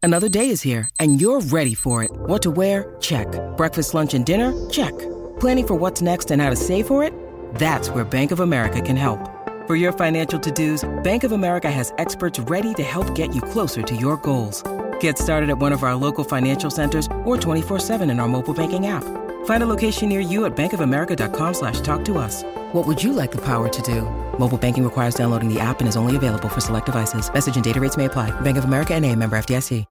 Another day is here, and you're ready for it. What to wear? Check. Breakfast, lunch, and dinner? Check. Planning for what's next and how to save for it? That's where Bank of America can help. For your financial to-dos, Bank of America has experts ready to help get you closer to your goals. Get started at one of our local financial centers or 24/7 in our mobile banking app. Find a location near you at bankofamerica.com/talktous. What would you like the power to do? Mobile banking requires downloading the app and is only available for select devices. Message and data rates may apply. Bank of America N.A., member FDIC.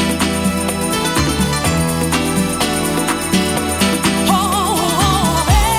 Oh,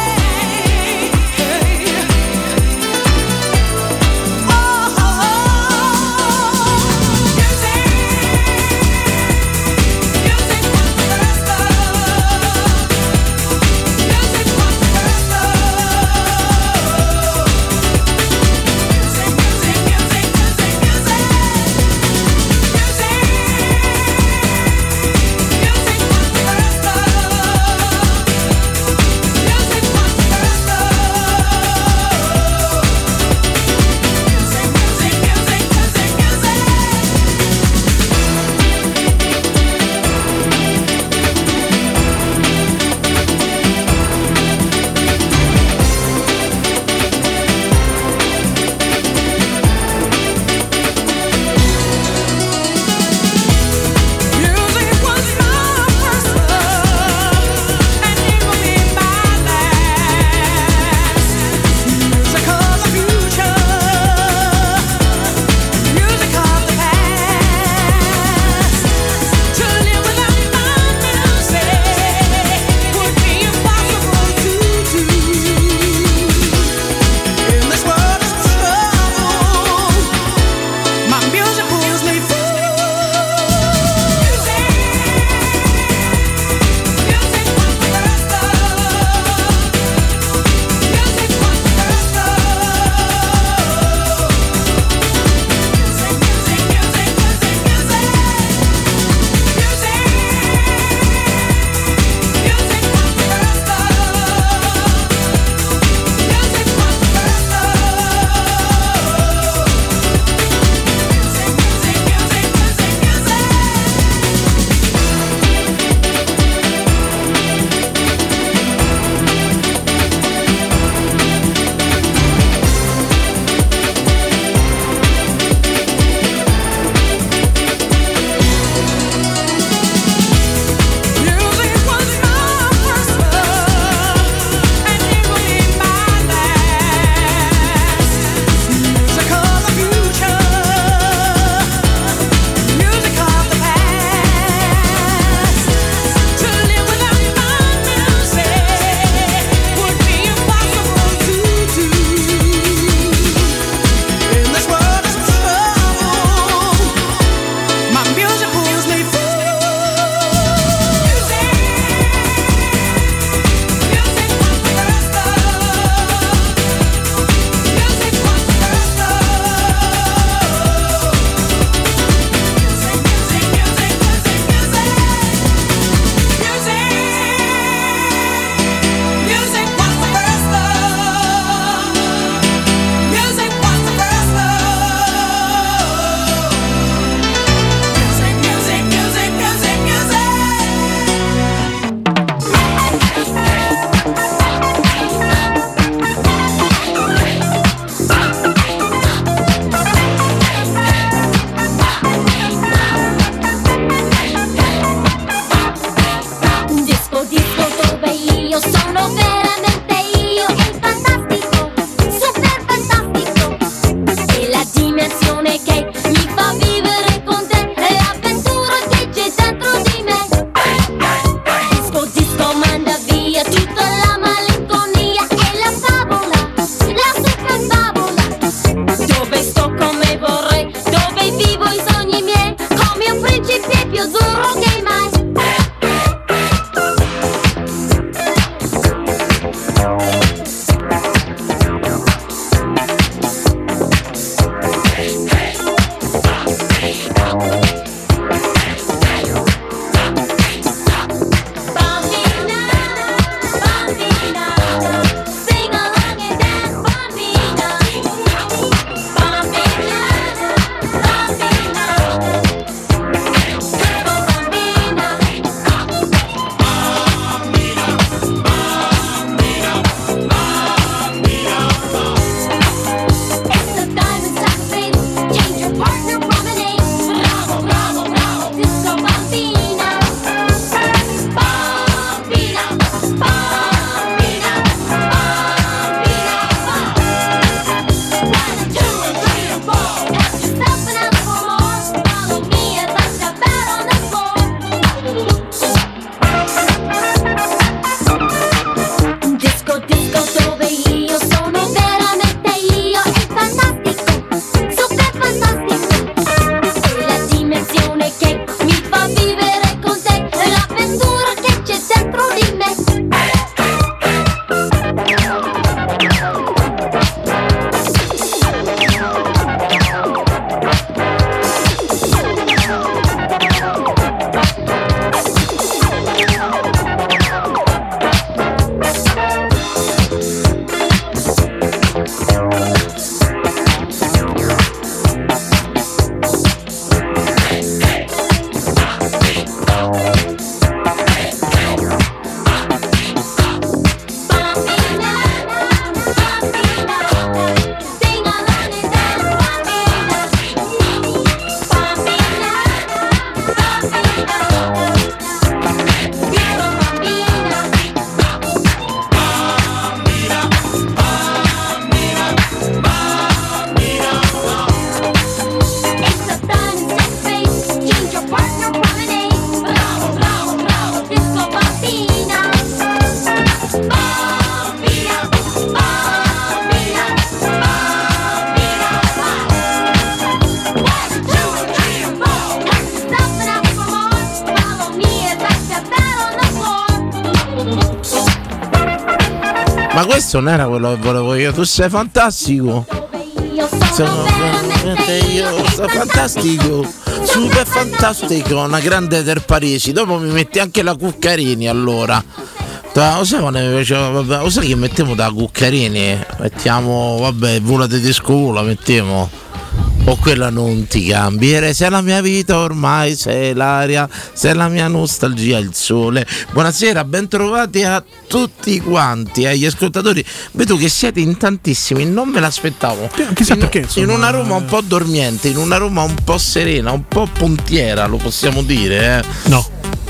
Ma questo non era quello che volevo io. Tu sei fantastico. Sono fantastico, super fantastico, una grande del Parisi. Dopo mi metti anche la Cuccarini, allora. Lo sai quando mi piaceva, vabbè, lo sai che mettiamo da Cuccarini? Mettiamo, vabbè, vola tedesco vola, mettiamo. O quella non ti cambiare, sei la mia vita ormai, sei l'aria, sei la mia nostalgia, il sole. Buonasera, ben trovati a tutti quanti, agli ascoltatori. Vedo che siete in tantissimi, non me l'aspettavo. Chissà perché, insomma. In una Roma un po' dormiente, in una Roma un po' serena, un po' puntiera, lo possiamo dire, No.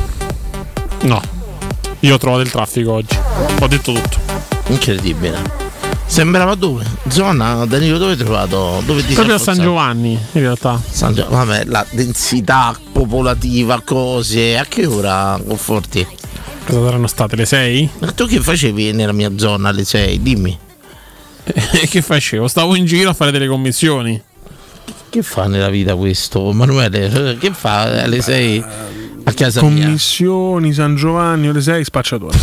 Io ho trovato il traffico oggi. Ho detto tutto. Incredibile. Sembrava dove? Zona, Danilo, dove hai trovato? Dove ti proprio a San Giovanni, in realtà. Vabbè, la densità popolativa, cose. A che ora, Conforti? Cosa saranno state, le 6? Ma tu che facevi nella mia zona alle 6? Dimmi. Che facevo? Stavo in giro a fare delle commissioni. Che fa nella vita questo, Emanuele? Che fa alle 6 a casa commissioni, mia? San Giovanni, alle 6 spacciatore.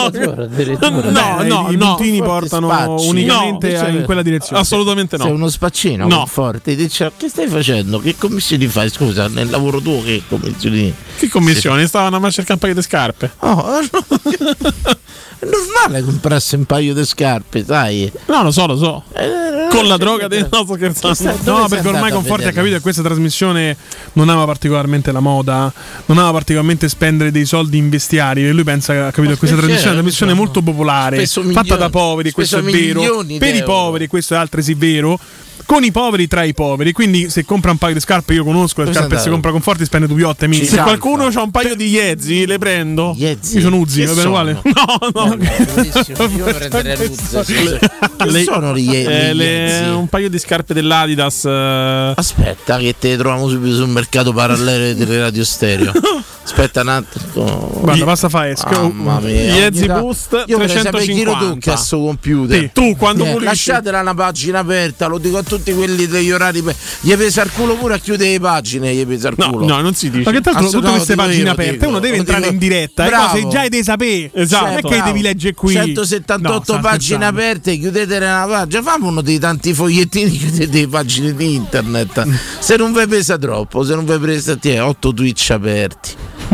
No, i puntini portano spacci. Unicamente in quella direzione. Assolutamente no. Sei uno spaccino, no. Forte. Dice, che stai facendo? Che commissioni fai? Scusa, nel lavoro tuo che commissioni? Che commissioni? Stavano a cercare un paio di scarpe. Oh, no. È normale comprarsi un paio di scarpe, sai? No, lo so. Con la droga no, sto scherzando. No, perché ormai Conforti ha capito che questa trasmissione non ama particolarmente la moda, non ama particolarmente spendere dei soldi in vestiari, e lui pensa, ha capito che questa trasmissione è una trasmissione molto popolare, fatta da poveri, questo è vero, per i poveri, questo è altresì vero, con i poveri tra i poveri. Quindi se compra un paio di scarpe, io conosco le scarpe, si compra Conforti spende dubiotte. Se qualcuno ha un paio di Yezzi, le prendo. Io sono Uzzi, va bene uguale? No. Io prenderei Uzzi. Che sono Yezzi? Un paio di scarpe dell'Adidas. Aspetta che te troviamo subito sul mercato parallelo delle radio stereo. Aspetta un attimo. Guarda, basta fare mamma mia. Yezzi Boost 350. Tu che a sto computer. Tu quando pulisci. Lasciatela una pagina aperta, lo dico a tutti quelli degli orari. Gli pesa il culo pure a chiudere le pagine. Gli pesa il culo. No, non si dice. Ma che tanto tutte queste pagine aperte uno deve entrare in diretta. Cose già devi sapere. Esatto. Non è che devi leggere qui 178 pagine aperte, chiudetele una pagina. Fammi uno dei tanti fogliettini, chiudete le pagine di internet. Se non vi pesa troppo, se non vi presa 8 Twitch aperti.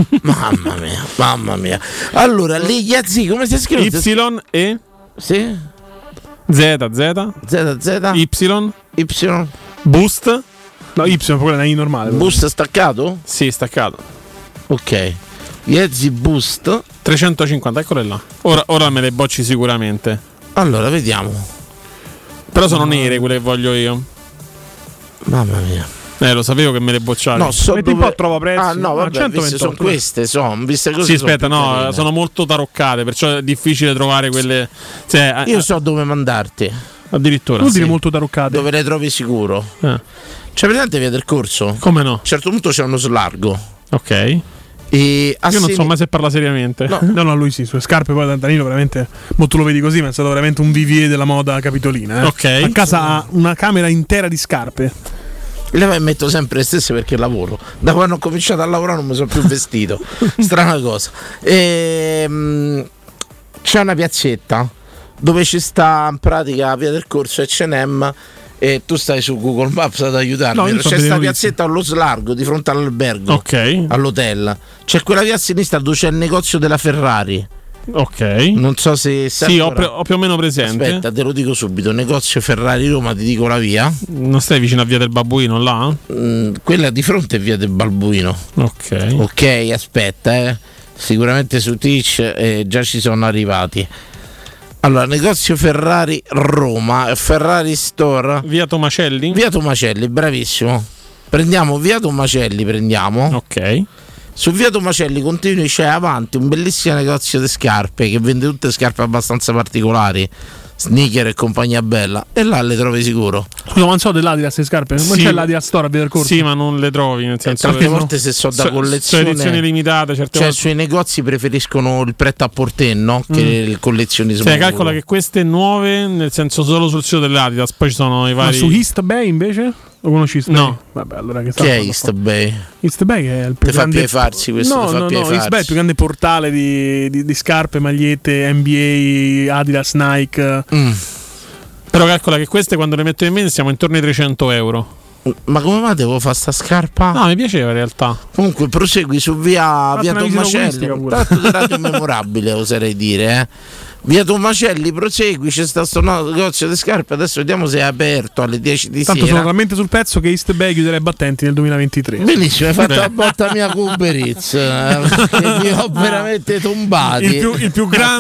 Mamma mia. Allora, lì Yazzi come si scrive? Y e sì? Z Y Boost. No, Y quella è I normale. Boost staccato? Sì, staccato. Ok. Yazzi Boost 350, eccole là. Ora me le bocci sicuramente. Allora, vediamo. Però sono nere quelle che voglio io. Mamma mia. Lo sapevo che me le bocciavi. No, metti un po' trovo prezzi. Ah, no, vabbè, 128. Sono queste, viste così. Sì, aspetta, no, sono molto taroccate, perciò è difficile trovare quelle. Cioè, io so dove mandarti. Addirittura. Vuol dire molto taroccate. Dove le trovi sicuro? C'è presente via del corso? Come no? A un certo punto c'è uno slargo. Ok. E io non so mai se parla seriamente. No, lui sì, sulle scarpe poi da Danilo veramente, mo tu lo vedi così, ma è stato veramente un vivier della moda capitolina. Ok. A casa ha una camera intera di scarpe. Le metto sempre le stesse perché lavoro. Da quando ho cominciato a lavorare non mi sono più vestito. Strana cosa. C'è una piazzetta dove ci sta in pratica via del corso H&M e tu stai su Google Maps ad aiutarmi. C'è questa piazzetta allo slargo di fronte all'albergo, all'hotel. C'è quella via a sinistra dove c'è il negozio della Ferrari. Ok. Non so se sì, ho più o meno presente. Aspetta, te lo dico subito. Negozio Ferrari Roma, ti dico la via. Non stai vicino a via del Babbuino là? Quella di fronte è via del Balbuino. Ok, aspetta, sicuramente su Twitch già ci sono arrivati. Allora, negozio Ferrari Roma, Ferrari Store. Via Tomacelli? Via Tomacelli, bravissimo. Prendiamo via Tomacelli, Ok. Su via Tomacelli continui, c'è avanti un bellissimo negozio di scarpe che vende tutte scarpe abbastanza particolari, sneaker e compagnia bella, e là le trovi sicuro. Scusa, ma non so dell'Adidas le scarpe? Non c'è l'Adidas Store a via del corso? Sì, ma non le trovi, nel senso tante volte se so da collezione, sono edizioni limitate, certe volte. Sui negozi preferiscono il pret-à-porter, no? Che il collezionismo. Calcola che queste nuove, nel senso solo sul sito dell'Adidas, poi ci sono i vari. Ma su East Bay invece? Lo conosci East Bay? No. Vabbè, allora che Che è East Bay? East Bay è il più Ti fa grande piefarsi questo? No, ti fa no, piefarsi. East Bay è il più grande portale di scarpe, magliette, NBA, Adidas, Nike. Però calcola che queste quando le metto in mente siamo intorno ai 300 euro. Ma come mai devo fare sta scarpa? No, mi piaceva in realtà. Comunque prosegui su via una visita Tommacelli. agonistica pure. Tratto di radio memorabile, oserei dire, Via Tommacelli, prosegui, c'è sta sto negozio di scarpe, adesso vediamo se è aperto alle 10 di Tanto sera. sono talmente sul pezzo che East Bay chiuderà i battenti nel 2023. Benissimo, hai fatto la botta mia con Uber Eats, che mi ho veramente tombati. Il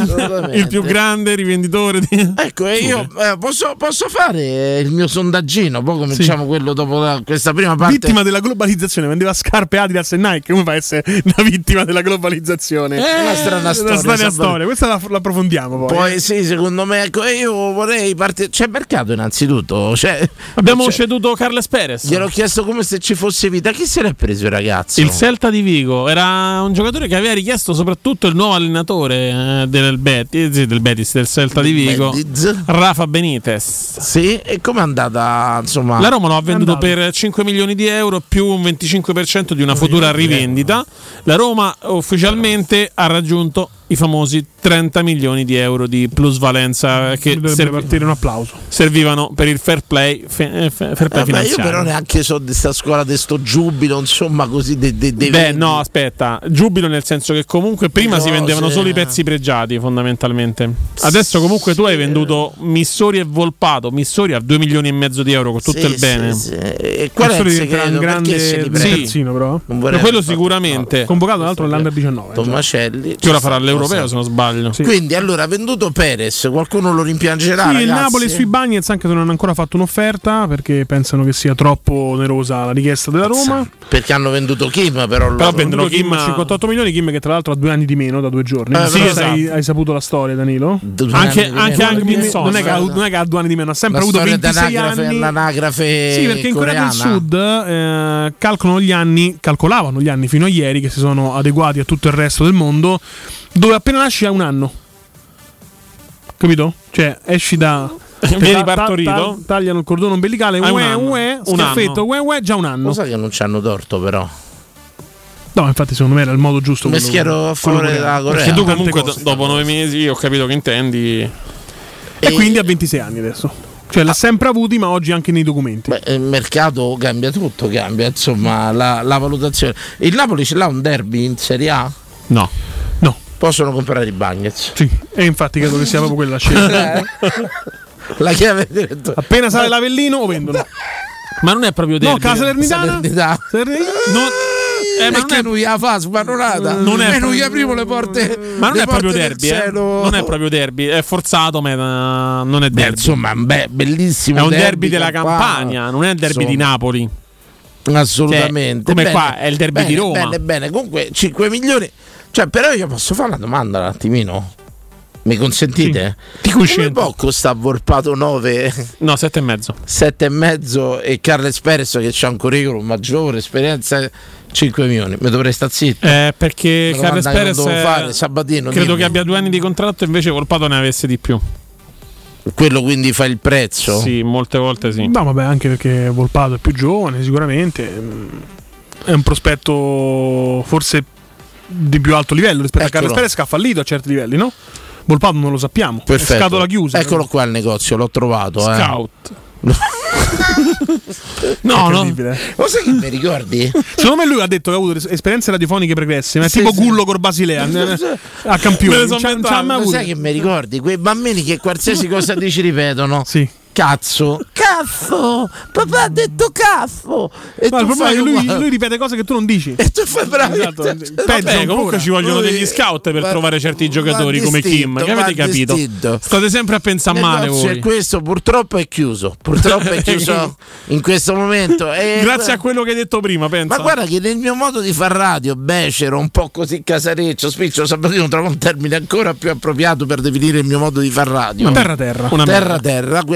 più grande rivenditore di... Ecco, e io posso fare il mio sondaggino, poi cominciamo quello dopo questa prima parte. Vittima della globalizzazione, vendeva scarpe Adidas e Nike, come fa a essere una vittima della globalizzazione? Una strana storia. Una strana storia, questa l'approfondiamo poi. Poi sì, secondo me, ecco, io vorrei partire. C'è mercato innanzitutto. Abbiamo ceduto Carles Perez. Gliel'ho chiesto come se ci fosse vita. Chi se l'è preso il ragazzo? Il Celta di Vigo era un giocatore che aveva richiesto soprattutto il nuovo allenatore del Betis, del Celta di Vigo, Rafa Benitez. Sì, e com'è andata? Insomma, la Roma lo ha venduto per 5 milioni di euro più un 25% di una futura rivendita. La Roma ufficialmente ha raggiunto i famosi 30 milioni di euro di plusvalenza che partire un applauso. Servivano per il fair play finanziario. Io però neanche so di questa scuola di sto giubilo, insomma, così Beh, no, aspetta, giubilo nel senso che comunque prima si vendevano solo i pezzi pregiati, fondamentalmente. Adesso comunque tu hai venduto Missori e Volpato. Missori a 2 milioni e mezzo di euro con tutto il bene. E qual è il segreto? Un grande terzino, però. Quello sicuramente. Convocato tra l'altro all'Under 19. Tommacelli. Che ora farà l'Europeo, se non sbaglio. Sì. Quindi allora venduto Perez, qualcuno lo rimpiangerà? Sì, ragazzi? il Napoli sui Bagnets, anche se non hanno ancora fatto un'offerta, perché pensano che sia troppo onerosa la richiesta della Roma. Perché hanno venduto Kim, però vendono Kim a 58 milioni. Kim che tra l'altro ha 2 anni di meno, da 2 giorni. Sì, esatto. Hai saputo la storia, Danilo? Anche Angminson. Non è che ha 2 anni di meno, ha sempre avuto 26 anni. L'anagrafe sì, perché in Corea del Sud calcolavano gli anni fino a ieri, che si sono adeguati a tutto il resto del mondo, dove appena nasci hai un anno. Capito? Cioè esci da... Vieni partorito, tagliano il cordone ombelicale, schiaffetto, già un anno. Lo sai che non ci hanno torto, però. No, infatti secondo me era il modo giusto. Mi schiero a favore della Corea. Perché tu comunque dopo 9 mesi ho capito che intendi. E quindi ha 26 anni adesso. Cioè l'ha sempre avuti, ma oggi anche nei documenti. Beh, il mercato cambia tutto, insomma la valutazione. Il Napoli ce l'ha un derby in Serie A? No. Possono comprare i Bagnets. Sì, e infatti credo che sia proprio quella scelta. La chiave direttore. Appena sale l'Avellino o vendono. Ma non è proprio derby. No, Salernitana. Ma che lui la fa sbarronata. Non è lui apriamo le porte. Ma non è proprio derby, non è proprio derby, è forzato, ma non è derby. Insomma, bellissimo. È un derby della Campania, non è il derby di Napoli. Assolutamente. Come qua è il derby di Roma. Bene. Comunque 5 milioni. Cioè, però io posso fare una domanda un attimino. Mi consentite? Sì. Come può costare Volpato 9? No, 7,5. 7,5 e Carles Perez che c'ha un curriculum maggiore, esperienza 5 milioni. Mi dovrei stare zitto. Perché Carles Perez fare Sabatino. Credo che abbia 2 anni di contratto, invece Volpato ne avesse di più. Quello quindi fa il prezzo? Sì, molte volte sì. No, vabbè, anche perché Volpato è più giovane, sicuramente. È un prospetto forse di più alto livello rispetto a Carles Perez, che ha fallito a certi livelli, no? Volpato non lo sappiamo. Perfetto. È scatola chiusa. Eccolo qua il negozio, l'ho trovato. Scout. No. Lo sai che mi ricordi? Secondo me lui ha detto che ha avuto esperienze radiofoniche pregresse, ma è tipo Gullo col Basilea a campione. Lo sai che mi ricordi? Quei bambini che qualsiasi cosa dici ripetono. Sì. Cazzo, papà ha detto cazzo. E il problema è che lui ripete cose che tu non dici. E tu fai bravo. Esatto. Vabbè, comunque ci vogliono degli scout per trovare certi giocatori come Kim. Che avete capito? State sempre a pensare male voi. Questo purtroppo è chiuso. In questo momento. Grazie a quello che hai detto prima, pensa. Ma guarda che nel mio modo di far radio, becero, un po' così casareccio, spiccio, Sabatino trovo un termine ancora più appropriato per definire il mio modo di far radio. Terra. Terra, quello.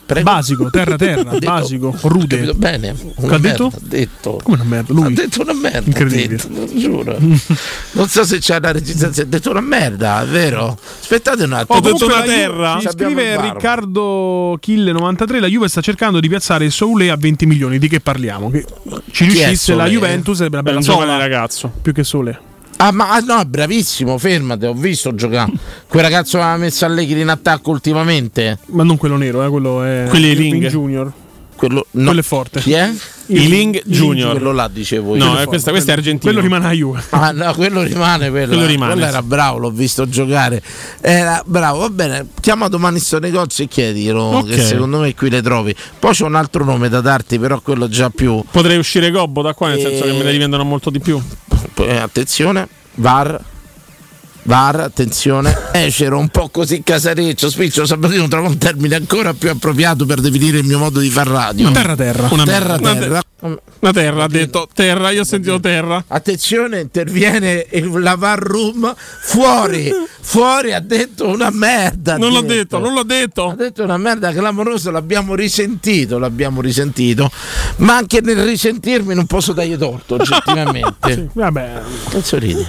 Basico, terra, basico, rude. Capito bene? Che ha detto? Come una merda? Lui Ha detto una merda. Incredibile. Giuro. Non so se c'è la registrazione. Ha detto una merda, è vero? Aspettate un attimo. Ho detto una terra. Ci scrive Riccardo Kille 93. La Juve sta cercando di piazzare Soulé a 20 milioni. Di che parliamo? Che ci riuscisse la Juventus sarebbe una bella giovane ragazzo. Più che Soulé. Ma no, bravissimo, fermate, ho visto giocare. Quel ragazzo aveva messo Allegri in attacco ultimamente. Ma non quello nero, quello è Ling Junior. Quello è forte. Chi è? Ling Junior. Quello là dicevo io. No, questa è argentino. Quello rimane a Juve. Ah no, quello rimane. Quello era bravo, l'ho visto giocare. Era bravo, va bene. Chiama domani sto negozio e chiedilo, che secondo me qui le trovi. Poi c'è un altro nome da darti, però quello già più. Potrei uscire Gobbo da qua, nel senso che me ne rivendono molto di più. Attenzione, VAR, attenzione. C'ero un po' così casareccio, spiccio, Sabatino trova un termine ancora più appropriato per definire il mio modo di far radio. Terra. Una terra, ha detto terra, io ho sentito terra. Attenzione, interviene la VAR room. Fuori ha detto una merda. Non l'ho detto. Ha detto una merda clamorosa, l'abbiamo risentito. Ma anche nel risentirmi non posso dargli torto, oggettivamente. Sì, vabbè. Cazzo ridi?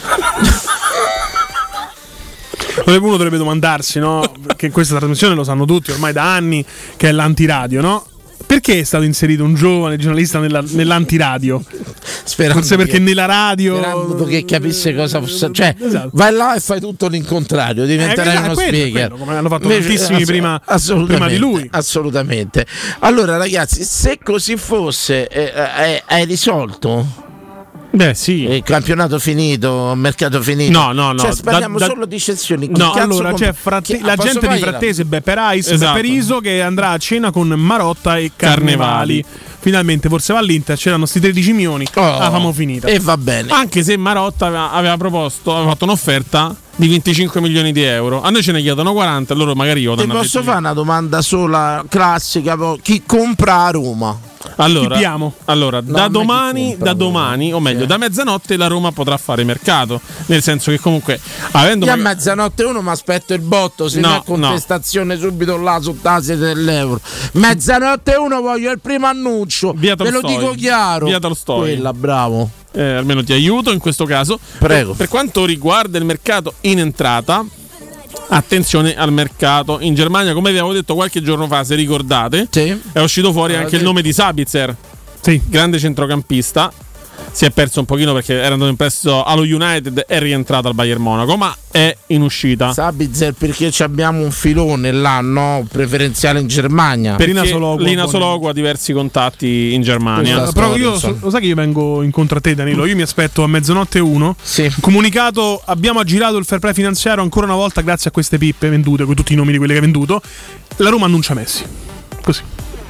Uno dovrebbe domandarsi, no? Perché in questa trasmissione lo sanno tutti ormai da anni, che è l'antiradio, no? Perché è stato inserito un giovane giornalista nell'antiradio? Forse perché nella radio. Sperando che capisse cosa fosse. Cioè, esatto. Vai là e fai tutto l'incontrario, diventerai uno speaker. Come hanno fatto tantissimi prima di lui. Assolutamente. Allora, ragazzi, se così fosse, hai risolto? Beh, sì. Il campionato finito, mercato finito. No. Cioè, parliamo solo di cessioni. No, allora c'è la gente di Frattese, Beppe Rice, esatto. Beppe Riso, che andrà a cena con Marotta e Carnevali. Finalmente forse va all'Inter, c'erano sti 13 milioni, la famo finita. E va bene. Anche se Marotta aveva fatto un'offerta di 25 milioni di euro. A noi ce ne chiedono 40, loro magari io Ti posso fare una domanda sola, classica? Chi compra a Roma? Allora, da domani, o meglio, da mezzanotte la Roma potrà fare mercato. Nel senso che comunque avendo a mezzanotte uno mi aspetto il botto, se no è contestazione subito là su tasi dell'euro. Mezzanotte uno voglio il primo annuncio. Ve lo dico chiaro. Via Tolstoi. Quella, bravo. Almeno ti aiuto in questo caso. Prego. Per quanto riguarda il mercato in entrata, attenzione al mercato in Germania, come vi avevo detto qualche giorno fa, se ricordate, sì. È uscito fuori anche il nome di Sabitzer, sì. Grande centrocampista. Si è perso un pochino perché era andato in prestito allo United, è rientrato al Bayern Monaco, ma è in uscita. Sabitzer perché abbiamo un filone là, no? Preferenziale in Germania. Perché Lina Sologua ha diversi contatti in Germania. Però lo sai che io vengo incontro a te, Danilo. Io mi aspetto a mezzanotte uno. Sì. Comunicato, abbiamo aggirato il fair play finanziario ancora una volta grazie a queste pippe vendute, con tutti i nomi di quelle che ha venduto. La Roma annuncia Messi. Così.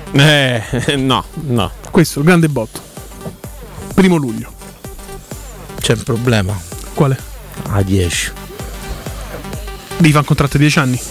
No. Questo, il grande botto. 1 luglio. C'è un problema. Quale? A 10. Devi fare un contratto di 10 anni.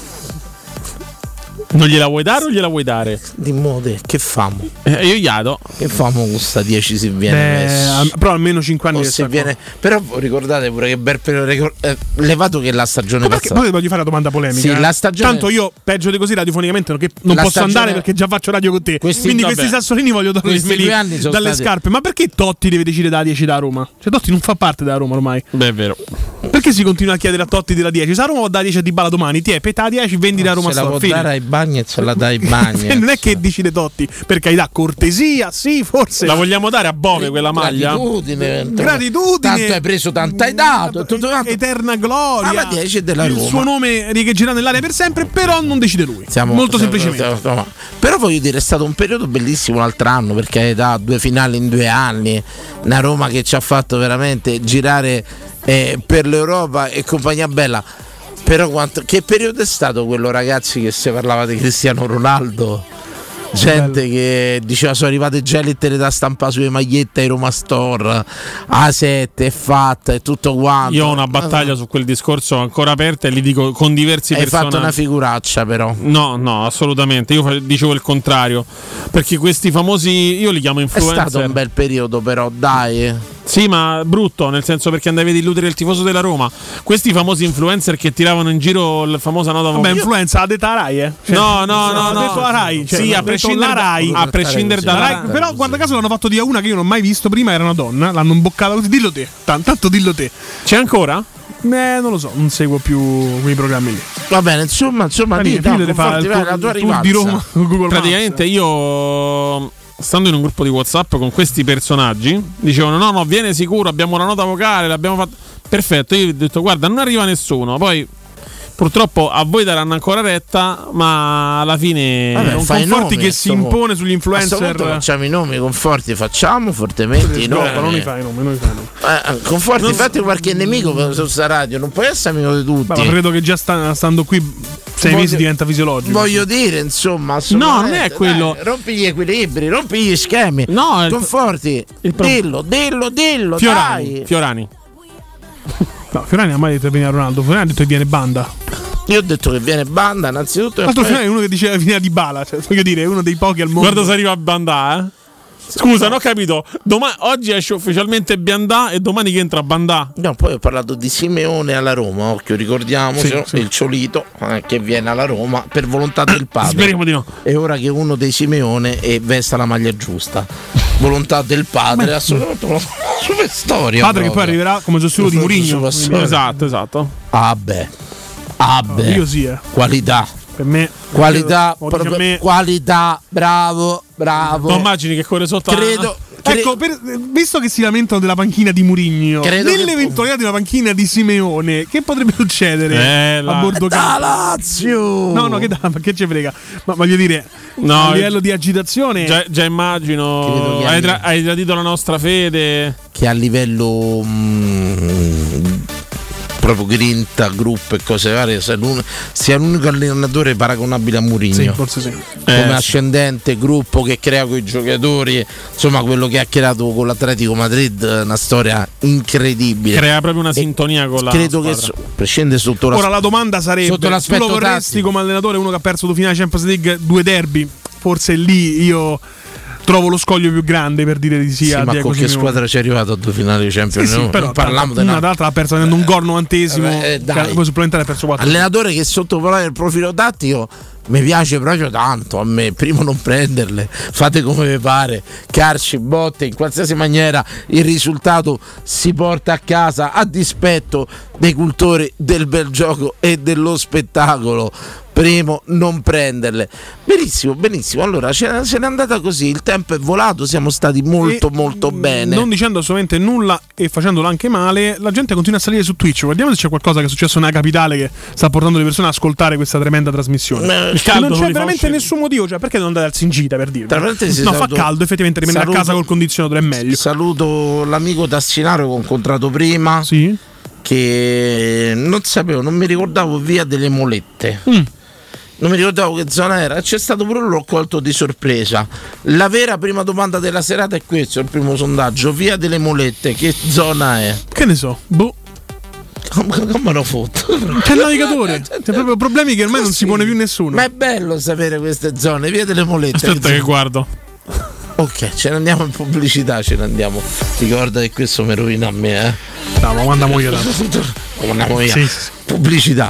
Non gliela vuoi dare o gliela vuoi dare? Di modo che famo? Io gli do. Che famo con sta 10 se viene però almeno 5 anni se viene. Però ricordate pure che bel periodo levato che la stagione passata. Poi voglio fare una domanda polemica. Sì, la stagione. Tanto io peggio di così radiofonicamente non posso andare perché già faccio radio con te. Quindi questi sassolini voglio darli dalle scarpe. Ma perché Totti deve decidere da 10 da Roma? Cioè Totti non fa parte della Roma ormai. Beh, è vero. Perché si continua a chiedere a Totti della 10? Se la Roma da 10 a Dybala domani, ti è peta 10, vendi la Roma Store. Se la può dare ai Bagnets, ce la dai ai Bagnets. Non è che decide Totti, per carità, cortesia, sì, forse. La vogliamo dare a Bove quella maglia? Gratitudine. Tanto hai preso, tanto hai dato. Eterna gloria. Ma la 10 è della Roma. Il suo nome riecheggerà nell'aria per sempre, però non decide lui. Molto semplicemente. Però voglio dire, è stato un periodo bellissimo l'altro anno, perché da 2 finali in 2 anni. Una Roma che ci ha fatto veramente girare per l'Europa e compagnia bella. Però che periodo è stato quello, ragazzi, che si parlava di Cristiano Ronaldo? Gente che diceva sono arrivate già lettere da stampare sulle magliette ai Roma Store, A7 è fatta e tutto quanto. Io ho una battaglia su quel discorso ancora aperta e li dico con diversi personaggi. Hai fatto una figuraccia però. No, assolutamente, io dicevo il contrario, perché questi famosi, io li chiamo influencer. È stato un bel periodo però, dai. Sì, ma brutto, nel senso perché andavi ad illudere il tifoso della Roma. Questi famosi influencer che tiravano in giro la famosa nota vocale. Vabbè, influenza, ha detto la Rai, Cioè, no. Ha detto la Rai. Cioè, sì, a prescindere dalla Rai. Però guarda caso l'hanno fatto di una che io non ho mai visto prima, era una donna, l'hanno imboccata così. Dillo te, tanto dillo te. C'è ancora? Non lo so, non seguo più quei programmi lì. Va bene, insomma, di fare la tua rivalsa di Roma con Google praticamente Maps. Io, stando in un gruppo di WhatsApp con questi personaggi, dicevano no, viene sicuro, abbiamo la nota vocale, l'abbiamo fatta. Perfetto, io ho detto guarda, non arriva nessuno, poi purtroppo a voi daranno ancora retta, ma alla fine un Conforti che si impone sugli influencer. Facciamo i nomi, Conforti, facciamo fortemente i nomi. Non li fai i nomi. Conforti, infatti qualche nemico su questa radio, non puoi essere amico di tutti. Ma credo che già stando qui 6 mesi diventa fisiologico. Voglio dire, insomma, no, non è quello. Dai, rompi gli equilibri, rompi gli schemi. No, Conforti, dillo, Fiorani. No, Fiorani ha mai detto che viene Ronaldo, Fiorani ha detto che viene Banda. Io ho detto che viene Banda, innanzitutto. L'altro Fiorani è uno che diceva che viene di Bala, cioè, voglio dire, è uno dei pochi al mondo. Guarda se arriva a Banda, Scusa, non ho capito. Oggi esce ufficialmente Biandà e domani che entra Bandà. No, poi ho parlato di Simeone alla Roma, occhio, ricordiamoci, il Ciolito che viene alla Roma per volontà del padre. Speriamo di no. È ora che uno dei Simeone vesta la maglia giusta. Volontà del padre, assolutamente una super storia. Padre proprio. Che poi arriverà come sostituto di Mourinho. Esatto. Io sì, Qualità. Per me qualità, bravo. Non immagini che corre sotto. Credo. Ecco, visto che si lamentano della panchina di Mourinho, nell'eventualità di una panchina di Simeone, che potrebbe succedere a bordo campo? Lazio! No, che ci frega? Ma voglio dire, a livello di agitazione, già immagino. Hai tradito la nostra fede. Che a livello proprio grinta, gruppo e cose varie sia l'unico allenatore paragonabile a Mourinho. Sì, forse sì. Come ascendente, gruppo che crea con i giocatori, insomma quello che ha creato con l'Atletico Madrid, una storia incredibile. Crea proprio una sintonia con la credo squadra. Che prescinde sotto Ora la domanda sarebbe: sotto l'aspetto tu lo vorresti tattico come allenatore, uno che ha perso 2 finali Champions League, 2 derby? Forse lì io trovo lo scoglio più grande per dire di sì a ma Diego con che Simeone. squadra ci è arrivato a 2 finali di Champions League? Però parliamo di una l'ha persa avendo un gol 90esimo, poi supplementare ha perso 4. Allenatore che sottovalora il profilo tattico mi piace proprio tanto. A me, primo non prenderle, fate come vi pare, calci, botte, in qualsiasi maniera il risultato si porta a casa a dispetto dei cultori del bel gioco e dello spettacolo. Primo non prenderle. Benissimo. Allora ce n'è andata così, il tempo è volato, siamo stati molto bene. Non dicendo assolutamente nulla e facendolo anche male, la gente continua a salire su Twitch. Guardiamo se c'è qualcosa che è successo nella capitale che sta portando le persone ad ascoltare questa tremenda trasmissione. Non c'è veramente nessun motivo, cioè perché non andate al Singita per dire? No, fa caldo, effettivamente rimanere a casa col condizionatore è meglio. Saluto l'amico Tassinaro che ho incontrato prima. Sì. Che non mi ricordavo via delle Molette. Non mi ricordavo che zona era. C'è stato pure l'ho colto di sorpresa. La vera prima domanda della serata è questo, il primo sondaggio. Via delle Molette, che zona è? Che ne so, Come lo foto? C'è il navigatore. C'è proprio problemi che ormai non si pone più nessuno. Ma è bello sapere queste zone. Via delle Molette. Aspetta che guardo. Ok, ce ne andiamo in pubblicità, Ricorda che questo mi rovina a me, No, ma andiamo io. Andiamo via. Sì. Pubblicità.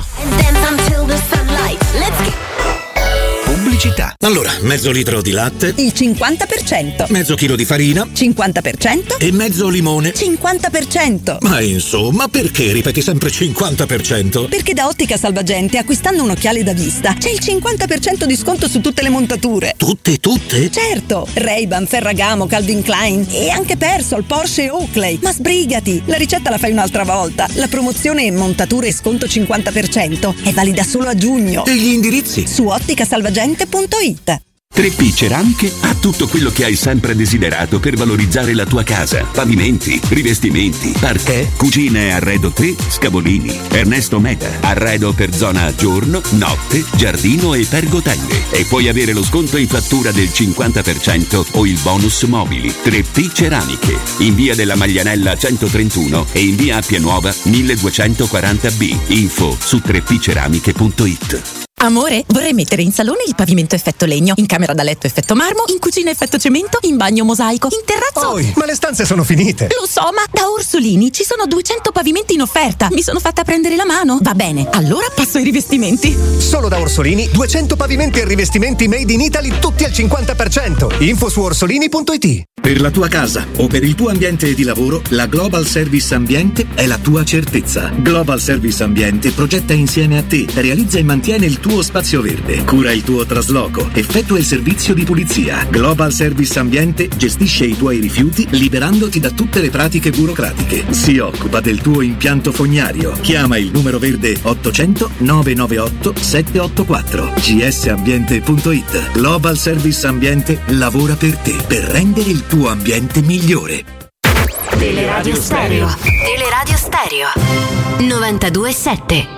Pubblicità. Allora, mezzo litro di latte, il 50%, mezzo chilo di farina, 50% e mezzo limone, 50%. Ma insomma, perché ripeti sempre 50%? Perché da Ottica Salvagente, acquistando un occhiale da vista, c'è il 50% di sconto su tutte le montature. Tutte? Certo, Ray-Ban, Ferragamo, Calvin Klein e anche Persol, Porsche e Oakley. Ma sbrigati, la ricetta la fai un'altra volta. La promozione montature e sconto 50% è valida solo a giugno. E gli indirizzi? Su otticasalvagente.it. 3P Ceramiche ha tutto quello che hai sempre desiderato per valorizzare la tua casa. Pavimenti, rivestimenti, parquet, cucine e arredo 3, Scavolini, Ernesto Meda. Arredo per zona giorno, notte, giardino e pergotelle. E puoi avere lo sconto in fattura del 50% o il bonus mobili. 3P Ceramiche. In via della Maglianella 131 e in via Appia Nuova 1240B. Info su 3pceramiche.it. Amore, vorrei mettere in salone il pavimento effetto legno, in camera da letto effetto marmo, in cucina effetto cemento, in bagno mosaico, in terrazzo... Poi, ma le stanze sono finite! Lo so, ma da Orsolini ci sono 200 pavimenti in offerta. Mi sono fatta prendere la mano. Va bene, allora passo ai rivestimenti. Solo da Orsolini 200 pavimenti e rivestimenti made in Italy, tutti al 50%. Info su orsolini.it. Per la tua casa o per il tuo ambiente di lavoro, la Global Service Ambiente è la tua certezza. Global Service Ambiente progetta insieme a te, realizza e mantiene il tuo spazio verde, cura il tuo trasloco, effettua il servizio di pulizia. Global Service Ambiente gestisce i tuoi rifiuti liberandoti da tutte le pratiche burocratiche. Si occupa del tuo impianto fognario. Chiama il numero verde 800 998 784. gsambiente.it. Global Service Ambiente lavora per te, per rendere il tuo ambiente migliore. Teleradio Stereo. Teleradio Stereo 92.7.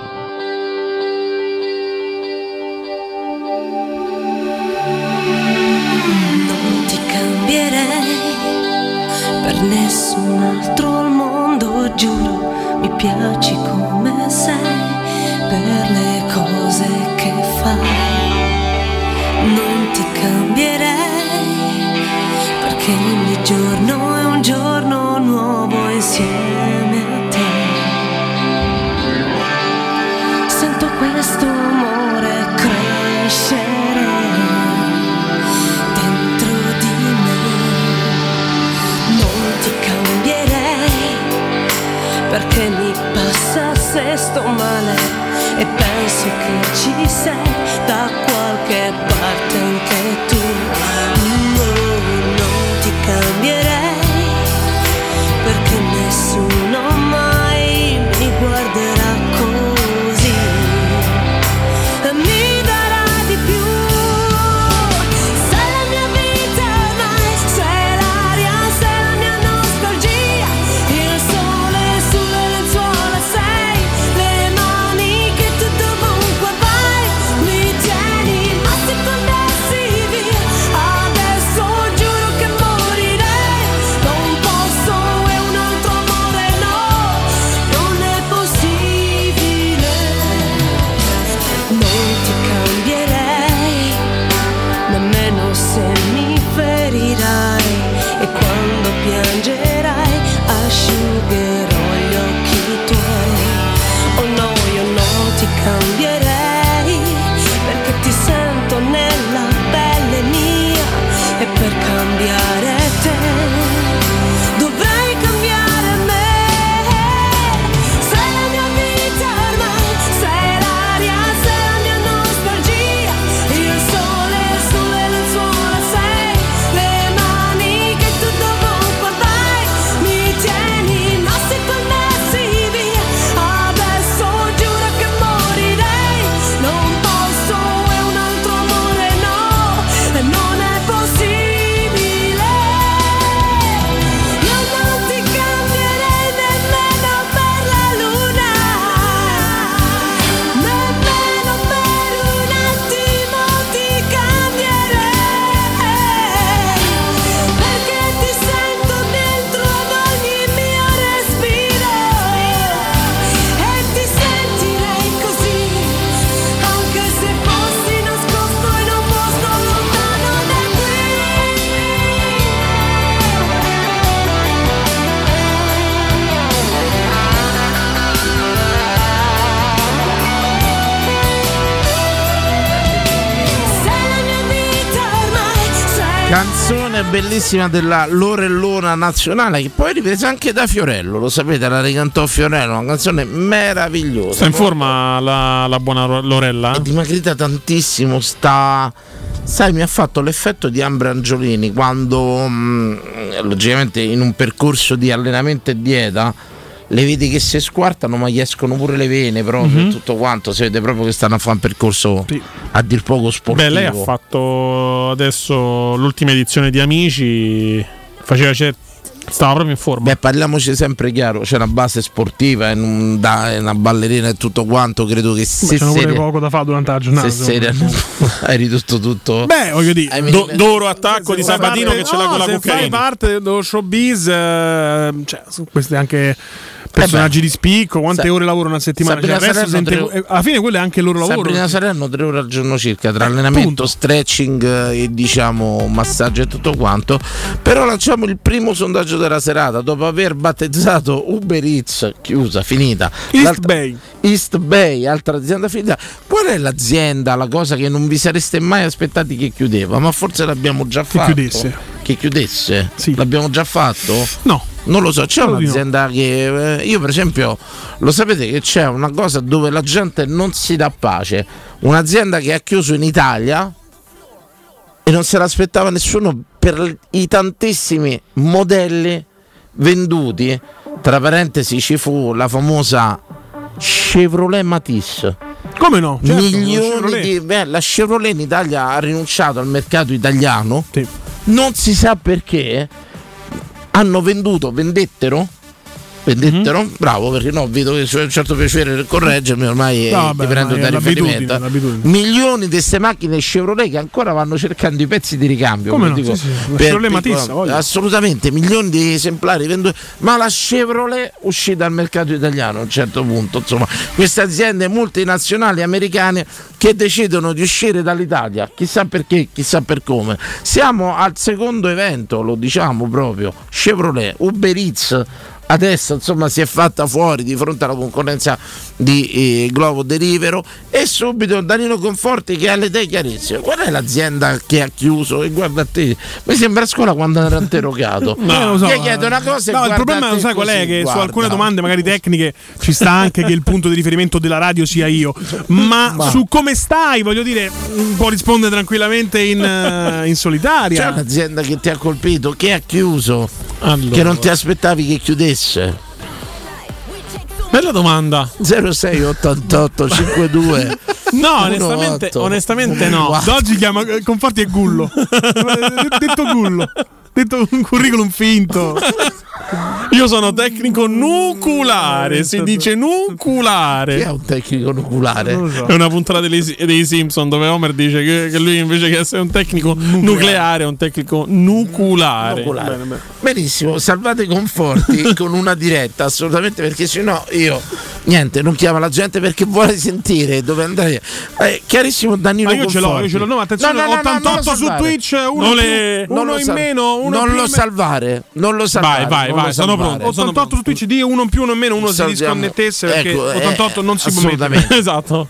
Per nessun altro al mondo, giuro, mi piaci come sei, per le cose che fai. Non ti cambierei, perché ogni giorno è un giorno nuovo insieme a te. Sento questo amore crescere dentro di me. Non ti cambierei, perché mi passa se sto male e penso che ci sei da qualche parte anche tu. Non ti cambierei, perché nessuno mai mi guarderà così e mi darà di più. Sei la mia vita ormai, sei l'aria, sei la mia nostalgia, il sole sulle lenzuola, sei le mani che tu dovunque vai mi tieni, ma se tornassi via adesso giuro che morirei. Non posso, è un altro amore, no, non è possibile. Non ti cambierei, nemmeno se mi ferirai, e quando piangerai asciugherò gli occhi tuoi. Oh no, io non ti cambierei, perché ti sento nella pelle mia, e per cambiare te dovrei cambiare me. Sei la mia vita ormai, sei l'aria, sei la mia nostalgia, il sole sulle lenzuola, sei le mani che tu dovunque vai mi tieni, ma se tornassi via adesso giuro che morirei. Non posso, è un altro amore, no, e non è possibile. Io non ti cambierei nemmeno per la luna, nemmeno per un attimo ti cambierei, perché ti sento dentro ad ogni mio respiro, e ti sentirei così anche se fossi nascosto in un posto lontano da qui. Sei la mia vita ormai, sei Canzone bellissima della Lorellona nazionale, che poi è ripresa anche da Fiorello, lo sapete, la ricantò Fiorello, una canzone meravigliosa. Sta in forma la buona Lorella? È dimagrita tantissimo, sai, mi ha fatto l'effetto di Ambra Angiolini quando logicamente in un percorso di allenamento e dieta le vedi che si squartano, ma gli escono pure le vene proprio, tutto quanto, si vede proprio che stanno a fare un percorso a dir poco sportivo. Beh, lei ha fatto adesso l'ultima edizione di Amici, stava proprio in forma. Beh, parliamoci sempre chiaro, c'è una base sportiva, è una ballerina e tutto quanto, credo che se c'è pure poco da fare durante la giornata. hai ridotto tutto. Beh, voglio dire, d'oro attacco di Sabatino che ce l'ha con la se Cuccarini. fai parte dello showbiz, cioè, su queste anche personaggi di spicco, quante ore lavorano una settimana, cioè, alla fine quello è anche il loro lavoro. Sabrina Salerno 3 ore al giorno circa, tra allenamento, stretching e diciamo massaggio e tutto quanto. Però lanciamo il primo sondaggio della serata dopo aver battezzato Uber Eats, chiusa, finita, East Bay, altra azienda finita. Qual è l'azienda, la cosa che non vi sareste mai aspettati che chiudeva? Ma forse l'abbiamo già fatto. Che chiudesse? Sì. L'abbiamo già fatto? No. Non lo so, c'è un'azienda che io per esempio, lo sapete che c'è una cosa dove la gente non si dà pace, un'azienda che ha chiuso in Italia e non se l'aspettava nessuno per i tantissimi modelli venduti. Tra parentesi ci fu la famosa Chevrolet Matisse. Come no? Certo, milioni di la Chevrolet in Italia ha rinunciato al mercato italiano. Sì. Non si sa perché. Hanno vendettero, bravo, perché no, vedo che c'è un certo piacere correggermi, ormai ti prendo da riferimento. Milioni di queste macchine Chevrolet che ancora vanno cercando i pezzi di ricambio. Come no? Dico, assolutamente, milioni di esemplari venduti, ma la Chevrolet uscì dal mercato italiano a un certo punto. Insomma, queste aziende multinazionali americane che decidono di uscire dall'Italia, chissà perché, chissà per come. Siamo al secondo evento, lo diciamo proprio, Chevrolet, Uber Eats adesso insomma si è fatta fuori di fronte alla concorrenza di Glovo Delivero, e subito Danilo Conforti che ha le idee chiarissime. Qual è l'azienda che ha chiuso? E guarda te, mi sembra a scuola quando era interrogato. Che chiede una cosa e il problema lo sai qual è? Che su alcune domande magari tecniche ci sta anche che il punto di riferimento della radio sia io, ma su come stai, voglio dire, può rispondere tranquillamente in solitaria. C'è un'azienda che ti ha colpito, che ha chiuso, che non ti aspettavi che chiudesse? Bella domanda. 0688 52 No, onestamente no. Oggi chiama Conforti e Gullo. Detto Gullo. Detto un curriculum finto. Io sono tecnico nucleare, si dice nucleare. Che è un tecnico nucleare? So. È una puntata dei Simpson dove Homer dice che lui invece che essere un tecnico nucleare è un tecnico nucleare. Bene. Benissimo, salvate Conforti con una diretta, assolutamente, perché sennò io non chiamo la gente perché vuole sentire dove andare. Chiarissimo Danilo Conforti. Io ce l'ho, no, attenzione, 88 su Twitch, uno in meno, non lo salvare. Vai, sono pronto. 88 su Twitch, di uno in più, uno in meno, uno si disconnettesse perché 88 non si può mettere. Esatto.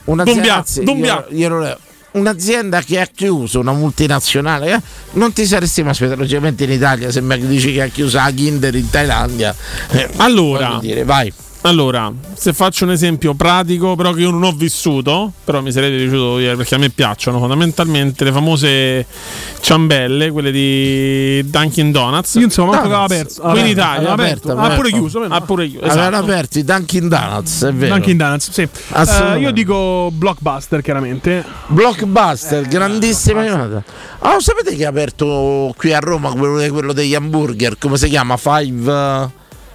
Un'azienda che ha chiuso, una multinazionale, non ti saresti mai aspettato, logicamente in Italia sembra che dici che ha chiuso la Kinder in Thailandia. Vai. Allora, se faccio un esempio pratico, però che io non ho vissuto, però mi sarebbe piaciuto dire, perché a me piacciono fondamentalmente le famose ciambelle, quelle di Dunkin' Donuts. Io insomma manco aveva aperto. Qui in Italia ha pure chiuso. Avevano aperto i Dunkin' Donuts, è vero. Dunkin' Donuts, sì. Io dico Blockbuster, chiaramente. Blockbuster, grandissima chiamata. Lo sapete che ha aperto qui a Roma quello degli hamburger, come si chiama? Five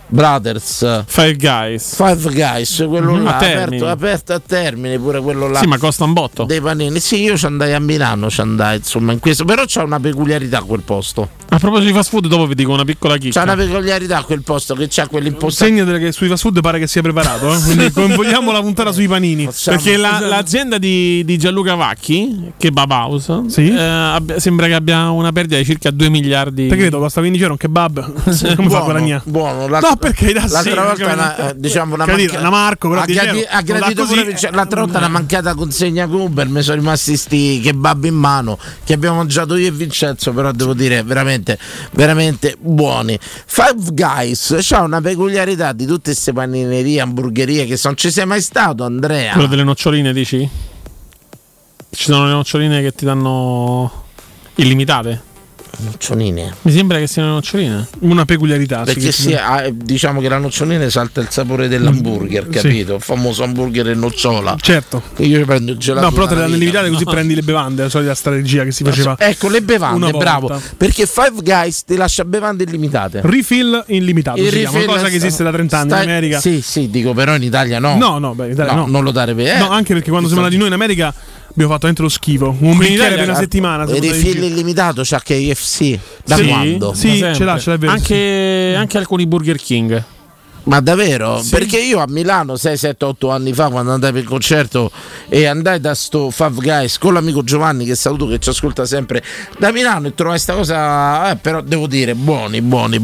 Guys, quello là aperto a termine, pure quello là. Sì, ma costa un botto. Dei panini. Sì, io ci andai a Milano, insomma, in questo. Però c'ha una peculiarità quel posto. A proposito di fast food, dopo vi dico una piccola chicca. C'ha una peculiarità quel posto che c'ha quell'impostazione. Segno che sui fast food pare che sia preparato, quindi convogliamo la puntata sui panini. Perché l'azienda di Gianluca Vacchi, Kebab House, sì? sembra che abbia una perdita di circa 2 miliardi. Te credo, costa 15 euro un kebab. Come fa a guadagnare? Buono. No, perché l'altra volta una Marco, però ha gradito pure, l'altra volta una mancata consegna con Uber, mi sono rimasti sti kebab in mano che abbiamo mangiato io e Vincenzo, però devo dire veramente buoni. Five Guys c'ha una peculiarità di tutte queste paninerie, hamburgerie che non ci sei mai stato, Andrea. Quello delle noccioline, dici? Ci sono le noccioline che ti danno illimitate? Noccioline. Mi sembra che siano noccioline. Una peculiarità. Perché diciamo che la noccioline salta il sapore dell'hamburger, capito? Il famoso hamburger e nocciola. Certo. Io prendo il gelato. No, però te le danno limitate così prendi le bevande, la solita strategia che si faceva. Ecco, le bevande, bravo. Perché Five Guys ti lascia bevande illimitate. Refill illimitato, una cosa che esiste da 30 anni in America. Sì, dico, però in Italia no. No, in Italia no. Non lo dare per. No, anche perché quando siamo andati noi in America abbiamo fatto dentro lo schifo. Un bicchiere per una settimana. Il refill illimitato c'ha KFC. Da quando? Sì, ce l'ha, è vero. Anche alcuni Burger King. Ma davvero? Sì. Perché io a Milano 6, 7, 8 anni fa, quando andai per il concerto e andai da sto Five Guys con l'amico Giovanni, che saluto, che ci ascolta sempre da Milano, e trovai sta cosa, però devo dire buoni.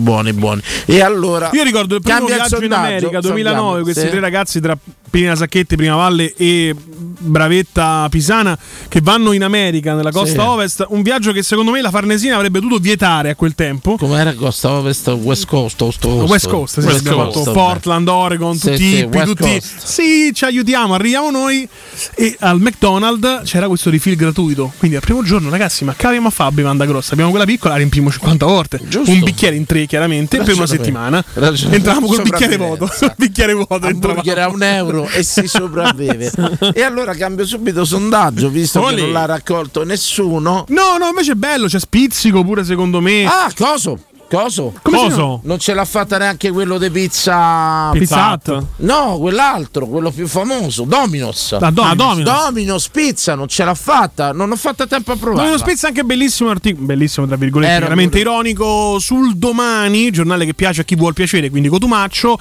E allora io ricordo il primo viaggio in America 2009, questi tre ragazzi tra Pina Sacchetti, Prima Valle e Bravetta Pisana, che vanno in America, nella costa ovest, un viaggio che secondo me la Farnesina avrebbe dovuto vietare a quel tempo. Com'era costa ovest? West Coast, West Coast, abbiamo fatto Portland, Oregon, tutti sì, ci aiutiamo, arriviamo noi, e al McDonald's c'era questo refill gratuito, quindi al primo giorno, ragazzi, ma cariamo a Fabio Manda Grossa, abbiamo quella piccola, la riempimmo 50 volte. Giusto. Un bicchiere in 3 chiaramente per una settimana. Entravamo col bicchiere vuoto, hamburger a €1 e si sopravvive. E allora cambio subito sondaggio, visto che non l'ha raccolto nessuno. No, invece è bello, c'è Spizzico pure secondo me. Ah, coso? Non ce l'ha fatta neanche quello di Pizza Hut? No, quell'altro, quello più famoso, Domino's. Domino's Pizza non ce l'ha fatta, non ho fatto tempo a provare. Domino's Pizza anche bellissimo tra virgolette, veramente ironico, sul Domani, giornale che piace a chi vuol piacere, quindi Cotumaccio,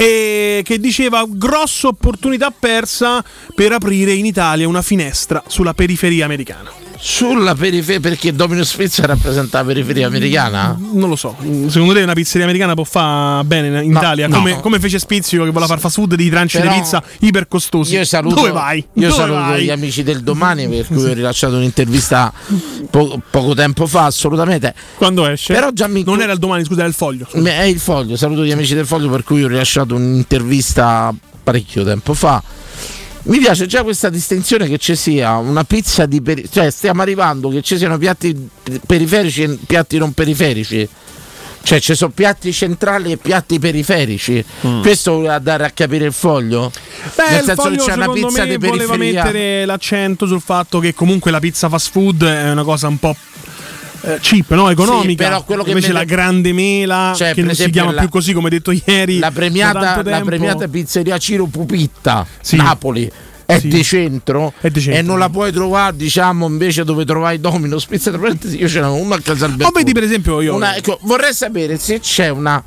e che diceva grossa opportunità persa per aprire in Italia una finestra sulla periferia americana. Sulla periferia, perché Domino's Pizza rappresenta la periferia americana? Non lo so. Secondo te una pizzeria americana può fare bene in Italia? Come fece Spizzico, che voleva far fast food di tranci di pizza iper costosi. Dove vai? Io saluto gli amici del Domani, per cui ho rilasciato un'intervista poco tempo fa, assolutamente. Quando esce? Però non era il Domani, scusa, era il Foglio. È il Foglio, saluto gli amici del Foglio, per cui ho rilasciato un'intervista parecchio tempo fa. Mi piace già questa distinzione, che ci sia una pizza cioè stiamo arrivando che ci siano piatti periferici e piatti non periferici. Cioè ci sono piatti centrali e piatti periferici. Questo voleva dare a capire il Foglio? Nel senso che c'è una pizza di periferia. Voleva mettere l'accento sul fatto che comunque la pizza fast food è una cosa un po' cheap, no? Economica. Sì, però quello che invece la grande mela, cioè, che non si chiama più così, come detto ieri, la premiata pizzeria Ciro Pupitta, Napoli, è di centro e non la puoi trovare, diciamo, invece dove trovai Domino's Pizza. Tra parentesi, io ce n'avevo una a Casalbertone. O vedi, per esempio, io vorrei sapere se c'è una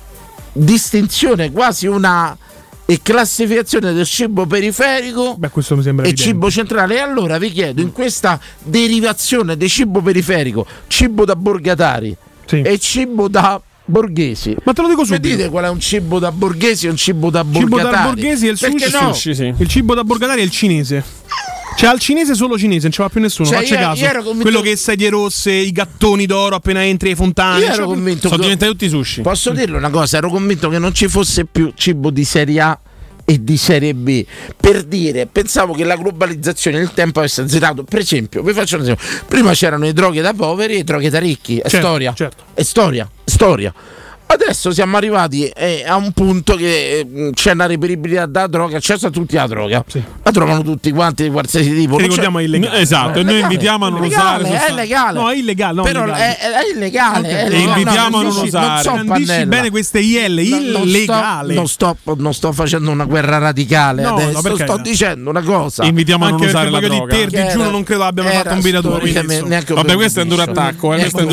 distinzione, quasi una classificazione del cibo periferico questo mi sembra e evidente. Cibo centrale. E allora vi chiedo, in questa derivazione di cibo periferico, cibo da borgatari e cibo da borghesi, ma te lo dico subito, dite qual è un cibo da borghesi e un cibo da borgatari? Il cibo da borghesi è il sushi, sì. Il cibo da borgatari è il cinese. Cioè al cinese solo cinese, non ce va più nessuno. Faccia caso. Quello che sedie rosse, i gattoni d'oro appena entri ai fontane. Io ero convinto sono diventati tutti sushi. Posso dirle una cosa? Ero convinto che non ci fosse più cibo di serie A e di serie B. Per dire, pensavo che la globalizzazione nel tempo avesse azzerato. Per esempio, vi faccio un esempio. Prima c'erano le droghe da poveri e le droghe da ricchi. È storia. È storia. Adesso siamo arrivati a un punto che c'è una reperibilità da droga, accesso a tutti la droga. La trovano tutti quanti di qualsiasi tipo. Che ricordiamo è illegale. Esatto, e noi invitiamo a non usare. È legale. No, è illegale. No, però è illegale. E invitiamo a non usare. Capisci bene queste IL, illegale. Non sto facendo una guerra radicale adesso, sto dicendo una cosa. Invitiamo a non usare la droga. Ti giuro, non credo abbiamo fatto un viratore. Vabbè, questo è un duro attacco,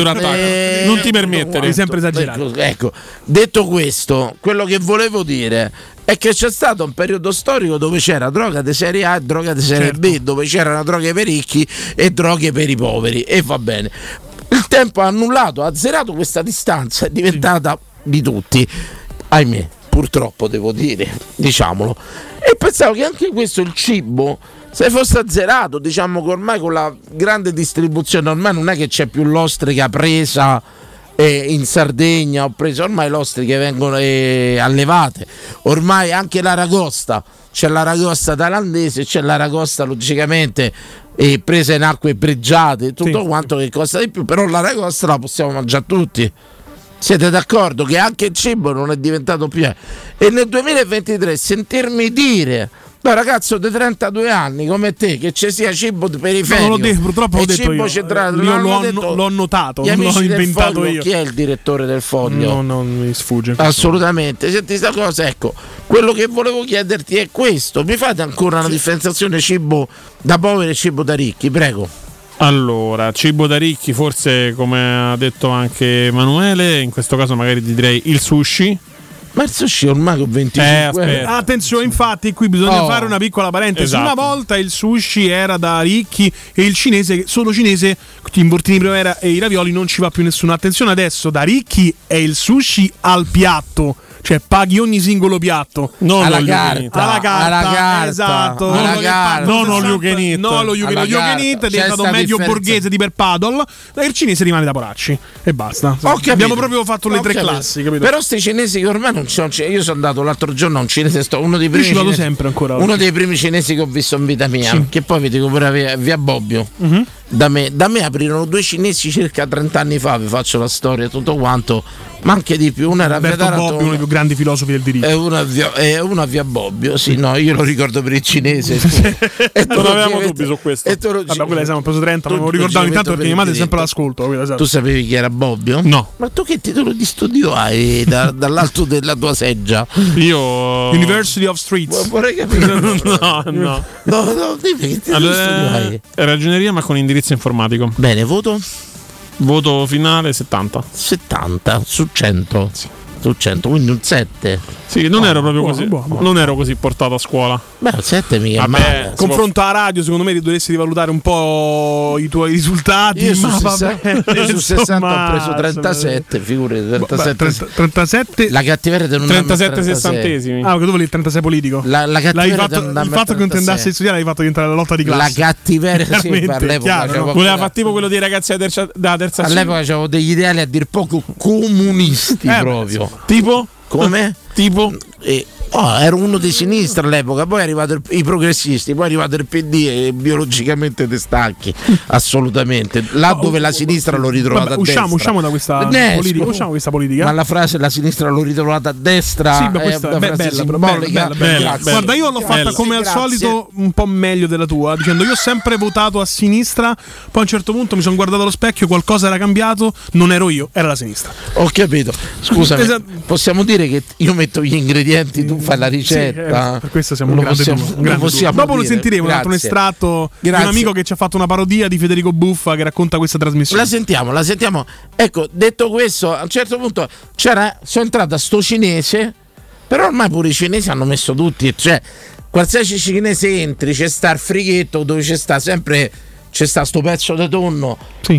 non ti permettere. Devi sempre esagerare. Ecco, detto questo, quello che volevo dire è che c'è stato un periodo storico dove c'era droga di serie A e droga di serie B, dove c'erano droghe per i ricchi e droghe per i poveri, e va bene. Il tempo ha annullato, ha azzerato questa distanza, è diventata di tutti, ahimè, purtroppo devo dire, diciamolo. E pensavo che anche questo, il cibo, se fosse azzerato, diciamo che ormai con la grande distribuzione, ormai non è che c'è più l'ostrica presa in Sardegna, ho preso ormai le ostriche vengono allevate, ormai anche l'aragosta, c'è l'aragosta thailandese, c'è l'aragosta logicamente presa in acque pregiate, tutto quanto, che costa di più, però l'aragosta la possiamo mangiare tutti. Siete d'accordo che anche il cibo non è diventato più? E nel 2023 sentirmi dire da ragazzo di 32 anni come te che ci sia cibo periferico, purtroppo e l'ho detto cibo io. centrale, L'ho notato, non l'ho inventato io. Chi è il direttore del Foglio? No, non mi sfugge. Assolutamente. Senti sta cosa, ecco, quello che volevo chiederti è questo: mi fate ancora una differenziazione cibo da poveri e cibo da ricchi, prego? Allora, cibo da ricchi, forse, come ha detto anche Emanuele, in questo caso magari ti direi il sushi. Ma il sushi ormai con 25 attenzione, infatti qui bisogna fare una piccola parentesi. Esatto. Una volta il sushi era da ricchi e il cinese, solo cinese, gli involtini primavera e i ravioli non ci va più nessuno. Attenzione, adesso da ricchi è il sushi al piatto, cioè paghi ogni singolo piatto, non alla carta, esatto, non all you can eat. No, lo you can eat è diventato medio borghese di per paddle, e il cinese rimane da poracci e basta. Abbiamo proprio fatto le tre classi, capito? Però sti cinesi che ormai non c'è, io sono andato l'altro giorno a un cinese, uno dei primi ci vado cinesi, sempre ancora uno dei primi cinesi che ho visto in vita mia, che poi vi dico pure via Bobbio. Da me aprirono due cinesi circa 30 anni fa, vi faccio la storia tutto quanto, ma anche di più. Uno era Alberto Bobbio, uno dei più grandi filosofi del diritto, e uno a via Bobbio. Sì, no, io lo ricordo per il cinese. Non avevamo dubbi su questo. Vabbè, quella siamo preso 30, ma lo ricordavo intanto perché mia madre è sempre l'ascolto. Tu sapevi chi era Bobbio? No. Ma tu che titolo di studio hai dall'alto della tua seggia? Io University of Streets. Vorrei capire. No, dimmi che titolo di studio hai. Ragioneria ma con indirizzo informatico. Bene, voto finale 70 su 100. Su 100, quindi un 7. Sì, non ero proprio così. Non ero così portato a scuola. Beh, un 7 mica è male. Confronto alla radio, secondo me dovresti rivalutare un po' i tuoi risultati. Io su 60 ho preso 37, figurati, 37. La cattiveria del 37 sessantesimi. Ah, perché tu volevi il 36 politico. La cattiveria il fatto che non ti andassi a studiare l'hai fatto diventare la lotta di classe. La cattiveria, sì, all'epoca voleva fare tipo quello dei ragazzi della terza all'epoca avevo degli ideali a dir poco comunisti proprio. Tipo? Come? Tipo? Ero uno di sinistra all'epoca, poi è arrivato i progressisti, poi è arrivato il PD e biologicamente te stacchi, assolutamente. Là dove la sinistra l'ho ritrovata a destra. Usciamo da questa politica. Ma la frase la sinistra l'ho ritrovata a destra sì, è una frase simbolica. Bella. Guarda, io l'ho fatta come al solito un po' meglio della tua, dicendo io ho sempre votato a sinistra, poi a un certo punto mi sono guardato allo specchio, qualcosa era cambiato, non ero io, era la sinistra. Ho capito. Scusami, possiamo dire che io metto gli ingredienti, tu fai la ricetta. Sì, per questo siamo un grande duo. Dopo lo sentiremo, un estratto di un amico che ci ha fatto una parodia di Federico Buffa che racconta questa trasmissione. La sentiamo. Ecco, detto questo, a un certo punto sono entrato a sto cinese, però ormai pure i cinesi hanno messo tutti, cioè qualsiasi cinese entri c'è sta il frighetto dove c'è sta sto pezzo di tonno. Sì.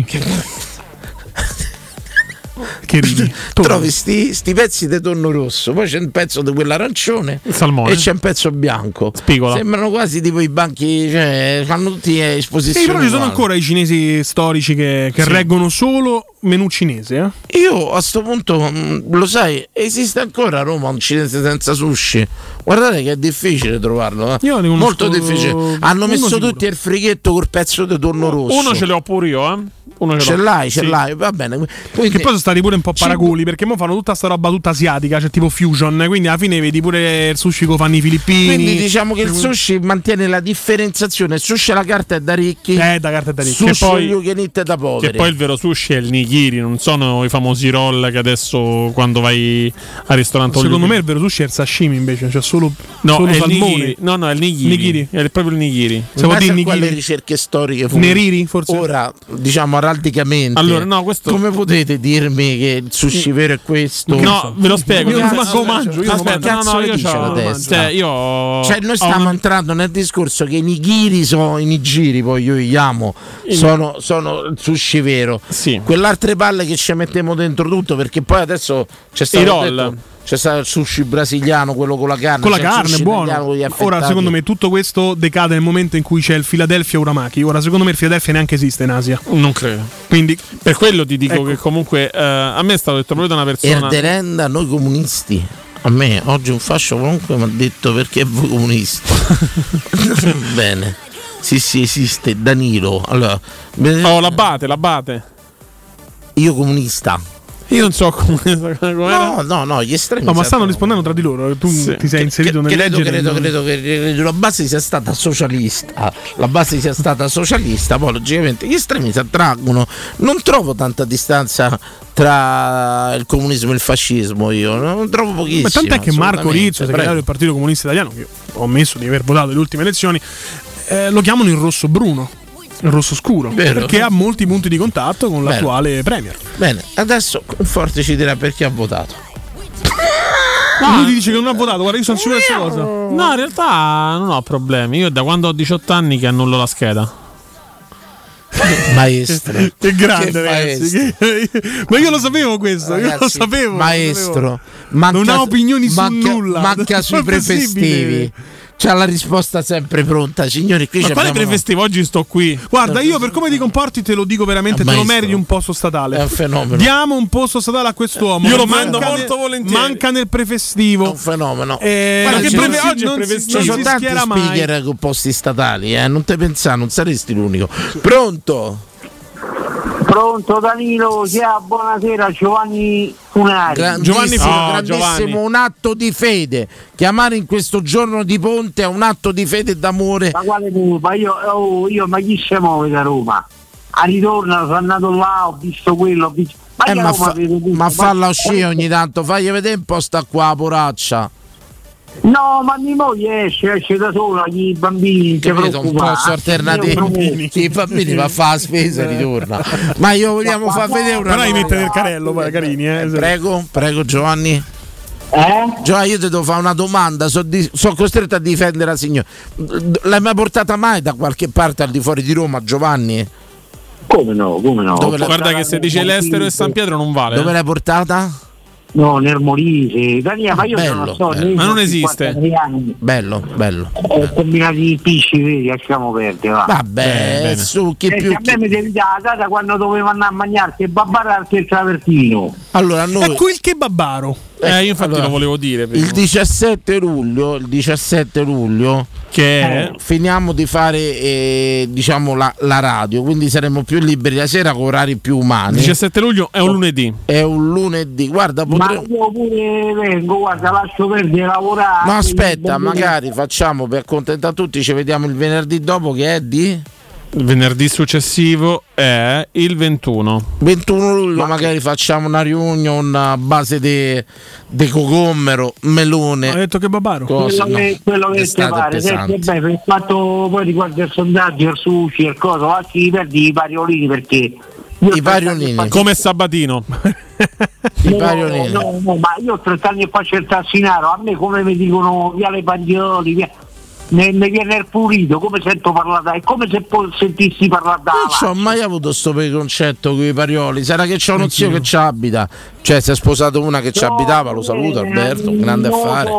Che ridi. Trovi sti pezzi di tonno rosso, poi c'è un pezzo di quell'arancione, salmone, e c'è un pezzo bianco. Spigola. Sembrano quasi tipo i banchi, cioè fanno tutti esposizioni. Sì, però ci sono ancora i cinesi storici che reggono solo menù cinese. Io a sto punto, lo sai, esiste ancora a Roma un cinese senza sushi? Guardate che è difficile trovarlo. Io ne molto difficile. Hanno messo tutti il frighetto col pezzo di tonno rosso. Uno ce l'ho pure io, Ce l'hai, va bene. Quindi, che poi sono stati pure un po' paraculi, perché mo fanno tutta sta roba tutta asiatica, cioè tipo fusion, quindi alla fine vedi pure il sushi che fanno i filippini. Quindi diciamo che il sushi mantiene la differenziazione. Il sushi alla carta è da ricchi, sushi poi you can eat è da poveri. Che poi il vero sushi è il nigiri, non sono i famosi roll che adesso quando vai al ristorante. Secondo me il vero sushi è il sashimi invece, cioè solo è salmone. No, è il nigiri. È proprio il nigiri. Se vuoi dire quelle ricerche storiche Neriri forse. Ora diciamo araldicamente. Allora, no, questo come potete dirmi che il sushi vero è questo? No, ve lo spiego. Io non mangio. Cioè noi stiamo entrando nel discorso che i nigiri sono i nigiri, poi io li amo, sono il sushi vero. Sì. Quell'altre palle che ci mettiamo dentro tutto, perché poi adesso c'è stato i roll. C'è stato il sushi brasiliano, quello con la carne. Con la carne, buono. Ora, secondo me, tutto questo decade nel momento in cui c'è il Philadelphia Uramaki. Ora, secondo me, il Philadelphia neanche esiste in Asia. Non credo. Quindi, per quello ti dico che comunque a me è stato detto proprio da una persona. Erderenda noi comunisti. A me oggi un fascio comunque mi ha detto perché voi comunisti. Bene. Sì, esiste Danilo. Allora, l'abate. Io comunista. Io non so come. No, gli estremi. No, ma stanno rispondendo tra di loro. Tu ti sei inserito nel leggere. Credo che la base sia stata socialista. Poi logicamente gli estremi si attraggono. Non trovo tanta distanza tra il comunismo e il fascismo. Io non trovo pochissimo. Ma tant'è che Marco Rizzo, segretario del Partito Comunista Italiano, che ho ammesso di aver votato le ultime elezioni, lo chiamano il rosso bruno. Il rosso scuro, perché ha molti punti di contatto con l'attuale premier. Bene, adesso Conforti ci dirà perché ha votato. Lui ti dice che non ha votato, guarda, io sono sicuro di questa cosa. No, in realtà non ho problemi. Io da quando ho 18 anni che annullo la scheda. Maestro, che grande, ragazzi. Ma io lo sapevo questo, ragazzi, io lo sapevo. Maestro, non ha opinioni su nulla. Manca sui prefestivi. C'ha la risposta sempre pronta, signori. Qui ma quale prefestivo? Oggi sto qui. Guarda, io per come ti comporti te lo dico veramente, te lo meriti un posto statale. È un fenomeno. Diamo un posto statale a quest'uomo. Io lo mando molto volentieri. Manca nel prefestivo. È un fenomeno. Guarda che oggi è prefestivo. Ci sono tanti speaker con posti statali, non te pensare, non saresti l'unico. Pronto? Pronto Danilo, buonasera, Giovanni Funari. Grandissimo, Giovanni. Un atto di fede. Chiamare in questo giorno di ponte è un atto di fede e d'amore. Ma quale colpa? Io ma chi si muove da Roma? A ritorno sono andato là, ho visto quello, ho visto... Ma falla uscire ogni tanto, fagli vedere un po' sta qua, poraccia. No, ma mia moglie esce da sola, i bambini si preoccupano. Un posto alternativo. I bambini va a fare la spesa e ritorna. Ma io vogliamo far vedere una. Però mettere nel carrello, carini, Prego Giovanni. Giovanni, io ti devo fare una domanda. Sono costretto a difendere la signora. L'hai mai portata mai da qualche parte al di fuori di Roma, Giovanni? Come no? Guarda che se dice l'Estero e San Pietro non vale. Dove l'hai portata? No, nel Molise, Daniela, ma io bello, non so, ma non esiste. Bello. Ho combinato i pisci, vedi, lasciamo perdere. Va. Vabbè, su chi più. A me mi devi dare la data quando doveva andare a mangiarsi e babbare al travertino. Allora, noi. Ecco il kebabaro. Io infatti lo volevo dire. Il 17 luglio che finiamo di fare diciamo la radio, quindi saremo più liberi la sera con orari più umani. 17 luglio è un lunedì. Guarda, ma io pure vengo, guarda, lascio perdere lavorare. Ma aspetta, magari facciamo per accontentare tutti, ci vediamo il venerdì dopo che è di? Il venerdì successivo è il 21 luglio, magari facciamo una riunione a base di cocommero, melone. Ho detto che babaro. Quello che ti pare. Per il fatto poi riguardo il sondaggio, il sushi, il coso, lasci perdi i pariolini perché i pariolini come Sabatino. No, ma io ho 30 anni e faccio il tassinaro, a me come mi dicono Viale Paglioli, mi viene il pulito, come sento parlare, è come se sentissi parlare da. Non ho mai avuto sto preconcetto con i parioli. Sarà che c'ho uno zio che ci abita, cioè si è sposato una che ci abitava, lo saluto Alberto, un grande affare.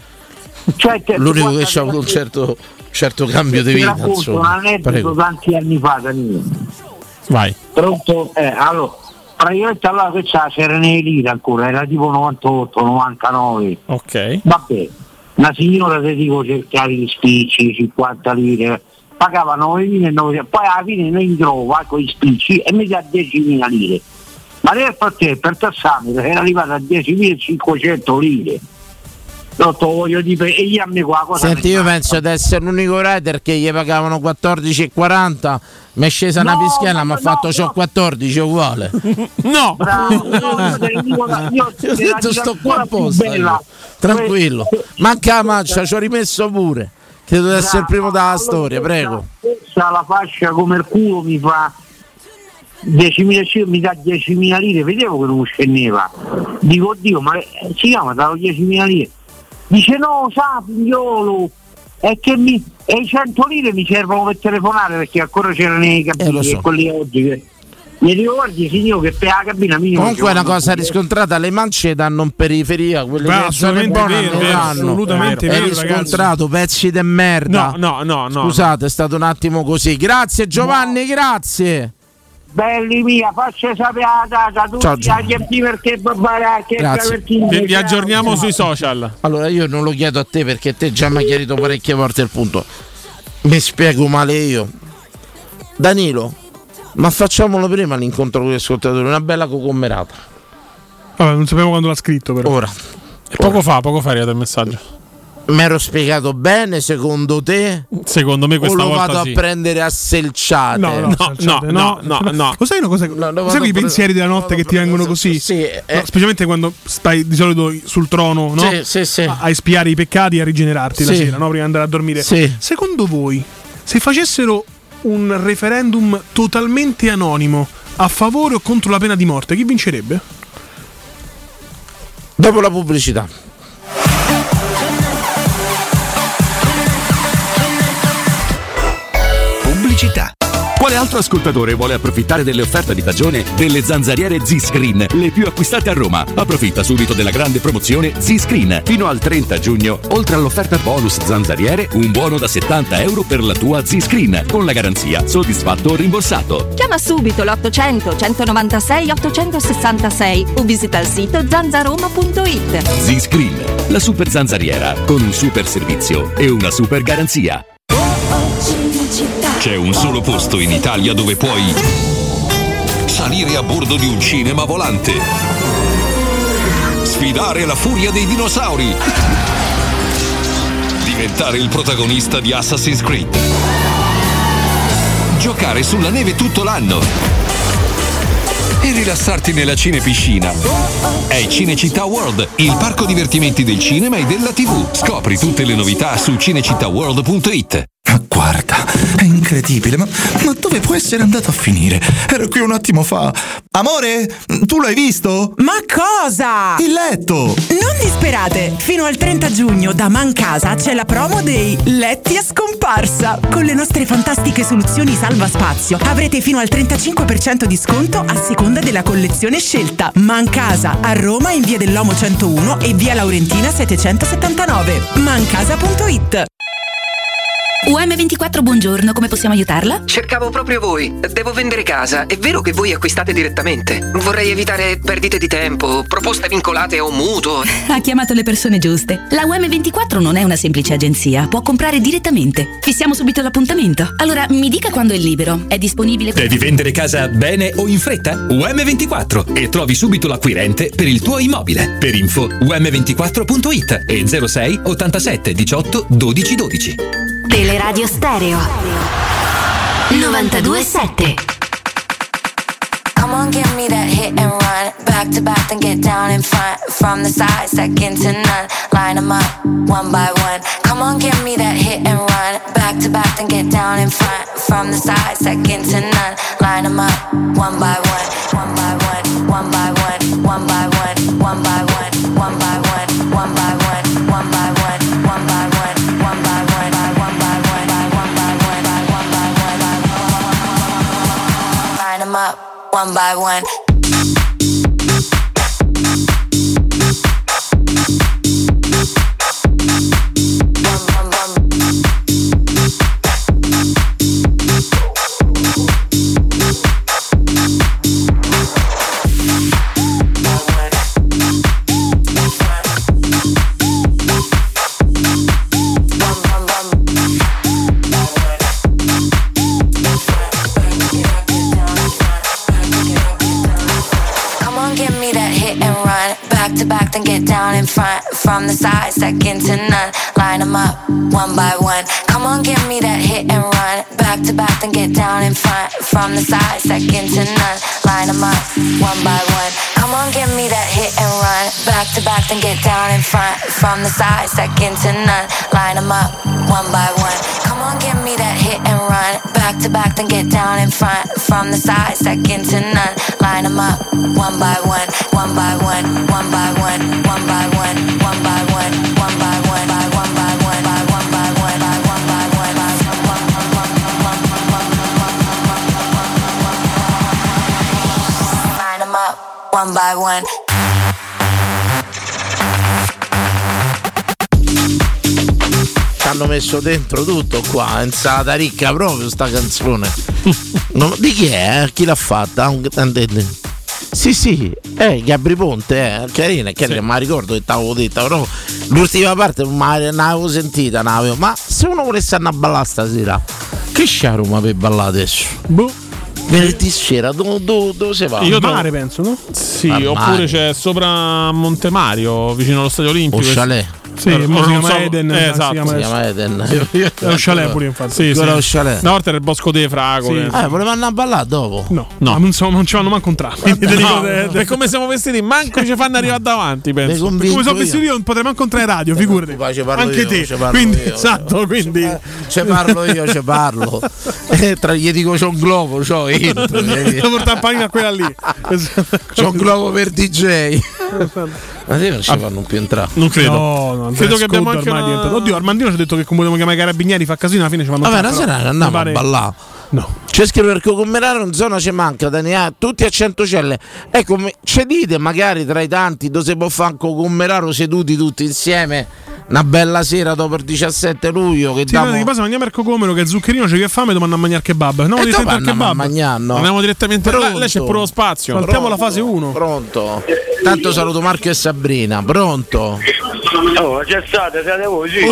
L'unico che ci ha avuto un certo cambio di vita, insomma. Prego. Tanti anni fa, Danilo. Vai. Pronto? Allora, praticamente allora che c'era nei lire ancora, era tipo 98, 99. Ok. Vabbè. Una signora, te dico, cercava gli spicci, 50 lire, pagava 9.900, poi alla fine ne trova con gli spicci e mi dà 10.000 lire. Ma nel frattempo per tassametro era arrivato a 10.500 lire. Non te lo voglio dire, e io a me qua cosa. Senti, io penso di essere l'unico rider che gli pagavano 14,40, mi è scesa una pischella, mi ha fatto c'ho 14 uguale. No! Bravo, io sto qua apposta. Tranquillo, manca la mancia, ci ho rimesso pure. Credo di essere il primo della storia, prego. La fascia come il culo mi fa 10.000, mi dà 10.000 lire, vedevo che non scendeva. Dico, oddio, ma si chiama, dato 10.000 lire. Dice no, sa figliolo, è che i 100 lire mi servono per telefonare perché ancora c'erano i cabini e quelli oggi che mi ricordi signor che per la cabina mia. Comunque è una cosa riscontrata, le mance danno in periferia, quelle che sono buone non danno. Assolutamente è riscontrato, pezzi di merda. No. Scusate, è stato un attimo così. Grazie Giovanni, grazie. Belli mia, faccia sapere la data tutti agli perché vi aggiorniamo sui social. Allora io non lo chiedo a te perché te già mi hai chiarito parecchie volte il punto. Mi spiego male io. Danilo, ma facciamolo prima l'incontro con gli ascoltatori, una bella cocommerata. Vabbè, non sapevo quando l'ha scritto però. Ora. Poco fa è arrivato il messaggio. Mi ero spiegato bene, secondo te? Secondo me questa volta o lo vado a prendere a selciate? No. Lo sai una cosa? Sai quei pensieri della notte che ti vengono così? Sì, specialmente quando stai di solito sul trono, no? Sì. A espiare i peccati e a rigenerarti la sera, no? Prima di andare a dormire. Sì. Secondo voi, se facessero un referendum totalmente anonimo a favore o contro la pena di morte, chi vincerebbe? Dopo la pubblicità. pubblicità. Quale altro ascoltatore vuole approfittare delle offerte di stagione delle zanzariere Z-Screen, le più acquistate a Roma? Approfitta subito della grande promozione Z-Screen. Fino al 30 giugno, oltre all'offerta bonus zanzariere, un buono da €70 per la tua Z-Screen, con la garanzia soddisfatto o rimborsato. Chiama subito l'800 196 866 o visita il sito zanzaroma.it. Z-Screen, la super zanzariera, con un super servizio e una super garanzia. C'è un solo posto in Italia dove puoi salire a bordo di un cinema volante, sfidare la furia dei dinosauri, diventare il protagonista di Assassin's Creed, giocare sulla neve tutto l'anno e rilassarti nella cinepiscina. È Cinecittà World, il parco divertimenti del cinema e della TV. Scopri tutte le novità su cinecittàworld.it. Ma guarda, è incredibile, ma dove può essere andato a finire? Ero qui un attimo fa. Amore, tu l'hai visto? Ma cosa? Il letto! Non disperate! Fino al 30 giugno da Mancasa c'è la promo dei letti a scomparsa. Con le nostre fantastiche soluzioni salva spazio avrete fino al 35% di sconto a seconda della collezione scelta. Mancasa a Roma in via dell'Omo 101 e via Laurentina 779. Mancasa.it. UM24, buongiorno, come possiamo aiutarla? Cercavo proprio voi. Devo vendere casa. È vero che voi acquistate direttamente? Vorrei evitare perdite di tempo, proposte vincolate o mutuo. Ha chiamato le persone giuste. La UM24 non è una semplice agenzia, può comprare direttamente. Fissiamo subito l'appuntamento. Allora, mi dica quando è libero. È disponibile? Devi vendere casa bene o in fretta? UM24 e trovi subito l'acquirente per il tuo immobile. Per info um24.it e 06 87 18 12 12. Teleradio Stereo 92.7. Come on, give me that hit and run. Back to back, then get down in front. From the side, second to none. Line them up, one by one. Come on, give me that hit and run. Back to back, then get down in front. From the side, second to none. Line them up, one by one. One by one, one by one. One by one, one by one. One by one, one by one. One by one, one by one. One by one, one by one. One by one, one by one. Line them up, one by one. Back to back, then get down in front. From the side, second to none. Line them up, one by one. Come on, give me that hit and run. Back to back, then get down in front. From the side, second to none. Line them up, one by one. Come on, give me that hit and run. Back to back, then get down in front. From the side, second to none. Line them up, one by one. Come on, give me that hit and run. Back to back, then get down in front. From the side, second to none. Line them up, one by one. One by one, one by one, one by one, one by one, one by one, by one by one, by one by one, by one by one, by one. Line them up, one by one. Ci hanno messo dentro tutto qua, insalata ricca proprio sta canzone. Di chi è? Chi l'ha fatta? Sì, Gabri Ponte, carina, sì. Ma ricordo che t'avevo detto, però l'ultima parte non l'avevo sentita, ma se uno volesse andare a ballare stasera, che c'è a Roma per ballare adesso? Venerdì sera, dove si va? Io mare penso, no? Sì, oppure c'è sopra Montenario, vicino allo Stadio Olimpico. O chalet. Sì, si chiama Eden. Esatto, si chiama Eden. È un chalet pure, infatti. Sì. Lo chalet. Una volta era il Bosco delle Fragole. Sì. Volevano andare a ballare dopo? No. Non ci vanno manco un tratto. Per come siamo vestiti, manco ci fanno arrivare davanti, penso. Come sono vestiti io non potrei manco entrare in radio, figurati. Anche te. Quindi, esatto, quindi ce parlo io. Gli dico c'ho un globo, c'ho io. Devo portare panino a quella lì. C'ho un globo per DJ. Ma te non ci fanno più entrare? Non credo. No, credo che abbiamo anche Oddio, Armandino ci ha detto che come dobbiamo chiamare i carabinieri fa casino, alla fine ci vanno. Vabbè, una sera andiamo a ballare. No. C'è scritto per Cocomeraro in zona ci manca, Daniele, tutti a Centocelle. Ecco, ci dite magari tra i tanti dove si può fare un Cocomeraro seduti tutti insieme una bella sera dopo il 17 luglio che Sì, noi di base mangiamo il cocomero che zuccherino c'è che fame, domanda a mangiare kebab. Andiamo direttamente al kebab. Andiamo direttamente Pronto. là, c'è pure lo spazio. Saltiamo la fase 1. Pronto. Tanto saluto Marco e Sabrina. Pronto. Oh, c'è state, siete voi, sì.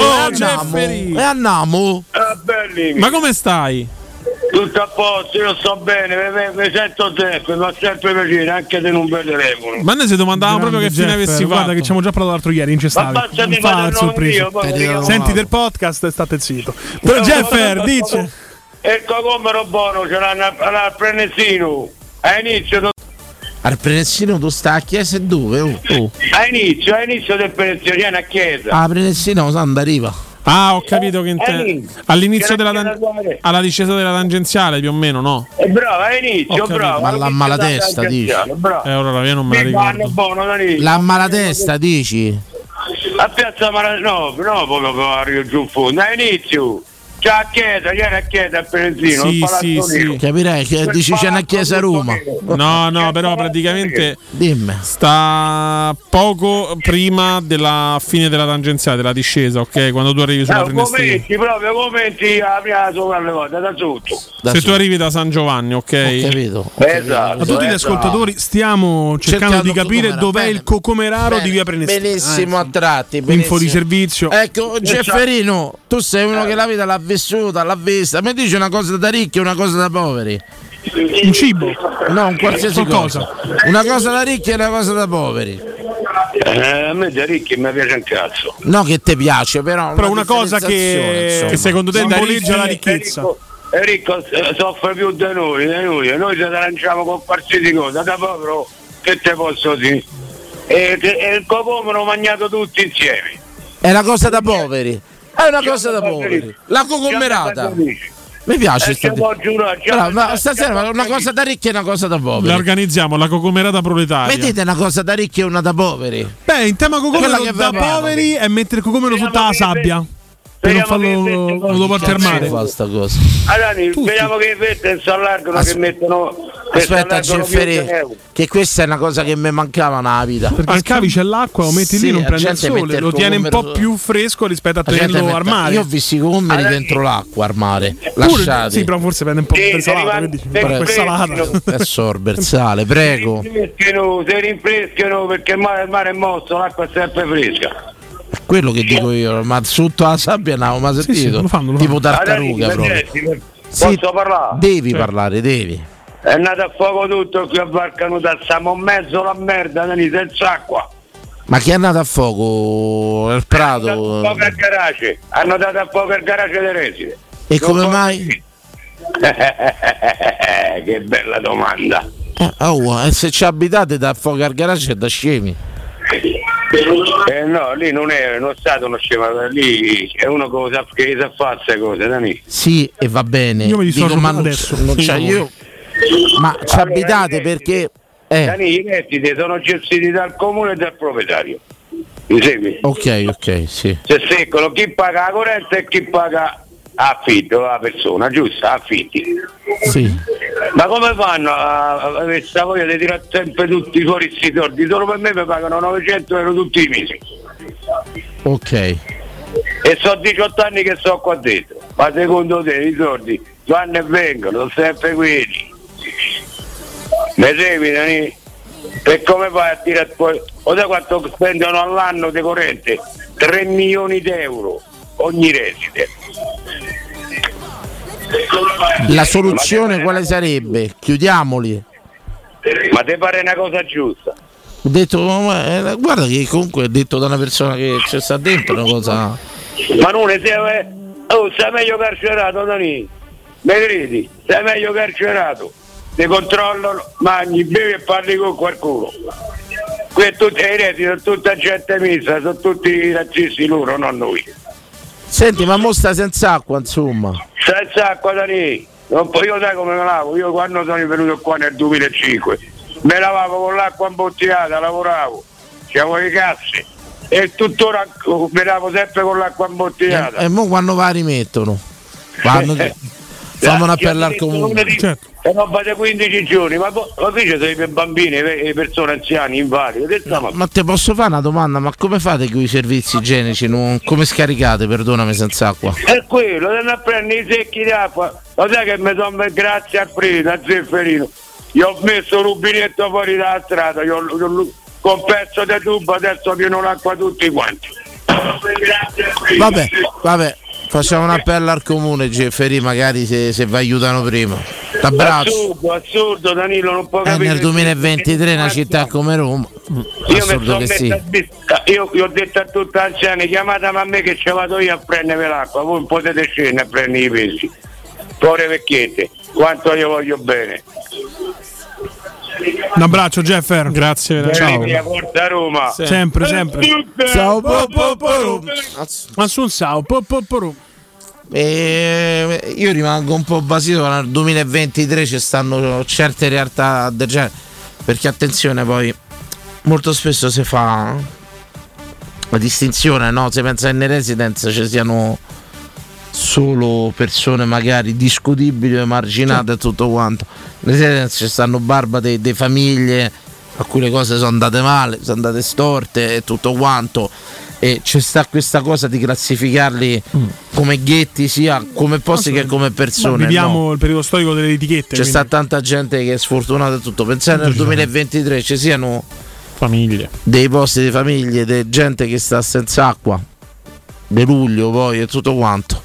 E andiamo. Belli. Ma come stai? Tutto a posto, io sto bene, mi sento sempre, mi fa sempre piacere, anche se non vedo telefono. Ma noi si domandavamo proprio che fine avessi fatto. Guarda che ci abbiamo già parlato l'altro ieri, non c'è stato. Ma basta, mi fate il nome io, Senti del podcast e state zitto. Però Jeffer dice E il cocomero buono ce l'hanno al Prenessino. A inizio al Prenessino tu sta a chiesa e dove? A inizio del Prenessino c'è una chiesa. Ah, Prenessino Santa Riva. Ah, ho capito che all'inizio alla discesa della tangenziale più o meno, no? È bravo, all'inizio, bravo. Ma la malatesta dici? Allora io non me la ricordo. La malatesta dici? A Piazza no, proprio arrivo giù in fondo. All'inizio c'è la chiesa, c'è una chiesa a Prenessino. Sì. Capirai che dici c'è una chiesa a Roma. No, però praticamente Dimmi. sta poco prima della fine della tangenziale, della discesa, ok? Quando tu arrivi sulla Trinestina. Commenti la prima sopravvivata da sotto. Se tu arrivi da San Giovanni, ok? Ho capito. Esatto. A tutti gli ascoltatori stiamo cercando di capire dov'è il Cocomeraro di via Prenestina. Benissimo, a tratti. Info di servizio. Ecco, Gefferino, tu sei uno che la vita l'ha vissuta, l'ha vista. Mi dici una cosa da ricchi e una cosa da poveri? Un cibo? No, un qualsiasi cosa. Una cosa da ricchi e una cosa da poveri. A me da ricchi mi piace un cazzo. No, che ti piace, però una cosa che secondo te simboleggia la ricchezza. Ricco soffre più di noi, noi ci arrangiamo con qualsiasi cosa, da povero che te posso dire. E il cocomero mangiato tutti insieme. È una cosa da poveri. È una cosa da poveri. La cocomerata. Mi piace ma stasera una cosa da ricchi e una cosa da poveri. La organizziamo, la cocomerata proletaria. Vedete una cosa da ricchi e una da poveri. Beh, in tema cocomero da poveri è mettere il cocomero sotto la sabbia. Per non farlo lo porti al mare. Allora, speriamo che i vetti si allargano, che mettono. Aspetta, Gefferì, che questa è una cosa che mi mancava nella vita. Perché al cavi c'è l'acqua, lo metti lì, non prende il sole, lo tiene un po' più fresco rispetto a tenerlo al mare. Io ho visto i cocomeri dentro l'acqua al mare. Lasciati. Sì, però forse prende un po' di salata. È sorbersale, prego. Si rinfrescano perché il mare è mosso, l'acqua è sempre fresca. Quello che dico io, ma sotto la sabbia non avevo mai sentito. Tipo tartaruga proprio. Posso parlare? Devi parlare, devi. È andato a fuoco tutto qui a Barcanuta, siamo in mezzo alla merda, senza acqua. Ma chi è andato a fuoco? Nel Prato? Hanno dato a fuoco il garage delle Reside. E come mai? Che bella domanda. Se ci abitate da fuoco al garage è da scemi. No, lì non stato uno scema, lì è uno che sa fare queste cose, Dani. Sì, e va bene. Io mi dissocio adesso. Ma ci abitate perché Dani, i redditi sono gestiti dal comune e dal proprietario. Mi segui? Ok, sì. Se seccono chi paga la corrente e chi paga affitto la persona, giusto? Affitti. Sì. Ma come fanno a questa voglia di tirare sempre tutti fuori questi soldi? Solo per me mi pagano 900 euro tutti i mesi. Ok. E so 18 anni che sto qua dentro. Ma secondo te i soldi vanno e vengono, sono sempre quelli. Mi segui, Dani? E come fai a tirare fuori? O da quanto spendono all'anno di corrente? 3 milioni di euro ogni residente. La soluzione quale sarebbe? Chiudiamoli. Ma te pare una cosa giusta? Ho detto, guarda che comunque è detto da una persona che c'è sta dentro una cosa. Ma non sei meglio carcerato, Dani. Mi credi? Sei meglio carcerato. Ti controllano, mangi, bevi e parli con qualcuno. Qui è tutti i reti, sono tutta gente mista, sono tutti i razzisti loro, non noi. Senti, ma mostra senza acqua, insomma. Senza acqua, Dani. Io sai come me lavo? Io quando sono venuto qua nel 2005 me lavavo con l'acqua imbottigliata, lavoravo, c'avevo le casse e tuttora mi lavo sempre con l'acqua imbottigliata. E mo quando va rimettono? Fammi un appello al comune. Certo. E non fate 15 giorni, ma qui ci sono i bambini e persone anziane, invalidi. Ma te posso fare una domanda? Ma come fate con i servizi igienici? Come scaricate, perdonami, senza acqua? È quello, devono prendere i secchi d'acqua. Lo sai che mi sono, grazie a Frida, a Zefferino, gli ho messo un rubinetto fuori dalla strada, con un pezzo di tubo, adesso pieno l'acqua tutti quanti. Vabbè, facciamo un appello al comune, Gefferì, magari se vi aiutano prima. T'abbraccio. Assurdo Danilo, non può capire. Nel 2023 una città come Roma. Assurdo che sì. Io ho detto a tutti gli anziani, chiamatemi a me che ci vado io a prendere l'acqua, voi potete scendere a prendere i pesi. Povere vecchiette, quanto io voglio bene. Un abbraccio Jeffer, grazie. Ciao. Forza Roma. Sempre. Ciao ma sul Sao io rimango un po' basito nel 2023 ci stanno certe realtà del genere, perché attenzione, poi molto spesso si fa la distinzione, no? Si pensa che nei residence ci siano solo persone magari discutibili o emarginate e tutto quanto. Nei residence ci stanno barbate di famiglie a cui le cose sono andate male, sono andate storte e tutto quanto, e c'è sta questa cosa di classificarli come ghetti sia come posti che come persone. Viviamo il periodo storico delle etichette. C'è sta tanta gente che è sfortunata e tutto. Pensare nel 2023 ci siano famiglie, dei posti di famiglie, di gente che sta senza acqua, di luglio poi e tutto quanto.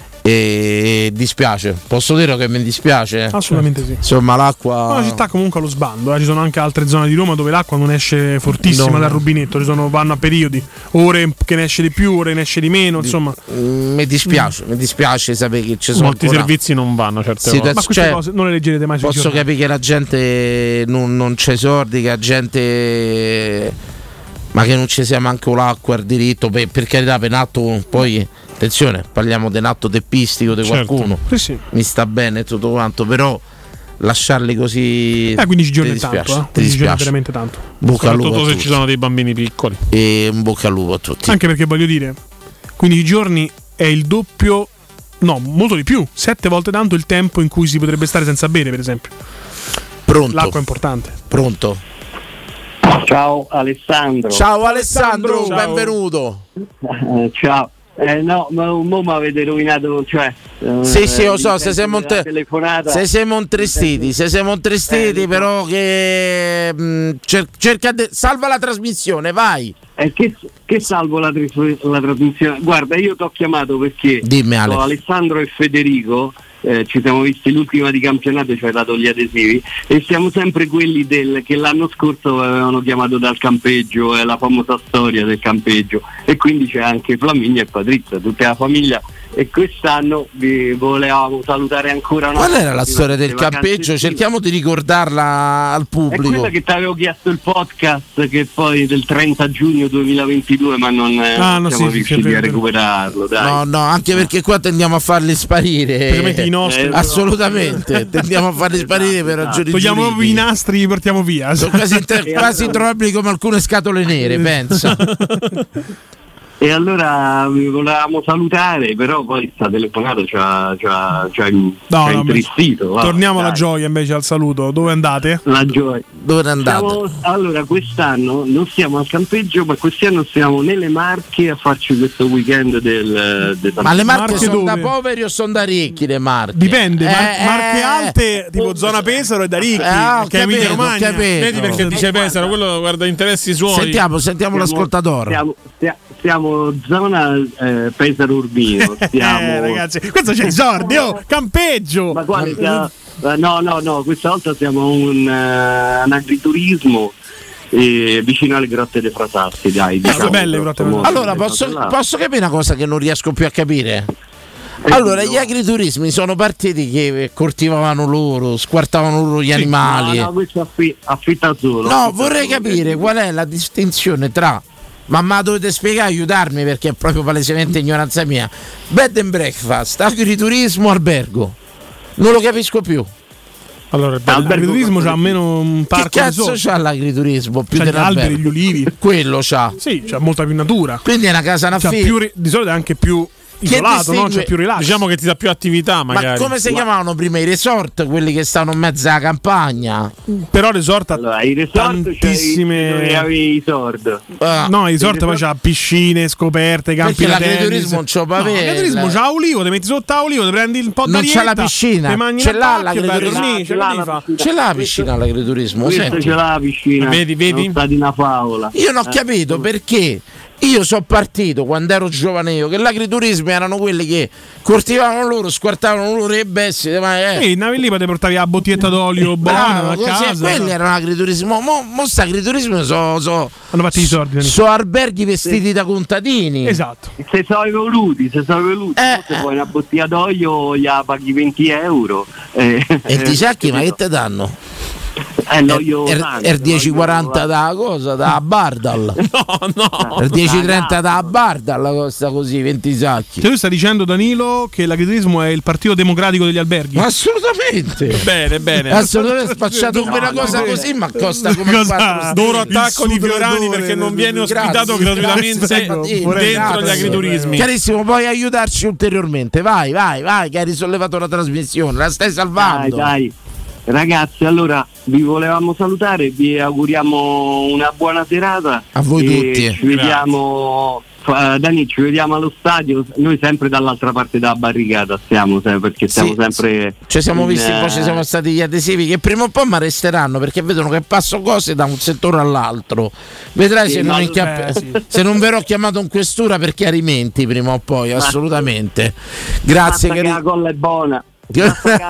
E dispiace, posso dire che mi dispiace? Assolutamente sì. Insomma, l'acqua. La città comunque allo sbando, ci sono anche altre zone di Roma dove l'acqua non esce fortissima dal rubinetto, vanno a periodi, ore che ne esce di più, ore ne esce di meno, insomma. Mi dispiace sapere che ci sono molti servizi non vanno certe volte. Ma queste cose non le leggerete mai sui Posso giornali. capire che la gente non c'è soldi, che la gente, ma che non ci sia manco l'acqua al diritto, per carità, per atto poi. Attenzione, parliamo di un atto teppistico di qualcuno. Sì. Mi sta bene tutto quanto, però lasciarli così 15 giorni ti dispiace, è tanto, 15 giorni è veramente tanto. Bocca al lupo, soprattutto se ci sono dei bambini piccoli. E un bocca al lupo a tutti. Anche perché voglio dire, 15 giorni è il doppio, no, molto di più, 7 volte tanto il tempo in cui si potrebbe stare senza bere, per esempio. Pronto? L'acqua è importante. Pronto? Ciao Alessandro. Ciao Alessandro, benvenuto. Ciao. No, ma mo mi avete rovinato, cioè. Sì, lo so, se siamo intristiti, però che cerca salva la trasmissione, vai. Che salvo la trasmissione? Guarda, io ti ho chiamato perché dimmi, Ale. Alessandro e Federico ci siamo visti l'ultima di campionato, ci hai dato gli adesivi, e siamo sempre quelli che l'anno scorso avevano chiamato dal campeggio, la famosa storia del campeggio, e quindi c'è anche Flaminia e Patrizia, tutta la famiglia, e quest'anno vi volevamo salutare ancora una volta. Qual era la storia del campeggio? Cerchiamo di ricordarla al pubblico. È quella che ti avevo chiesto il podcast, che poi del 30 giugno 2022, ma non siamo riusciti a recuperarlo, dai. No, anche perché qua tendiamo a farli sparire. I nostri. Assolutamente, tendiamo a farli sparire per ragioni togliamo giuridiche. I nastri, li portiamo via. Sono quasi introvabili come alcune scatole nere, pensa. E allora vi volevamo salutare, però poi sta telefonato ci ha intristito. Torniamo alla gioia invece, al saluto. Dove andate? La gioia. Dove andate? Allora, quest'anno non siamo al campeggio, ma quest'anno siamo nelle Marche a farci questo weekend del Ma le Marche sono da poveri o sono da ricchi le Marche? Dipende, Marche alte, tipo zona Pesaro, e da ricchi, che è Emilia Romagna. Vedi perché dice Pesaro, quello guarda interessi suoi. Sentiamo l'ascoltatore. Siamo zona Pesaro Urbino. Ragazzi, questo c'è i sordi, campeggio. Ma quale no, questa volta siamo un agriturismo vicino alle grotte dei Frasassi, dai. Diciamo, belle grotte. Allora posso capire una cosa che non riesco più a capire? Allora, gli agriturismi sono partiti che coltivavano loro, squartavano loro gli animali. No, questo affitta solo. No, vorrei capire qual è la distinzione tra, ma dovete spiegare, aiutarmi, perché è proprio palesemente ignoranza mia. Bed and breakfast, agriturismo, albergo. Non lo capisco più. Allora, l'agriturismo c'ha almeno un parco. Che cazzo c'ha l'agriturismo? Più c'ha gli alberi, gli ulivi. Quello c'ha. Sì, c'ha molta più natura. Quindi è una casa in affitto. Di solito è anche più isolato, no? C'è più relax. Diciamo che ti dà più attività, magari. Ma come si chiamavano prima i resort, quelli che stanno in mezzo alla campagna? Però resort i resort tantissime i resort. No, i resort poi c'ha piscine scoperte, campi da tennis. L'agriturismo non c'ho papà. L'agriturismo c'ha Olivo, ti metti sotto a Olivo, ti prendi un po' non d'arietta, c'è la piscina, ti mangi ce una l'ha pacchia, vai a dormire, ce l'ha la piscina all'agriturismo. Questo ce l'ha la piscina. Vedi? Sono stati una favola. Io non ho capito perché. Io sono partito quando ero giovane io che l'agriturismo erano quelli che coltivavano loro, squartavano loro le bestie. Navi lì ti portavi la bottiglietta d'olio buona a casa. Quelli erano agriturismo. Mo sta agriturismo hanno fatti i soldi. Sono alberghi vestiti da contadini. Esatto. Se sono evoluti, se poi una bottiglia d'olio gli paghi 20 euro. E ti sacchi, ma che te danno? L'olio er 10,40 da cosa? Da Bardal. No. Er 10,30 da Bardal costa così 20 sacchi. Cioè, tu stai dicendo, Danilo, che l'agriturismo è il partito democratico degli alberghi? Assolutamente. Bene. Assolutamente spacciato una cosa così, ma costa come 4 d'oro attacco di Fiorani perché non viene ospitato gratuitamente dentro gli agriturismi. Carissimo, puoi aiutarci ulteriormente. Vai, che hai risollevato la trasmissione, la stai salvando. Dai. Ragazzi, allora vi volevamo salutare, vi auguriamo una buona serata. A voi tutti. Ci vediamo, Dani, ci vediamo allo stadio. Noi sempre dall'altra parte della barricata stiamo, perché stiamo sempre. Ci siamo visti, poi ci siamo stati gli adesivi che prima o poi mi resteranno perché vedono che passo cose da un settore all'altro. Vedrai se non verrò chiamato in questura per chiarimenti prima o poi, assolutamente. Grazie. Che la colla è buona. Non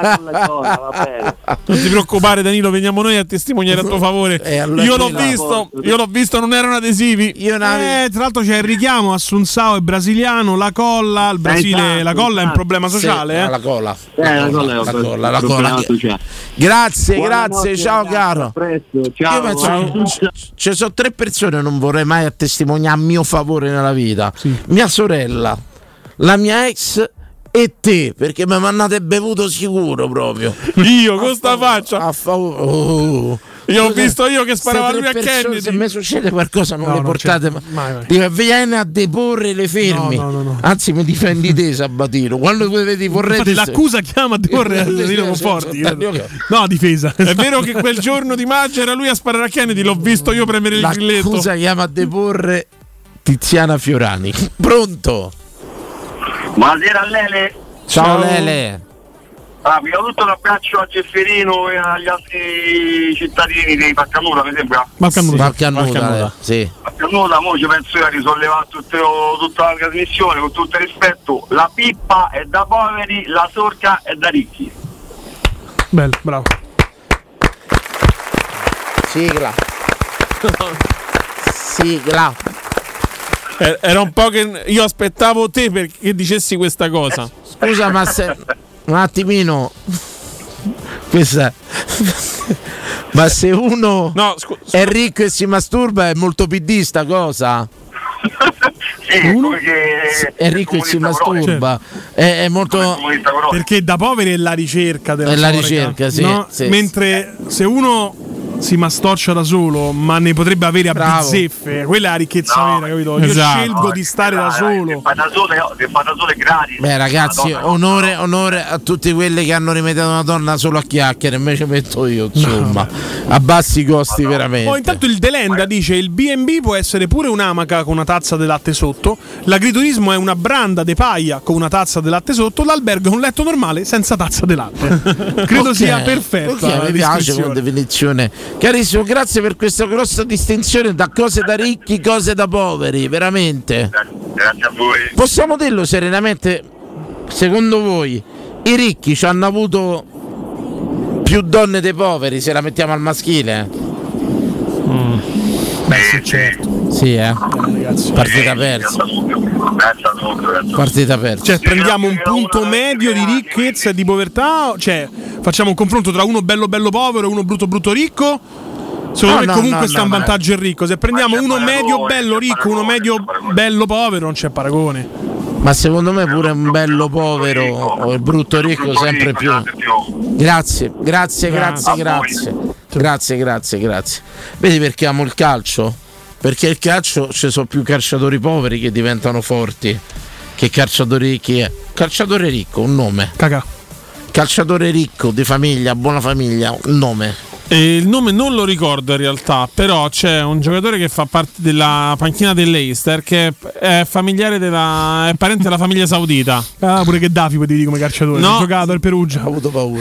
ti preoccupare, Danilo, veniamo noi a testimoniare a tuo favore. Io l'ho visto, non erano adesivi. Tra l'altro c'è il richiamo Assunzao e brasiliano, la colla, il Brasile, la colla è un problema sociale, La colla. La colla. Grazie, ciao caro. Presto, ciao. Ci sono 3 persone che non vorrei mai a testimoniare a mio favore nella vita. Mia sorella, la mia ex e te, perché mi mandate bevuto sicuro proprio. Io con sta faccia. Io ho visto io che sparavo a lui a Kennedy. Se mi succede qualcosa non le portate mai. Viene a deporre le fermi. No. Anzi, mi difendi te, Sabatino. Quando vedi vorrete. L'accusa chiama a deporre Danilo Conforti. No, difesa. È vero che quel giorno di maggio era lui a sparare a Kennedy, l'ho visto io premere il grilletto. L'accusa chiama a deporre Tiziana Fiorani. Pronto? Buonasera Lele. Ciao Lele. Vi ho tutto un abbraccio a Gefferino e agli altri cittadini di Balcanuta, mi sembra. Balcanuta, sì. Balcanuta, mo ci penso io a risollevare tutta la trasmissione con tutto il rispetto. La pippa è da poveri, la sorca è da ricchi. Bello, bravo. Sigla. Era un po' che io aspettavo te perché dicessi questa cosa. Scusa, ma se un attimino questa ma se uno è ricco e si masturba è molto PD sta cosa? Uno è ricco e si masturba, è molto perché da poveri è la ricerca della ricerca, sì. Mentre se uno si mastoccia da solo, ma ne potrebbe avere a bizzeffe, quella è la ricchezza vera, capito? Io scelgo di stare da solo. Che fa da solo è gratis. Beh, ragazzi, onore a tutti quelli che hanno rimediato una donna solo a chiacchiere, invece metto io, insomma, a bassi costi veramente. Poi intanto il Delenda dice il B&B può essere pure un'amaca con una tazza di latte sotto, l'agriturismo è una branda de paglia con una tazza di latte sotto, l'albergo è un letto normale senza tazza di latte. Credo sia perfetta. Mi piace come definizione. Carissimo, grazie per questa grossa distinzione da cose da ricchi, cose da poveri, veramente. Grazie a voi. Possiamo dirlo serenamente, secondo voi i ricchi ci hanno avuto più donne dei poveri se la mettiamo al maschile? Beh, certo. Sì, ragazzi. Partita persa. Partita persa. Cioè, prendiamo un punto medio di ricchezza e di povertà, cioè facciamo un confronto tra uno bello povero e uno brutto ricco. Secondo me comunque sta un vantaggio il ricco. Se prendiamo uno medio bello ricco, uno medio bello povero, non c'è paragone. Ma secondo me pure un bello povero o il brutto ricco sempre più. Grazie. Vedi perché amo il calcio? Perché il calcio ci sono più calciatori poveri che diventano forti. Che calciatore chi è? Calciatore ricco, un nome. Cacà. Calciatore ricco, di famiglia, buona famiglia, un nome. E il nome non lo ricordo in realtà, però c'è un giocatore che fa parte della panchina dell'Eister che è familiare è parente della famiglia saudita. Ah, pure che Dafi potevi dire come calciatore. No. Ha giocato al Perugia. Ho avuto paura.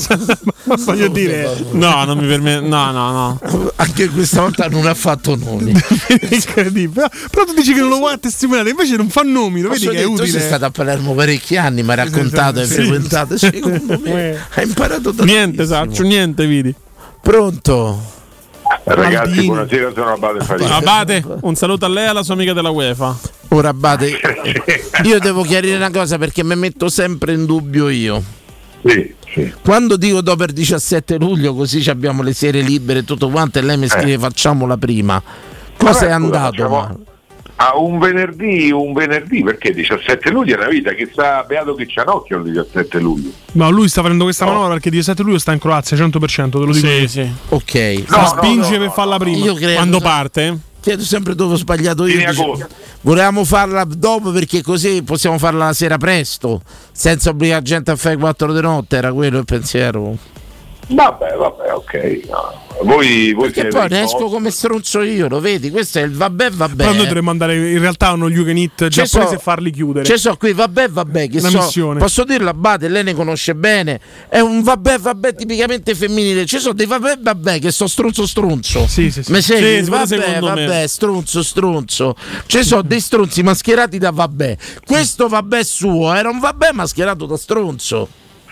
Ma voglio dire, no, non mi permette. No. Anche questa volta non ha fatto nomi. Incredibile. Però tu dici che non lo vuoi testimoniare, invece non fa nomi, lo vedi che è utile. Tu sei stato a Palermo parecchi anni, mi hai raccontato, hai frequentato. Secondo me hai imparato tantissimo. Niente, Saccio, niente, vedi. Pronto? Ragazzi, Maldini. buonasera, sono Abate Farina. Abate, un saluto a lei e alla sua amica della UEFA. Ora Abate, io devo chiarire una cosa perché mi metto sempre in dubbio io. Sì. Quando dico dopo il 17 luglio così abbiamo le sere libere e tutto quanto e lei mi scrive facciamola prima. Cosa è andato male? A un venerdì, perché 17 luglio è una vita, chissà beato che c'ha occhio il 17 luglio. No, lui sta facendo questa manovra perché il 17 luglio sta in Croazia 100%, te lo dico. Sì. Ok. Spinge per farla prima. Io credo Quando parte? Chiedo sempre dove ho sbagliato io. Volevamo farla dopo perché così possiamo farla la sera presto, senza obbligare la gente a fare 4 di notte, era quello il pensiero. Vabbè, ok. No. Voi perché poi ne esco come stronzo io, lo vedi? Questo è il vabbè. Però noi dovremmo andare in realtà a uno You Can Eat giapponese e farli chiudere. Ci so qui, vabbè, che una missione. Posso dirlo, Abate, lei ne conosce bene. È un vabbè tipicamente femminile. Ci sono dei vabbè che sto stronzo. Sì. Mi segui? Sì, vabbè, stronzo. Ci sono dei stronzi mascherati da vabbè. Questo vabbè suo era un vabbè mascherato da stronzo.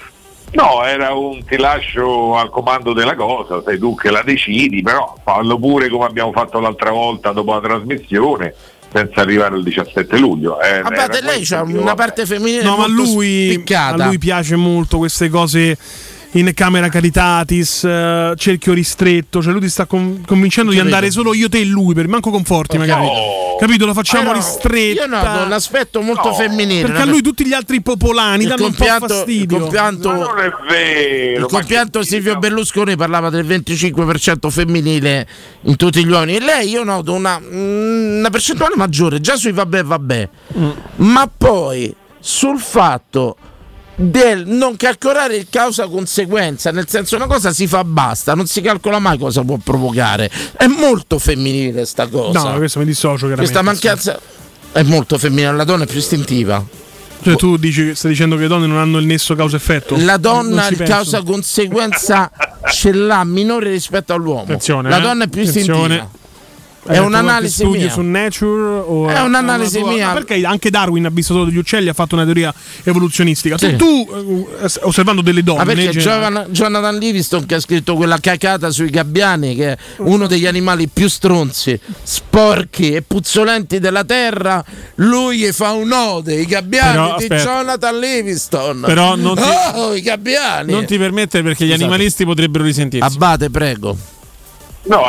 No, era un ti lascio al comando della cosa, sei tu che la decidi, però fallo pure come abbiamo fatto l'altra volta dopo la trasmissione, senza arrivare al 17 luglio. Vabbè, lei c'ha una parte femminile no, molto spiccata. A lui piace molto queste cose in camera caritatis, cerchio ristretto, cioè lui ti sta convincendo di andare solo io, te e lui, per manco conforti magari. Capito? Lo facciamo ristretta. Io noto un aspetto molto femminile. Perché a lui tutti gli altri popolani danno un po' fastidio. Ma non è vero. Il compianto Silvio Berlusconi parlava del 25% femminile in tutti gli uomini. E lei io noto una percentuale maggiore già sui vabbè. Ma poi sul fatto del non calcolare il causa-conseguenza, nel senso una cosa si fa basta, non si calcola mai cosa può provocare. È molto femminile sta cosa. No, questo mi dissocio chiaramente. Questa mancanza è molto femminile, la donna è più istintiva. Cioè tu stai dicendo che le donne non hanno il nesso causa-effetto? La donna il causa-conseguenza ce l'ha minore rispetto all'uomo. Attenzione, la donna è più istintiva. È un'analisi mia. Su Nature o è un'analisi mia. Perché anche Darwin ha visto solo degli uccelli, ha fatto una teoria evoluzionistica. Sì. Tu osservando delle donne. Ma perché Jonathan Livingston, che ha scritto quella cacata sui gabbiani, che è uno degli animali più stronzi, sporchi e puzzolenti della terra, lui gli fa un'ode, i gabbiani di Jonathan Livingston. Però i gabbiani. Non ti permette perché gli animalisti potrebbero risentirsi. Abate, prego. No,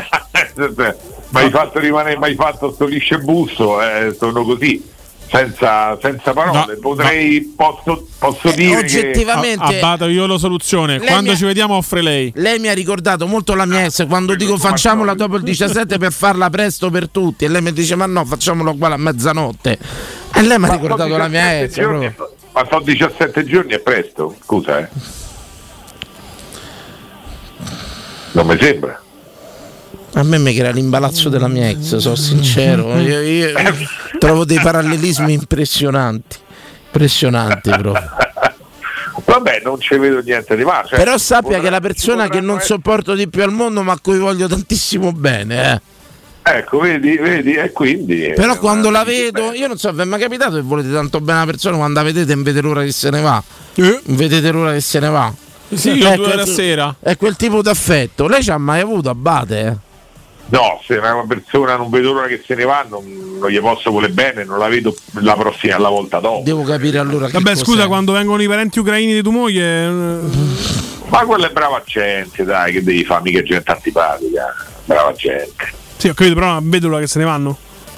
mi hai fatto rimanere, mi hai fatto sto lisce busso, sono così, senza parole. Posso dire oggettivamente Abbato io la soluzione. Quando ci vediamo offre lei. Lei mi ha ricordato molto la mia ex quando dico facciamola dopo il 17 per farla presto per tutti, e lei mi dice ma no, facciamolo uguale a mezzanotte. E lei mi ha ricordato la mia ex. Ma sono 17 giorni è presto, scusa. Non mi sembra. A me mi crea l'imbarazzo della mia ex, sono sincero. Io trovo dei parallelismi impressionanti proprio. Vabbè, non ci vedo niente di male. Però sappia che è la persona che non sopporto di più al mondo, ma a cui voglio tantissimo bene. Ecco, vedi, e quindi. Però quando la vedo, io non so, vi è mai capitato che volete tanto bene una persona, quando la vedete non vedete l'ora che se ne va. Vedete l'ora che se ne va. Sì, io 2 ore a sera. È quel tipo d'affetto. Lei ci ha mai avuto Abate? No, se una persona non vedo l'ora che se ne va, non gli posso volere bene, non la vedo la prossima, la volta dopo. Devo capire allora che vabbè, scusa, quando vengono i parenti ucraini di tua moglie. Ma quella è brava gente, dai, che devi fare, mica gente antipatica. Brava gente. Sì, ho capito, però vedo l'ora che se ne vanno.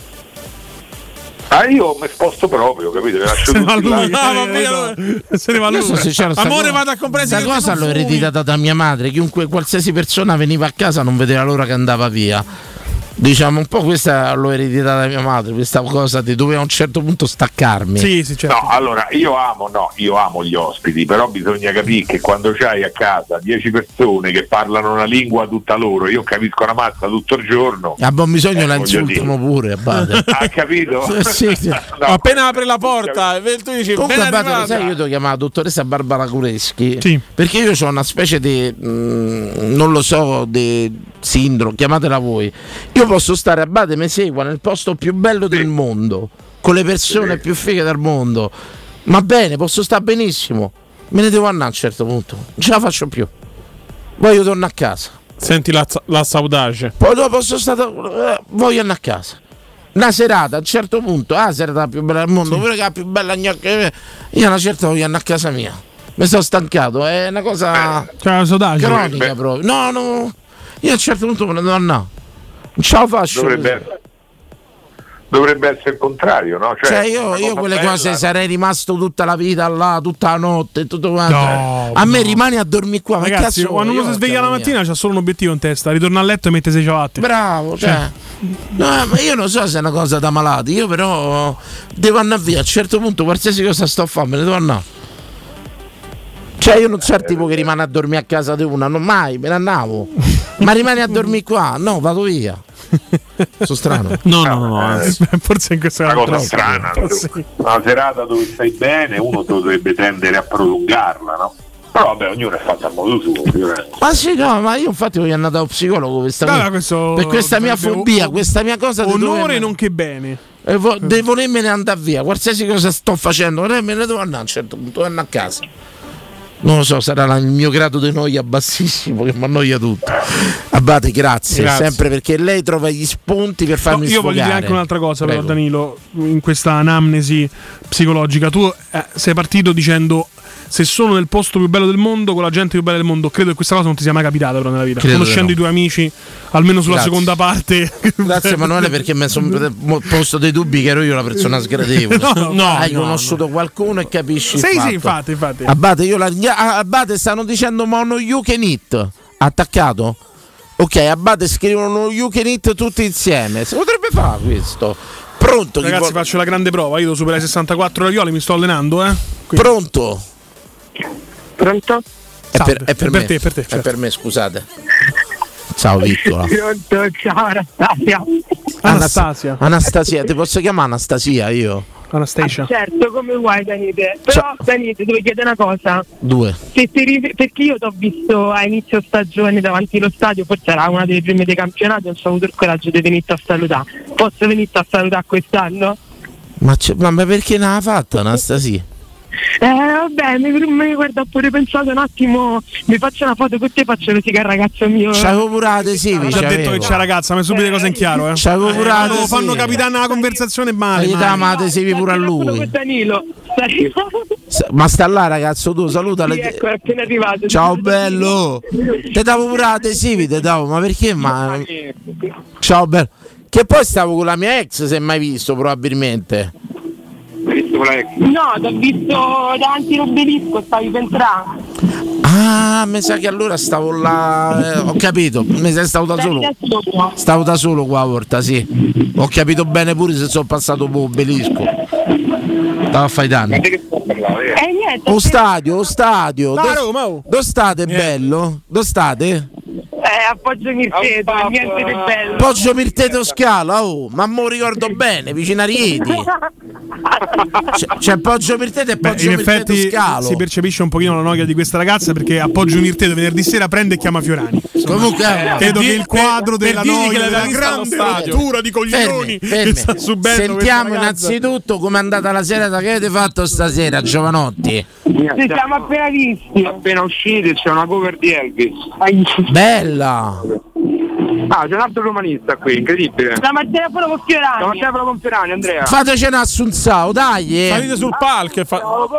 Io mi sposto proprio, capito? Se ne va lui. Se ne va lui. Amore, vado a comprare. Questa cosa l'ho ereditata da mia madre. Qualsiasi persona veniva a casa non vedeva l'ora che andava via. diciamo un po' questa l'ho ereditata da mia madre, questa cosa di dovevo a un certo punto staccarmi. Sì, certo. No, allora io amo gli ospiti, però bisogna capire che quando c'hai a casa 10 persone che parlano una lingua tutta loro, io capisco una mazza tutto il giorno. A buon bisogno la voglio insultano pure, Abate. Ha capito? Sì. No, appena apre la porta tu dici comunque, ben Abate, arrivata. sai, io devo chiamare la dottoressa Barbara Cureschi, Sì. perché io ho una specie di non lo so, di sindrome, chiamatela voi. Io posso stare a Bade mi segua nel posto più bello del mondo, con le persone più fighe del mondo, ma bene, posso stare benissimo, me ne devo andare a un certo punto, non ce la faccio più, voglio tornare a casa. Senti la saudade. Poi dopo posso stare, voglio andare a casa. Una serata a un certo punto, la serata più bella del mondo, pure che la più bella gnocca, io una certa voglio andare a casa mia. Mi sono stancato, è una cosa cronica proprio. No, io a un certo punto me ne devo andare. Non ce la faccio. Dovrebbe essere il contrario, no? Cioè io quelle cose sarei rimasto tutta la vita là, tutta la notte e tutto quanto. A me rimani a dormire qua. Ragazzi, ma quando uno si sveglia la mattina c'ha solo un obiettivo in testa: ritornare a letto e mettersi i ciabatte. Bravo, cioè. No, ma io non so se è una cosa da malati, io però devo andare via. A un certo punto, qualsiasi cosa sto a fare, me ne devo andare. Cioè io non sono il tipo che rimane a dormire a casa di una, non mai, me ne andavo. Ma rimani a dormire qua? No, vado via. Sono strano. No, forse in questa è una cosa strana. Una serata dove stai bene, uno dovrebbe tendere a prolungarla, no? Però vabbè, ognuno è fatto a modo suo. Ma sì, no, ma io infatti voglio andare dallo psicologo per questa mia fobia, questa mia cosa. Onore nonché bene. Devo volermene andare via, qualsiasi cosa sto facendo, me ne devo andare a un certo punto, devo andare a casa. Non lo so, sarà il mio grado di noia bassissimo che mi annoia tutto. Abate, grazie, sempre perché lei trova gli spunti per farmi sfogare. Io voglio dire anche un'altra cosa, Prego. però, Danilo, in questa anamnesi psicologica. Tu sei partito dicendo: se sono nel posto più bello del mondo, con la gente più bella del mondo. Credo che questa cosa non ti sia mai capitata però nella vita. Conoscendo i tuoi amici, almeno sulla seconda parte. Grazie Emanuele, perché mi sono posto dei dubbi che ero io la persona sgradevole. Hai conosciuto qualcuno e capisci il fatto. Sì, infatti. Abate, Abate stanno dicendo mono you can eat. Attaccato? Ok, Abate scrivono you can eat tutti insieme. Si potrebbe fare questo. Pronto? Ragazzi, faccio la grande prova. Io devo superare 64 ravioli, mi sto allenando, Quindi. Pronto? È per me. Te, certo. È per me, scusate. Ciao piccola. Ciao Anastasia, ti posso chiamare Anastasia io? Anastasia. Certo, come vuoi Danite. Però Danite, devo chiedere una cosa. Due. Perché io ti ho visto a inizio stagione davanti allo stadio, forse era una delle prime dei campionati, non ho avuto il coraggio di venirti a salutare. Posso venirti a salutare quest'anno? Ma perché non l'ha fatta Anastasia? Vabbè, mi guarda, ho pure pensato un attimo, mi faccio una foto con te, faccio così che il ragazzo mio. C'avevo pure adesivi. Ci ha detto che c'è ragazza, ma subito le cose in chiaro, C'avevo pure adesivi. Fanno capitare una conversazione male. Gli diamo adesivi pure a lui. Danilo. Ma sta là ragazzo, tu salutale. Sì, ecco, è appena arrivato. Ciao bello. Te davo pure adesivi, ma perché? Ciao bello. Che poi stavo con la mia ex, se mai visto probabilmente. No, ti ho visto davanti all'obelisco, stavi per entrare. Ah, mi sa che allora stavo là. Ho capito, mi sei stato da solo. Stavo da solo qua volta, sì. Ho capito bene pure se sono passato per l'obelisco. Stavo a fare danni. Niente. O stadio. Dove state, bello? Dove state? A Poggio Mirteto, niente di bello. Poggio Mirteto Scala, ma me lo ricordo bene, vicino a Rieti. C'è Poggio Mirteto e Poggio Mirteto Scalo. Si percepisce un pochino la noia di questa ragazza perché a Poggio Mirteto venerdì sera prende e chiama Fiorani. Comunque credo che il quadro della noia, della grande rottura di coglioni che sta subendo. Sentiamo innanzitutto com'è andata la serata che avete fatto stasera, giovanotti. Ci siamo appena visti. Appena usciti, c'è una cover di Elvis. Bella. C'è un altro romanista qui, incredibile. Stamattina proprio con Fiorani. Andrea. Fateci un assunzao, dai. Salite sul palco e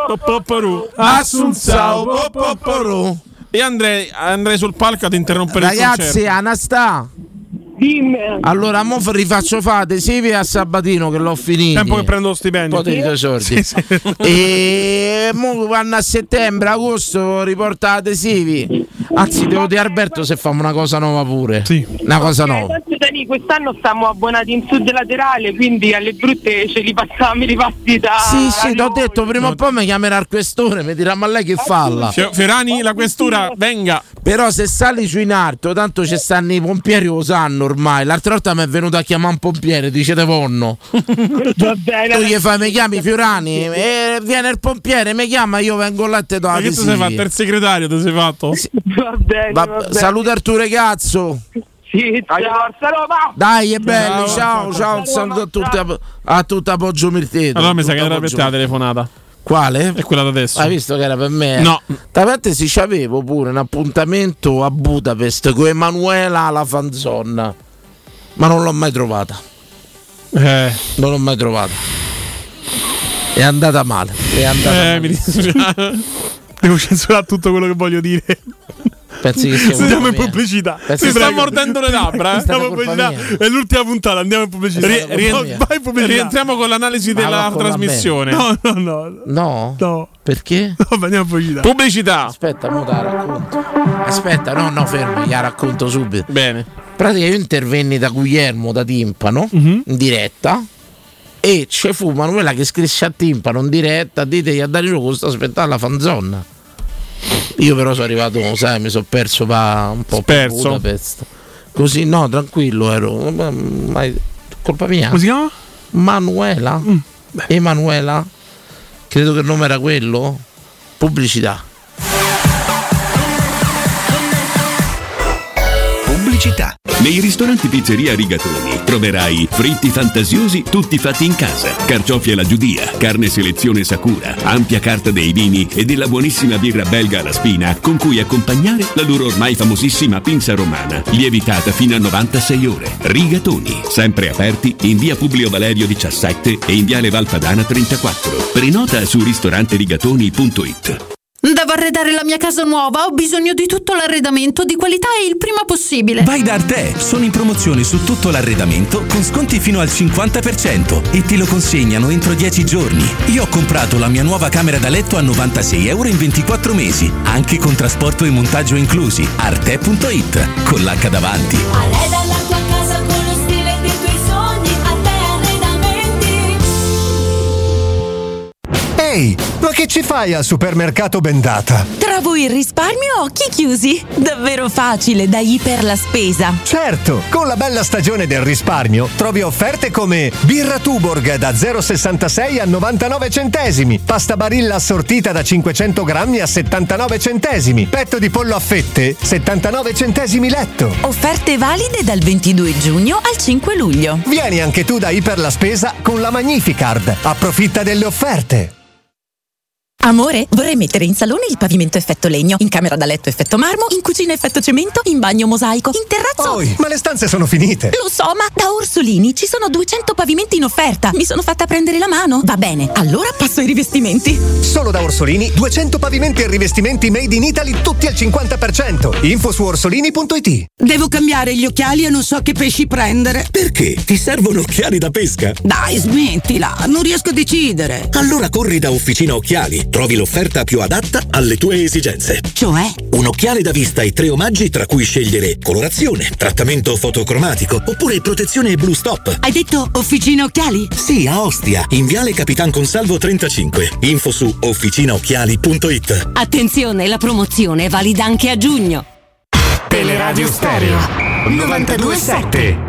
assunzao. E andrei sul palco ad interrompere il concerto. Ragazzi, Anastà. Dimmi. Allora, mo rifaccio fare adesivi a Sabatino che l'ho finito. Tempo che prendo lo stipendio. Potete soldi. Sì. E mo vanno a settembre, agosto, riporta adesivi. Anzi, devo dire Alberto se famo una cosa nuova pure. Sì. Una cosa nuova. Fiorani quest'anno stiamo abbonati in sud laterale, quindi alle brutte ce li passiamo i ripassi da... Sì, t'ho detto, prima o poi mi chiamerà il questore, mi dirà ma lei che falla? Fiorani, la questura, venga. Però se sali su in alto, tanto ci stanno i pompieri, lo sanno ormai. L'altra volta mi è venuto a chiamare un pompiere, dice te vonno. Va bene. Tu gli fai, mi chiami Fiorani, e viene il pompiere, mi chiama, io vengo là e te do la Ma che tu sei fatto? Il segretario ti sei fatto? Va bene, va bene. Saluta il tuo ragazzo. Sì, ciao. Dai, è bello, ciao, un saluto a tutti a Poggio Mirteto. Allora mi sa che era per te la telefonata. Quale? È quella da adesso. Hai visto che era per me? No. Davanti si c'avevo pure un appuntamento a Budapest con Emanuela la Fanzonna, ma non l'ho mai trovata. Non l'ho mai trovata. È andata male. Mi dispiace. Devo censurare tutto quello che voglio dire. Pensi che andiamo in pubblicità. Si sta mordendo le labbra. È l'ultima puntata, andiamo in pubblicità. Vai in pubblicità. Rientriamo con l'analisi della trasmissione. No. Perché? No, andiamo in pubblicità. Pubblicità. Aspetta, mo te la racconto. Aspetta, no, fermo, gliela racconto subito. Bene. In pratica io intervenni da Guglielmo da Timpano in diretta. E c'è fu Manuela che scrisse a Timpano in diretta: ditegli a Danilo che sto aspettando la Fanzonna. Io però sono arrivato, sai, mi sono perso un po' per Budapest. Così no, tranquillo ero. Ma colpa mia. Come si chiama? Manuela. Emanuela. Credo che il nome era quello. Pubblicità. Pubblicità. Nei ristoranti Pizzeria Rigatoni troverai fritti fantasiosi tutti fatti in casa, carciofi alla giudia, carne selezione Sakura, ampia carta dei vini e della buonissima birra belga alla spina con cui accompagnare la loro ormai famosissima pinza romana, lievitata fino a 96 ore. Rigatoni, sempre aperti in via Publio Valerio 17 e in viale Valpadana 34. Prenota su ristoranterigatoni.it. Devo arredare la mia casa nuova, ho bisogno di tutto l'arredamento di qualità e il prima possibile. Vai da Arte, sono in promozione su tutto l'arredamento con sconti fino al 50% e te lo consegnano entro 10 giorni. Io ho comprato la mia nuova camera da letto a €96 in 24 mesi, anche con trasporto e montaggio inclusi. Arte.it, con l'H davanti. Arreda la tua casa con lo stile dei tuoi sogni, Arte Arredamenti. Ehi, ma che ci fai al supermercato Bendata? Trovo il risparmio a occhi chiusi. Davvero facile da Iper la Spesa. Certo, con la bella stagione del risparmio trovi offerte come birra Tuborg da 0,66 a 99 centesimi, pasta Barilla assortita da 500 grammi a 79 centesimi, petto di pollo a fette 79 centesimi letto. Offerte valide dal 22 giugno al 5 luglio. Vieni anche tu da Iper la Spesa con la Magnificard. Approfitta delle offerte. Amore, vorrei mettere in salone il pavimento effetto legno, in camera da letto effetto marmo, in cucina effetto cemento, in bagno mosaico, in terrazzo... Ma le stanze sono finite! Lo so, ma da Orsolini ci sono 200 pavimenti in offerta. Mi sono fatta prendere la mano. Va bene, allora passo ai rivestimenti. Solo da Orsolini 200 pavimenti e rivestimenti made in Italy tutti al 50%. Info su orsolini.it. Devo cambiare gli occhiali e non so che pesci prendere. Perché? Ti servono occhiali da pesca? Dai, smettila, non riesco a decidere. Allora corri da Officina Occhiali. Trovi l'offerta più adatta alle tue esigenze. Cioè? Un occhiale da vista e 3 omaggi tra cui scegliere colorazione, trattamento fotocromatico oppure protezione Blue Stop. Hai detto Officina Occhiali? Sì, a Ostia, in viale Capitan Consalvo 35. Info su officinaocchiali.it. Attenzione, la promozione è valida anche a giugno. Teleradio Stereo 92.7.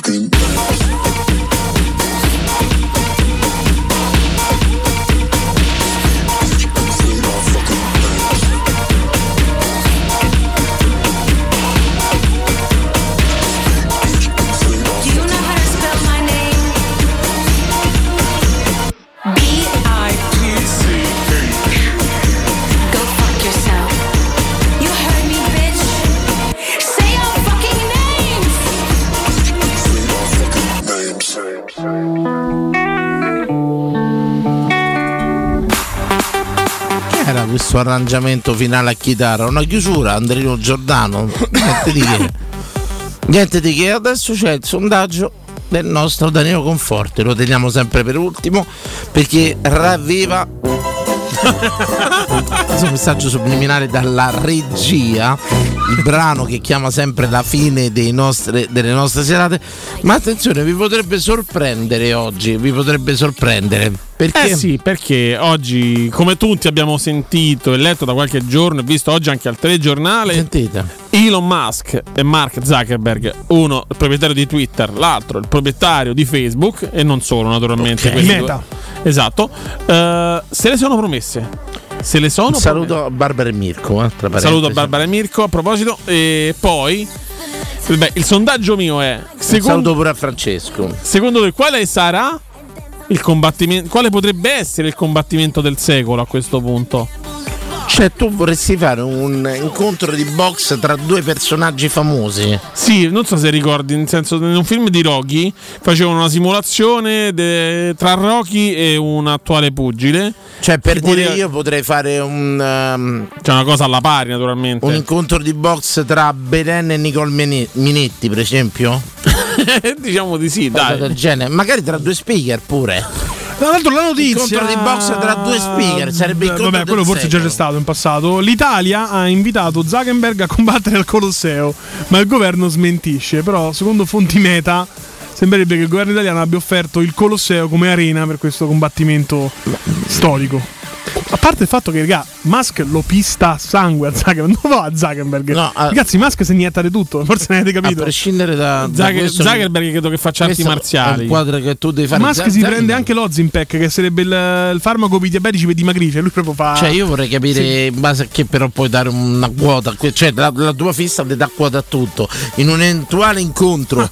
fucking era questo arrangiamento finale a chitarra? Una chiusura, Andrino Giordano? Niente di che. Adesso c'è il sondaggio del nostro Danilo Conforti, lo teniamo sempre per ultimo perché ravviva questo messaggio subliminale dalla regia, il brano che chiama sempre la fine delle nostre serate. Ma attenzione, vi potrebbe sorprendere oggi, perché? Sì, perché oggi, come tutti abbiamo sentito e letto da qualche giorno e visto oggi anche al telegiornale, sentite, Elon Musk e Mark Zuckerberg, uno il proprietario di Twitter, l'altro il proprietario di Facebook, e non solo naturalmente, okay. Meta. Esatto, se le sono promesse. Un saluto a Barbara e Mirko. Saluto a Barbara e Mirko a proposito. E poi il sondaggio mio è saluto pure a Francesco. Secondo te quale sarà il combattimento? Quale potrebbe essere il combattimento del secolo a questo punto? Cioè, tu vorresti fare un incontro di box tra due personaggi famosi? Sì, non so se ricordi, nel senso, in un film di Rocky facevano una simulazione tra Rocky e un attuale pugile. Cioè, per dire, io potrei fare c'è una cosa alla pari, naturalmente. Un incontro di box tra Belen e Nicole Minetti, per esempio? Diciamo di sì, dai. Del genere. Magari tra due speaker pure. Tra l'altro la notizia, incontro di box tra due speaker sarebbe il vabbè, quello forse già c'è stato in passato. L'Italia ha invitato Zuckerberg a combattere al Colosseo, ma il governo smentisce. Però secondo fonti Meta sembrerebbe che il governo italiano abbia offerto il Colosseo come arena per questo combattimento storico. A parte il fatto che, raga, Musk lo pista a sangue a Zuckerberg. Non va a Zuckerberg. No, ragazzi, Musk si inietta di tutto. Forse ne avete capito. A prescindere da Zuckerberg credo che faccia arti marziali. È un quadro che tu devi fare. Musk si prende anche l'Ozimpec, che sarebbe il farmaco per i diabetici per dimagrire. Lui proprio fa. Cioè, io vorrei capire in base a che però puoi dare una quota. Cioè, la tua fissa ti dà quota a tutto. In un eventuale incontro,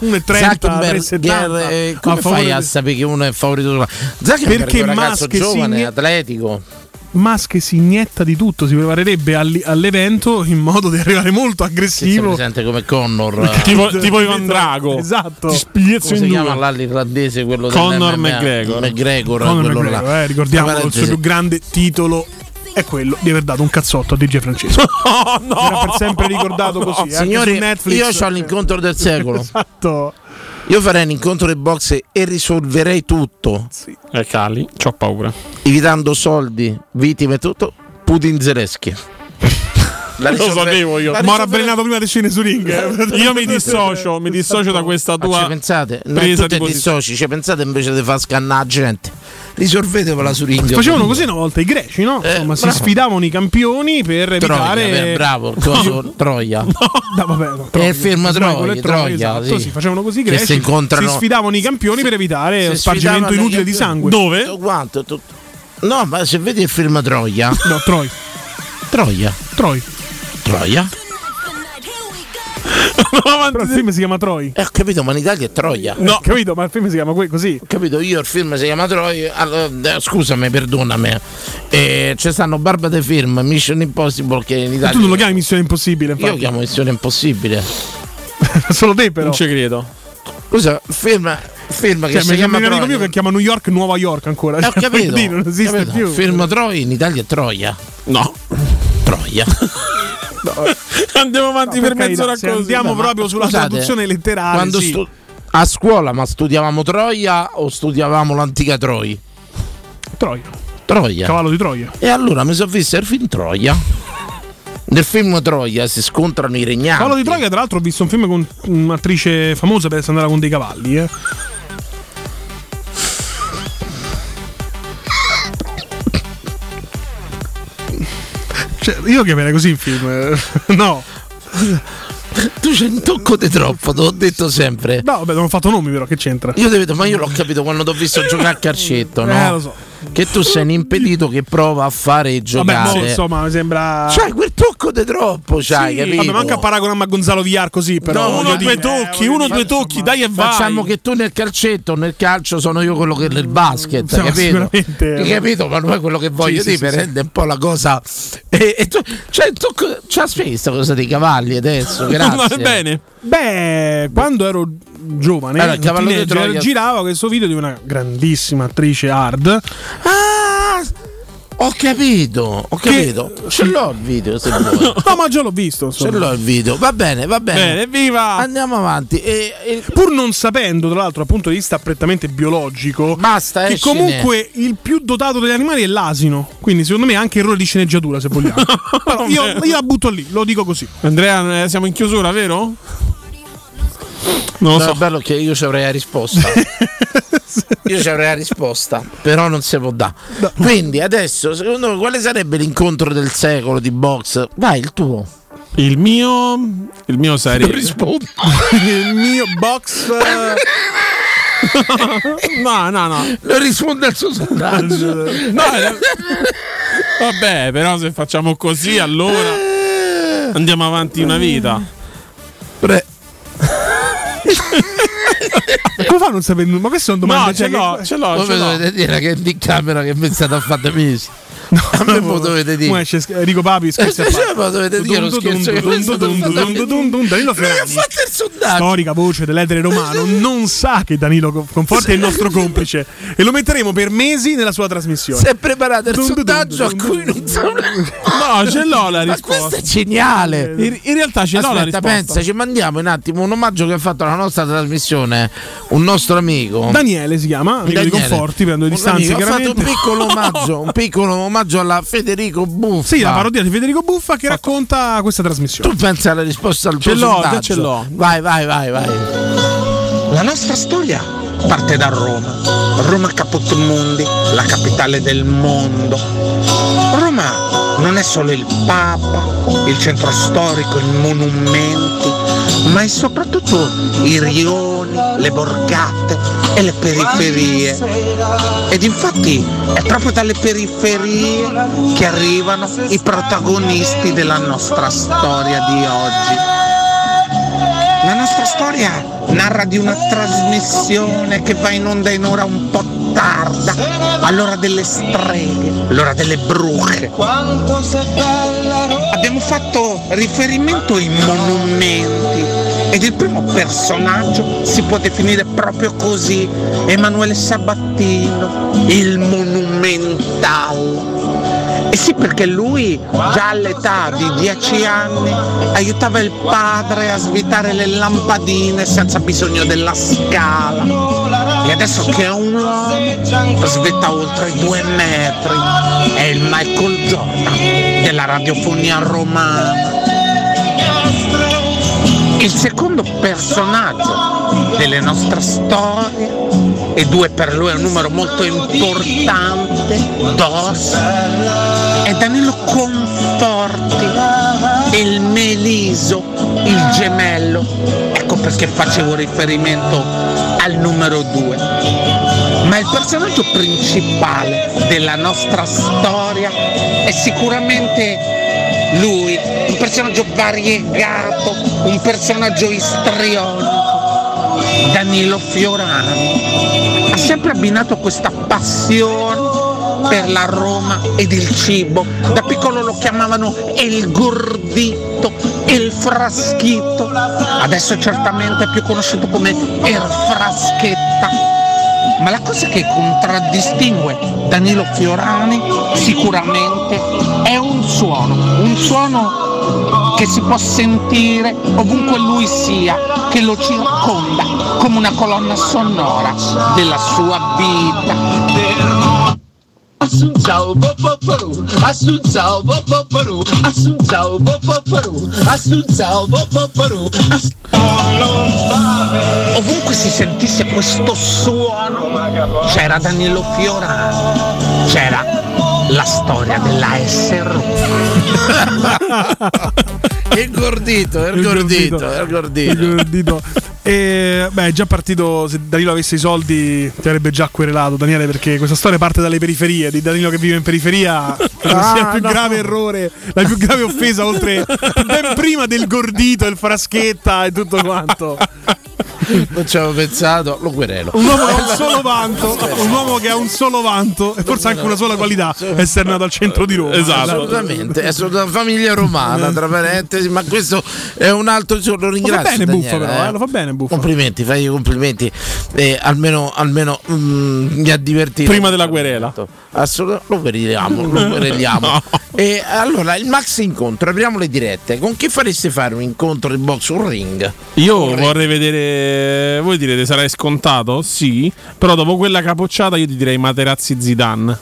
1,30, come fai a sapere che uno è favorito? Zuckerberg perché è un ragazzo Musk giovane, atletico. Musk si inietta di tutto, si preparerebbe all'evento in modo di arrivare molto aggressivo. Si presente come Connor, tipo Ivan Drago. Esatto. Come si chiama là l'irlandese, quello Connor McGregor, ricordiamo il suo più grande titolo è quello di aver dato un cazzotto a DJ Francesco. Oh, no! Era per sempre ricordato così. Signori, su Netflix. io ho l'incontro del secolo. Esatto. Io farei un incontro di box e risolverei tutto. Sì. Cali, c'ho paura. Evitando soldi, vittime e tutto. Putin Zelensky. Lo sapevo io. Ma ora avvelenato prima di scendere su ring. Io mi dissocio da questa tua pensate? presa di dissoci. Pensate invece di far scannare la gente. Risolvetevela su ring. Facevano così una volta i greci, no? Insomma, si sfidavano i campioni per evitare. Bravo, Troia. No, vabbè, no, è il film Troia. Esatto, sì. Facevano così i greci. Si sfidavano i campioni per evitare lo spargimento inutile di sangue. Dove? No, ma se vedi il film Troia. No, Troia. Però il film si chiama Troy. Ho capito, ma in Italia è Troia. No, ho capito, ma il film si chiama così. Ho capito, io il film si chiama Troia. Allora, scusami, perdonami. C'è stanno barba dei film Mission Impossible che in Italia. Ma tu non lo chiami Missione Impossibile, infatti. Io chiamo Missione Impossibile. Solo te, però. Non ci credo. Scusa, film che si chiama un amico mio che chiama New York Nuova York ancora. Ho capito. Non esiste più. Il film Troia in Italia è Troia. No. Troia. No. Andiamo avanti per mezz'ora così. Andiamo proprio sulla traduzione letterale. Quando a scuola, ma studiavamo Troia o studiavamo l'antica Troia? Troia. Cavallo di Troia. E allora mi sono visto il film Troia. Nel film Troia si scontrano i regnanti. Cavallo di Troia, tra l'altro, ho visto un film con un'attrice famosa per essere andata con dei cavalli, Cioè, io chiamerei così il film. No. Tu c'hai un tocco di troppo, te l'ho detto sempre. No, vabbè, non ho fatto nomi, però che c'entra? Ma io l'ho capito quando ti ho visto giocare a calcetto, no? Lo so. Che tu sei un impedito che prova a fare giocare. Vabbè, insomma, mi sembra. C'hai quel tocco di troppo, c'hai, capito? Vabbè, manca paragonare a Gonzalo Villar così, però. No, uno o due tocchi, dai e vai. Facciamo che tu nel calcetto, nel calcio sono io quello che nel basket, No, capito? sicuramente. Capito? Ma non è quello che voglio dire, per rende un po' la cosa. E tu, cioè, il tocco. C'ha spesa questa cosa dei cavalli adesso, grazie. Bene. Beh, quando ero giovane, allora, il cavallo di Troia girava questo video di una grandissima attrice hard. Ho capito. Ce l'ho il video se vuoi. No, ma già l'ho visto. Insomma. Ce l'ho il video. Va bene. Bene, viva! Andiamo avanti. Pur non sapendo, tra l'altro, dal punto di vista prettamente biologico, basta, che comunque il più dotato degli animali è l'asino. Quindi, secondo me, è anche errore di sceneggiatura, se vogliamo. Però io la butto lì, lo dico così. Andrea, siamo in chiusura, vero? Non lo so. È bello che io ci avrei la risposta. Io ci avrei la risposta, però non si può dare. No. Quindi adesso, secondo me, quale sarebbe l'incontro del secolo di box? Vai, il tuo. Il mio sarebbe. Non rispondo. Il mio box. No. Non risponde al suo sondaggio. No. Vabbè, però se facciamo così, allora andiamo avanti una vita. Come fa a non sapere? Ma queste sono domande. No, ce l'ho. Come dovete dire che è di camera che mi è stata fatta mesi? A me lo dovete dire. Enrico Papi, scherzo. Ma dovete dire lo scherzo. Danilo Fiorani, storica voce dell'etere romano, non sa che Danilo Conforti è il nostro complice e lo metteremo per mesi nella sua trasmissione. Se preparate il sondaggio a cui non sa. No, ce l'ho la risposta. Ma questo è geniale. In realtà ce l'ho la risposta. Pensa, ci mandiamo un attimo un omaggio che ha fatto alla nostra trasmissione un nostro amico. Daniele si chiama, amico di Conforti, prendo le distanze. Ha fatto un piccolo omaggio alla Federico Buffa. Sì, la parodia di Federico Buffa che racconta questa trasmissione. Tu pensi alla risposta al tuo sondaggio? Ce l'ho. Vai. La nostra storia parte da Roma. Roma caput mundi, la capitale del mondo. Roma non è solo il Papa, il centro storico, i monumenti, ma è soprattutto i rioni, le borgate e le periferie. Ed infatti è proprio dalle periferie che arrivano i protagonisti della nostra storia di oggi. La nostra storia narra di una trasmissione che va in onda in ora un po' tarda, all'ora delle streghe, l'ora delle bruche. Abbiamo fatto riferimento ai monumenti ed il primo personaggio si può definire proprio così, Emanuele Sabattino, il monumental. E sì, perché lui già all'età di 10 anni aiutava il padre a svitare le lampadine senza bisogno della scala. E adesso che è un uomo, svetta oltre i 2 metri, è il Michael Jordan della radiofonia romana. Il secondo personaggio delle nostre storie, e 2 per lui è un numero molto importante, DOS, è Danilo Conforti, il Meliso, il gemello. Ecco perché facevo riferimento al numero 2. Ma il personaggio principale della nostra storia è sicuramente lui, un personaggio variegato, un personaggio istrionico, Danilo Fiorani. Ha sempre abbinato questa passione per la Roma ed il cibo. Da piccolo lo chiamavano il gordito, il fraschito. Adesso certamente è più conosciuto come il fraschetta. Ma la cosa che contraddistingue Danilo Fiorani sicuramente è un suono che si può sentire ovunque lui sia, che lo circonda come una colonna sonora della sua vita. Assunzao bopoporu, assunzao bopoporu, assunzao bopoporu, assunzao bopoporu. Ovunque si sentisse questo suono c'era Danilo Fiorani, c'era la storia della SR. È gordito. E beh, è già partito. Se Danilo avesse i soldi ti avrebbe già querelato, Daniele, perché questa storia parte dalle periferie. Di Danilo che vive in periferia credo sia il più grave errore, la più grave offesa, oltre ben prima del gordito, il fraschetta e tutto quanto. Non ci avevo pensato, lo querelo. Un uomo che ha un solo vanto, un uomo che ha un solo vanto e forse anche una sola qualità, essere nato al centro di Roma. Assolutamente, è una famiglia romana, tra parentesi, ma questo è un altro, lo ringrazio. Lo fa bene Daniele, Buffa, però, lo fa bene Buffa. Complimenti, fai i complimenti. Almeno mi ha divertito. Prima della querela. Assolutamente, lo quereliamo. No. E allora, il Max incontro, apriamo le dirette. Con chi fareste fare un incontro di box, un ring? Io vorrei vedere. Voi direte sarai scontato? Sì. Però dopo quella capocciata io ti direi Materazzi Zidane.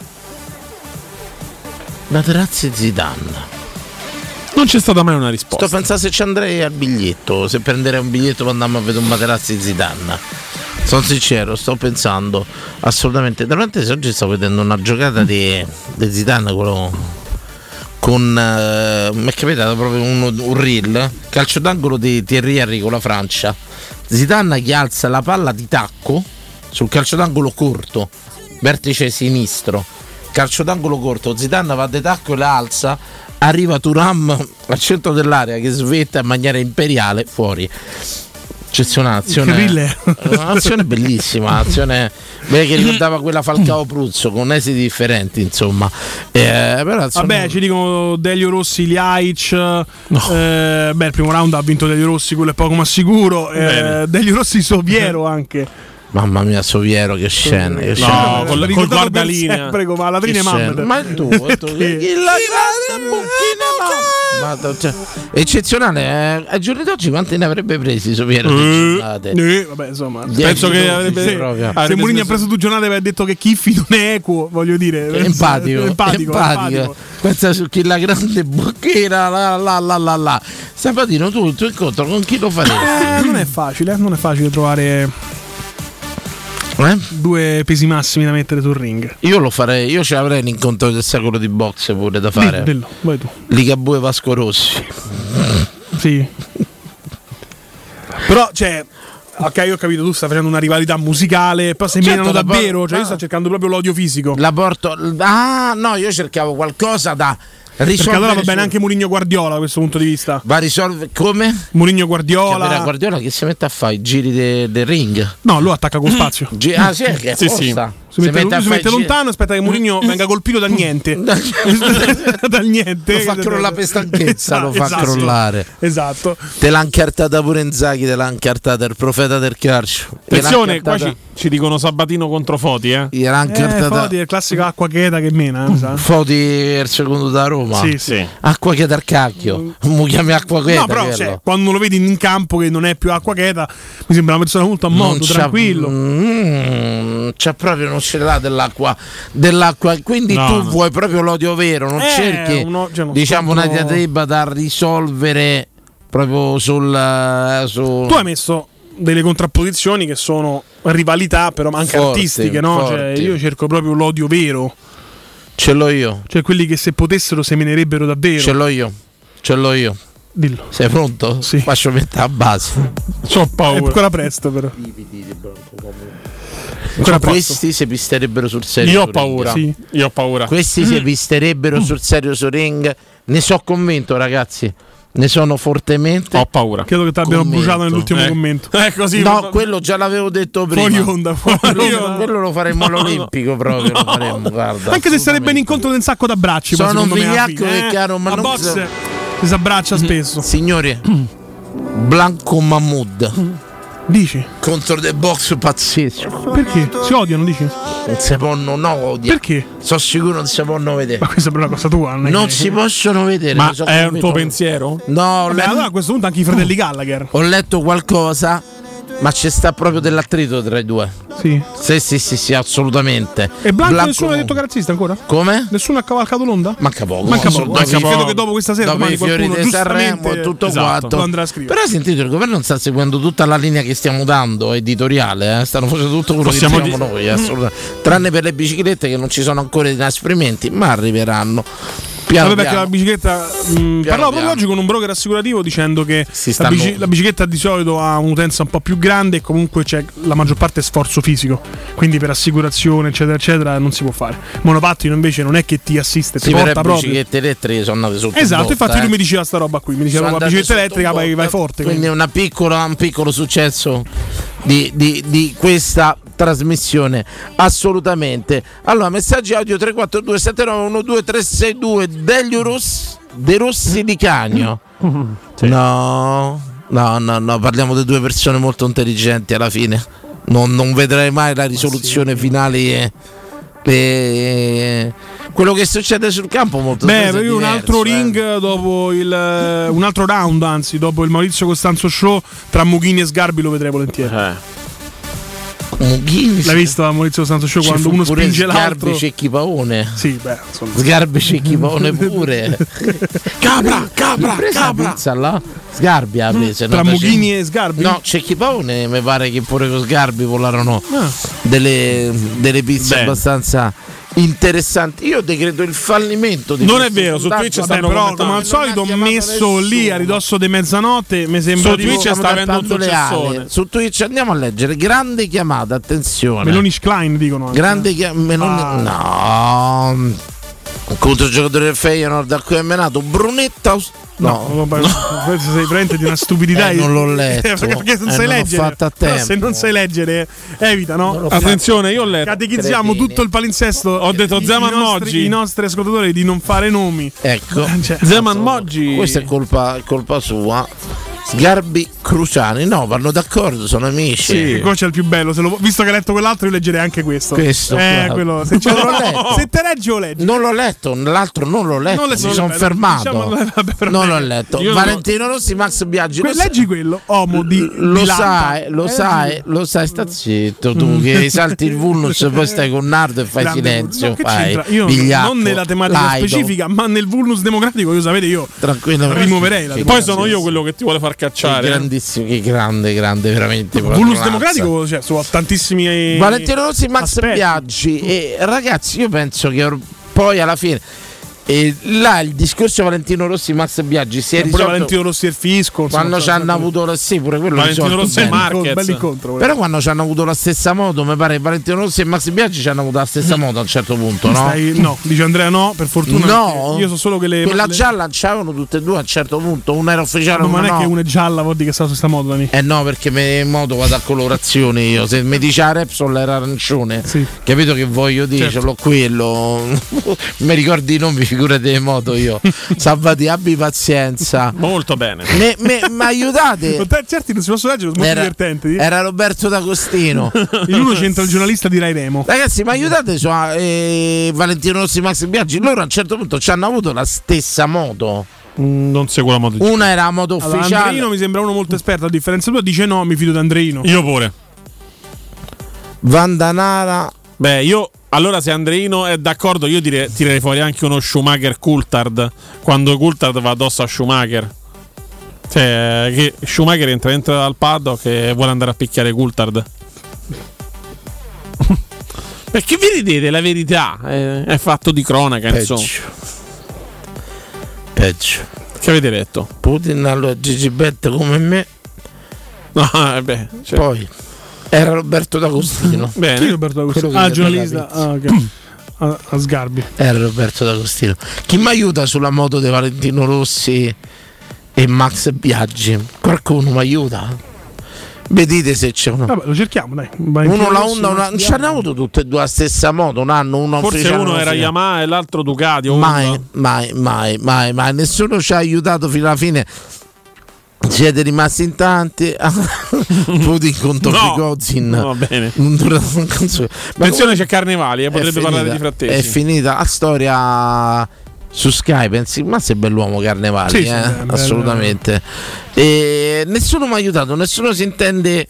Materazzi Zidane. Non c'è stata mai una risposta. Sto pensando se ci andrei al biglietto, se prenderei un biglietto per andare a vedere un Materazzi Zidane. Sono sincero, sto pensando assolutamente. Davanti oggi sto vedendo una giocata di Zidane, quello con mi è capitato proprio un reel, calcio d'angolo di Thierry Henry con la Francia. Zidane che alza la palla di tacco sul calcio d'angolo corto, vertice sinistro, calcio d'angolo corto, Zidane va di tacco e la alza, arriva Thuram al centro dell'area che svetta in maniera imperiale fuori. Eccezionale, un'azione bellissima, un'azione che ricordava quella Falcao Pruzzo con esiti differenti, insomma. Però, vabbè, ci dicono Delio Rossi, Ljajic. Il primo round ha vinto Delio Rossi, quello è poco ma sicuro. Delio Rossi Soviero anche. Mamma mia, Soviero, che scena! Che no, col guardalinea. Sempre con la latrina mamme. Ma tu eccezionale, ai giorni d'oggi quanti ne avrebbe presi Soviero? Vabbè, insomma, penso che avrebbe se Mourinho ha preso 2 giornate e aveva detto che Chiffi non è equo, voglio dire, è empatico. Pensa su chi la grande bocchera, la Sabatino, tu il tuo incontro con chi lo faresti? Non è facile trovare 2 pesi massimi da mettere sul ring. Io lo farei, io ce l'avrei l'incontro del secolo di boxe pure da fare. Dillo, vai tu. Ligabue Vasco Rossi. Sì. Però ok, io ho capito, tu stai facendo una rivalità musicale, però se menano davvero, io sto cercando proprio l'odio fisico. Io cercavo qualcosa da perché allora va bene anche Mourinho Guardiola da questo punto di vista. Va a risolvere come? Mourinho Guardiola. Guardiola che si mette a fare i giri del ring. No, lui attacca con spazio. Sì, che è sì. Si mette lontano, aspetta che Mourinho venga colpito da niente. Dal niente. Lo fa crollare per stanchezza, lo fa crollare. Esatto. Te l'ha incartata pure Inzaghi, te l'ha incartata il profeta del calcio. Attenzione, qua ci dicono Sabatino contro Foti, Foti è il classico acqua cheta che mena, Foti è il secondo da Roma. Sì. Acqua cheta al cacchio. Mu chiami acqua cheta. No, però quando lo vedi in campo che non è più acqua cheta, mi sembra una persona molto a modo, tranquillo. C'è proprio non ce l'ha dell'acqua, quindi tu vuoi proprio l'odio vero, non cerchi una diatriba da risolvere proprio sul. Tu hai messo delle contrapposizioni che sono rivalità, però anche forti, artistiche, no? Io cerco proprio l'odio vero. Ce l'ho io. Cioè quelli che se potessero semenerebbero davvero. Ce l'ho io. Dillo. Sei pronto? Sì. Faccio mettere a base. C'ho paura. È ancora presto però. Questi si pisterebbero sul serio. Io ho paura. Sì. Io ho paura. Questi si pisterebbero sul serio sul ring. Ne so convinto, ragazzi. Ne sono fortemente. Ho paura. Credo che ti abbiano bruciato nell'ultimo commento. Così. No, quello già l'avevo detto prima. Fuori onda. Quello lo faremmo all'Olimpico proprio. Lo faremmo, guarda. Anche se sarebbe un incontro di un sacco d'abbracci. Sono un vigliacco che caro, ma non box si abbraccia spesso. Signori, Blanco Mahmood. Dici? Contro The Box pazzesco. Perché? Si odiano, dici? Non si possono odia. Perché? Sono sicuro non si possono vedere. Ma questa è una cosa tua. Non si possono vedere. Ma è un tuo pensiero? No, allora a questo punto anche i fratelli Gallagher. Ho letto qualcosa Ma c'è sta proprio dell'attrito tra i due. Sì. Sì, assolutamente. E Blanco nessuno ha detto carazzista ancora? Come? Nessuno ha cavalcato l'onda? Manca poco. Credo che dopo questa sera dopo i fiori di Sanremo e tutto quanto. lo andrà a scrivere. Però hai sentito, il governo non sta seguendo tutta la linea che stiamo dando editoriale, stanno facendo tutto quello che diciamo noi, assolutamente. Tranne per le biciclette che non ci sono ancora inasprimenti, ma arriveranno. Vabbè, perché la bicicletta parlavo proprio oggi con un broker assicurativo dicendo che la bicicletta di solito ha un'utenza un po' più grande e comunque c'è la maggior parte è sforzo fisico, quindi per assicurazione eccetera eccetera non si può fare. Monopattino invece non è che ti assiste, ti porta proprio. Le biciclette elettriche sono andate sotto esatto, infatti lui mi diceva sta roba qui, mi diceva la bicicletta elettrica vai forte, quindi un piccolo successo di questa trasmissione, assolutamente. Allora, messaggi audio 342 7912 362 De Rossi di Cagno. Sì. No, parliamo di due persone molto intelligenti alla fine. Non vedrai mai la risoluzione finale quello che succede sul campo molto spesso. Un altro ring dopo un altro round, anzi, dopo il Maurizio Costanzo show tra Mughini e Sgarbi lo vedrei volentieri. L'hai visto a Maurizio Costanzo show quando uno spinge l'altro? Sgarbi Cecchi Paone. Sì, beh, insomma. Sgarbi Cecchi Paone pure. Capra. Là? Sgarbi ha preso tra Mughini e Sgarbi? No, Cecchi Paone mi pare che pure con Sgarbi volarono delle pizze abbastanza interessanti. Io decreto il fallimento di non è vero, su Twitch stanno però come al solito messo lì a ridosso di mezzanotte mi sembra su Twitch sta avendo un successone. Su Twitch andiamo a leggere grande chiamata, attenzione, Meloni Klein dicono anche. Grande chiamata no contro il giocatore del Feyenoord a cui è menato Brunetta questo sei veramente di una stupidità. Non l'ho letto perché non sai leggere. Se non sai leggere, evita, no? Attenzione, io ho letto. Catechizziamo tutto il palinsesto. Ho detto Zeman Moggi. I nostri ascoltatori di non fare nomi. Ecco, Zeman Moggi. Questa è colpa sua. Sgarbi Cruciani, no, vanno d'accordo, sono amici. Sì, qua c'è il più bello. Visto che hai letto quell'altro, io leggerei anche questo. Quello. Se te leggi o leggi? Non l'ho letto, l'altro non l'ho letto. Mi sono fermato. Non l'ho letto. Valentino Rossi, Max Biaggi. Leggi quello, Omo di lo sai, sta zitto tu che salti il vulnus e poi stai con Nardo e fai silenzio. Io non nella tematica specifica, ma nel vulnus democratico, io sapete, io rimuoverei. Poi sono io quello che ti vuole far cacciare. Grandissimo, che grande veramente. Vulnus democratico, cioè, su tantissimi Valentino Rossi, Max Biaggi. E ragazzi, io penso che poi alla fine là il discorso Valentino Rossi, Max Biaggi si è risolto. Pure Valentino Rossi e il fisco quando ci hanno avuto pure quello Valentino Rossi e Marquez. Però quando ci hanno avuto la stessa moto, mi pare Valentino Rossi e Max Biaggi ci hanno avuto la stessa moto a un certo punto, no? No, dice Andrea no, per fortuna. No, io so solo che quella gialla c'avevano tutte e due a un certo punto, una era ufficiale, ma non è che una è gialla, vuol dire che sta su questa moto, Dani. No, perché in moto vado a colorazione io. Se mi dice la Repsol era arancione, capito che voglio dire? Ce l'ho quello. Mi ricordi i nomi, figurate le moto io. Salvati, abbi pazienza. Molto bene. Ma aiutate. Certi non si possono leggere, sono molto divertenti. Era Roberto D'Agostino. In uno c'entra il giornalista di Rai Remo. Ragazzi, ma aiutate su Valentino Rossi, Max Biaggi. Loro a un certo punto ci hanno avuto la stessa moto. Non seguo la moto. Una era la moto ufficiale. Allora, Andreino mi sembra uno molto esperto. A differenza tua, dice no, mi fido di Andreino. Io pure. Vandanara. Beh, io allora se Andreino è d'accordo, io tirerei fuori anche uno Schumacher Coulthard. Quando Coulthard va addosso a Schumacher. Cioè, che Schumacher entra dal paddock e vuole andare a picchiare Coulthard. Perché vi ridete, la verità è fatto di cronaca, insomma. Peggio. Che avete detto? Putin allora Gigi Bet come me. No, cioè. Poi era Roberto D'Agostino. Bene. Chi è Roberto D'Agostino? Giornalista. Okay. A Sgarbi. Era Roberto D'Agostino. Chi mi aiuta sulla moto di Valentino Rossi e Max Biaggi? Qualcuno mi aiuta? Vedete se c'è uno. Vabbè, lo cerchiamo, dai. Uno la Honda, non ci hanno avuto tutte e due la stessa moto. Un anno, uno forse uno era Yamaha e l'altro Ducati. Mai. Nessuno ci ha aiutato fino alla fine. Siete rimasti in tanti. Putin contro Prigozhin. Va bene. Attenzione, c'è Carnevali, potrebbe parlare di frattesi. È finita la storia su Sky, pensi, ma sei bell'uomo Carnevali, assolutamente. E nessuno mi ha aiutato, nessuno si intende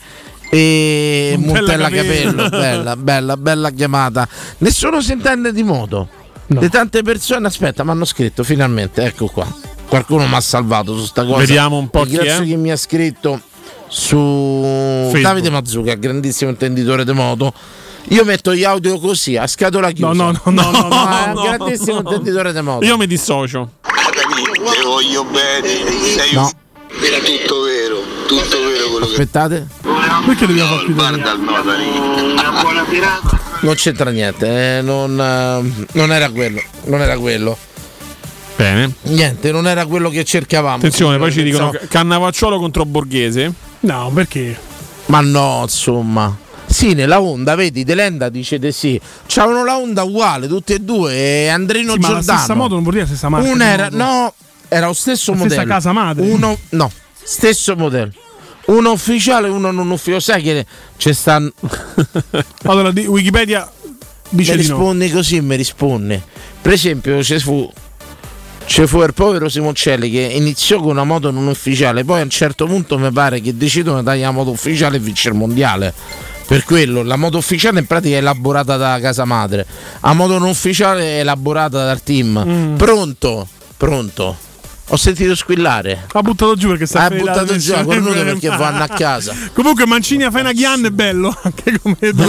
e Montella Capello. Bella chiamata. Nessuno si intende di moto. No. Le tante persone, aspetta, mi hanno scritto finalmente, ecco qua. Qualcuno mi ha salvato su sta cosa. Vediamo un po' chi grazie è. chi mi ha scritto su Facebook. Davide Mazzucca, grandissimo intenditore di moto. Io metto gli audio così a scatola chiusa. No, grandissimo intenditore di moto. Io mi dissocio. Te voglio bene, sei tutto vero quello Aspettate. Perché dobbiamo far chiudere? Guarda il notari. Una buona tirata. Non c'entra niente, non era quello. Bene. Niente, non era quello che cercavamo. Attenzione, poi ci dicono Cannavacciuolo contro Borghese. No, perché? Ma no, insomma. Sì, nella Honda, vedi, Delenda dice di sì. C'avevano la Honda uguale, tutti e due, e Andrino Sì, ma Giordano. la stessa moto non vuol dire la stessa marca. Una era, no, era lo stesso la modello. stessa casa madre. Stesso modello. Uno ufficiale e uno non ufficiale. Sai che c'è stanno. Allora, Wikipedia dice mi di no. rispondi così, mi risponde. Per esempio, c'è fu il povero Simoncelli che iniziò con una moto non ufficiale, poi a un certo punto mi pare che decidono di tagliare la moto ufficiale e vince il mondiale. Per quello la moto ufficiale in pratica è elaborata da casa madre, la moto non ufficiale è elaborata dal team. Pronto. Ho sentito squillare. Ha buttato giù perché sta buttato giù cornuto perché vanno a casa. Comunque Mancini a Fena Ghian è bello anche come due.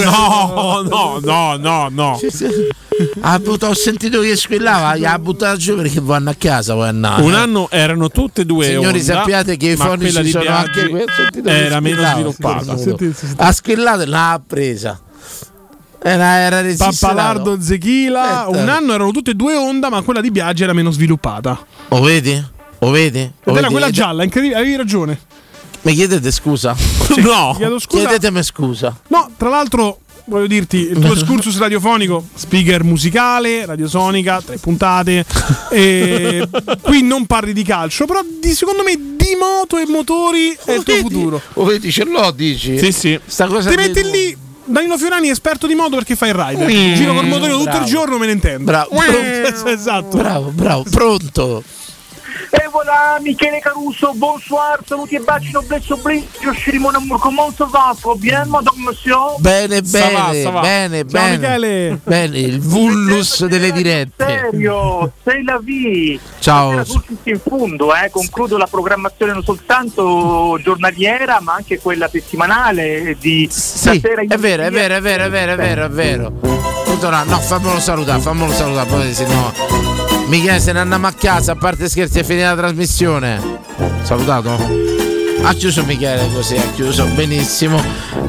No. Ho sentito che squillava, gli ha buttato giù perché vanno a casa. Un anno erano tutte e due. Signori, Honda, sappiate che i fonici sono Biaggi anche questo. era meno sviluppata. Ha squillato e l'ha presa. Era Pappalardo, Zechila. Un anno erano tutte e due Honda, ma quella di Biaggi era meno sviluppata. Lo vedi? Ed era quella gialla, incredibile, avevi ragione. Mi chiedete scusa? No, chiedo scusa. Chiedetemi scusa. No, tra l'altro voglio dirti, il tuo excursus radiofonico, speaker musicale, radiosonica, 3 puntate. E qui non parli di calcio, però secondo me di moto e motori è il tuo futuro. Lo vedi, ce l'ho, dici? Sì. Sta cosa ti metti lì. Danilo Fiorani è esperto di moto perché fa il rider. Giro col motorino tutto il giorno, me ne intendo. Bravo. Esatto. Bravo. Pronto. E voilà Michele Caruso, bonsoir, saluti e baci, noblesse oblige, je suis mon amour, comment ça va? Bien, madame, monsieur? Bene, Ciao Michele. Bene, il vulnus delle dirette. Serio, sei la vie. Ciao. In fondo, concludo la programmazione non soltanto giornaliera, ma anche quella settimanale di stasera. È vero. No, fammelo salutare, poi se no. Michele, se ne andiamo a casa, a parte scherzi, è finita la trasmissione. Salutato? Ha chiuso Michele così, ha chiuso benissimo.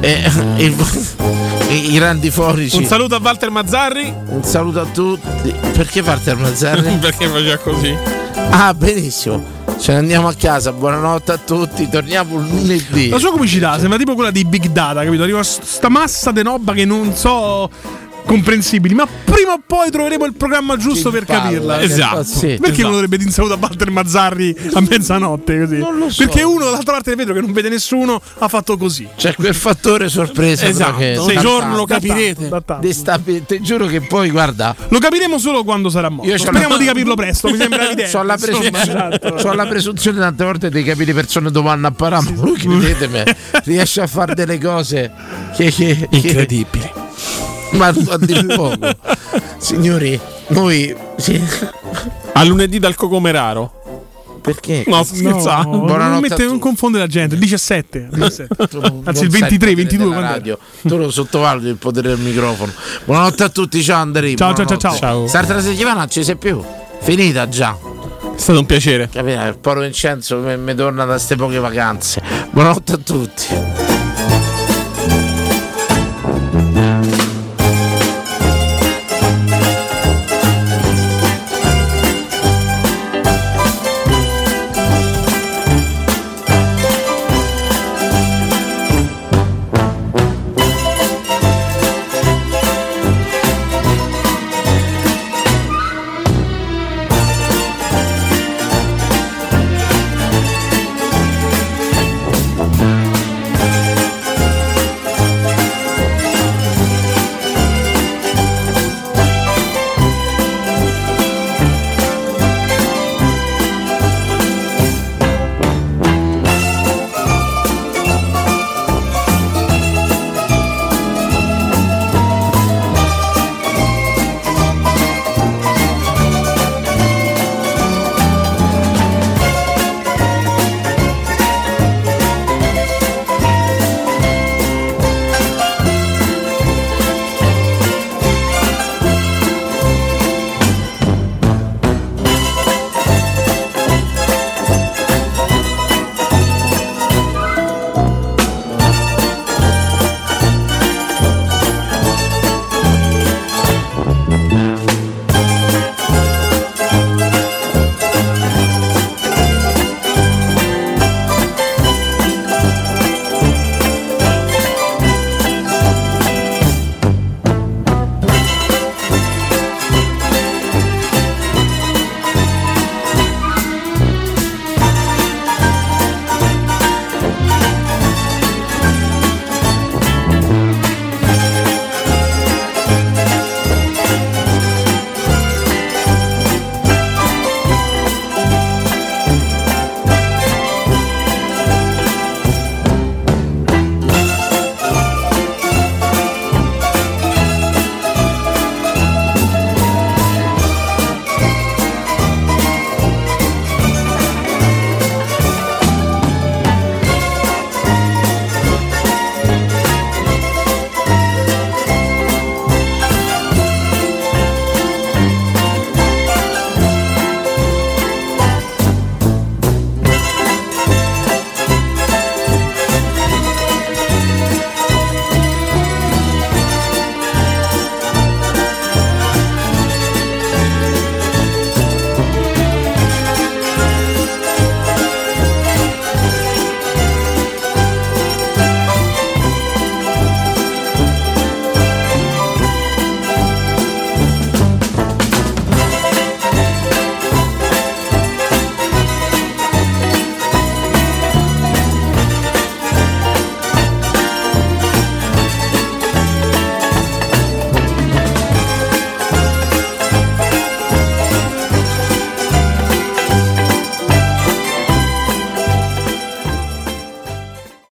I grandi fonici. Un saluto a Walter Mazzarri. Un saluto a tutti. Perché Walter Mazzarri? Perché faceva così. Ah, benissimo. Ce ne andiamo a casa, buonanotte a tutti, torniamo lunedì. La sua comicità sembra tipo quella di Big Data, capito? Arriva sta massa di roba che non so comprensibili, ma prima o poi troveremo il programma giusto per capirla. Esatto. Perché uno dovrebbe dire un saluto a Walter Mazzarri a mezzanotte così? Non lo so. Perché uno dall'altra parte del vetro che non vede nessuno ha fatto così. C'è quel fattore sorpresa. Esatto. Che un giorno lo capirete. Ti giuro che poi guarda. Lo capiremo solo quando sarà morto. Speriamo di capirlo presto, mi sembra evidente. C'ho la presunzione tante volte di capire persone dove vanno a parare, ma lui, credetemi, riesce a fare delle cose che incredibili. Ma a dir poco. Signori, noi a lunedì dal Cocomeraro. Perché? No, scherzando. Non confondere la gente. 17. Anzi, il 23, 22. Radio. Tu lo sottovaluti il potere del microfono. Buonanotte a tutti, ciao Andrea. Ciao. L'altra settimana non ci sei più. Finita già. È stato un piacere. Capito? Il Poro Vincenzo mi torna da ste poche vacanze. Buonanotte a tutti.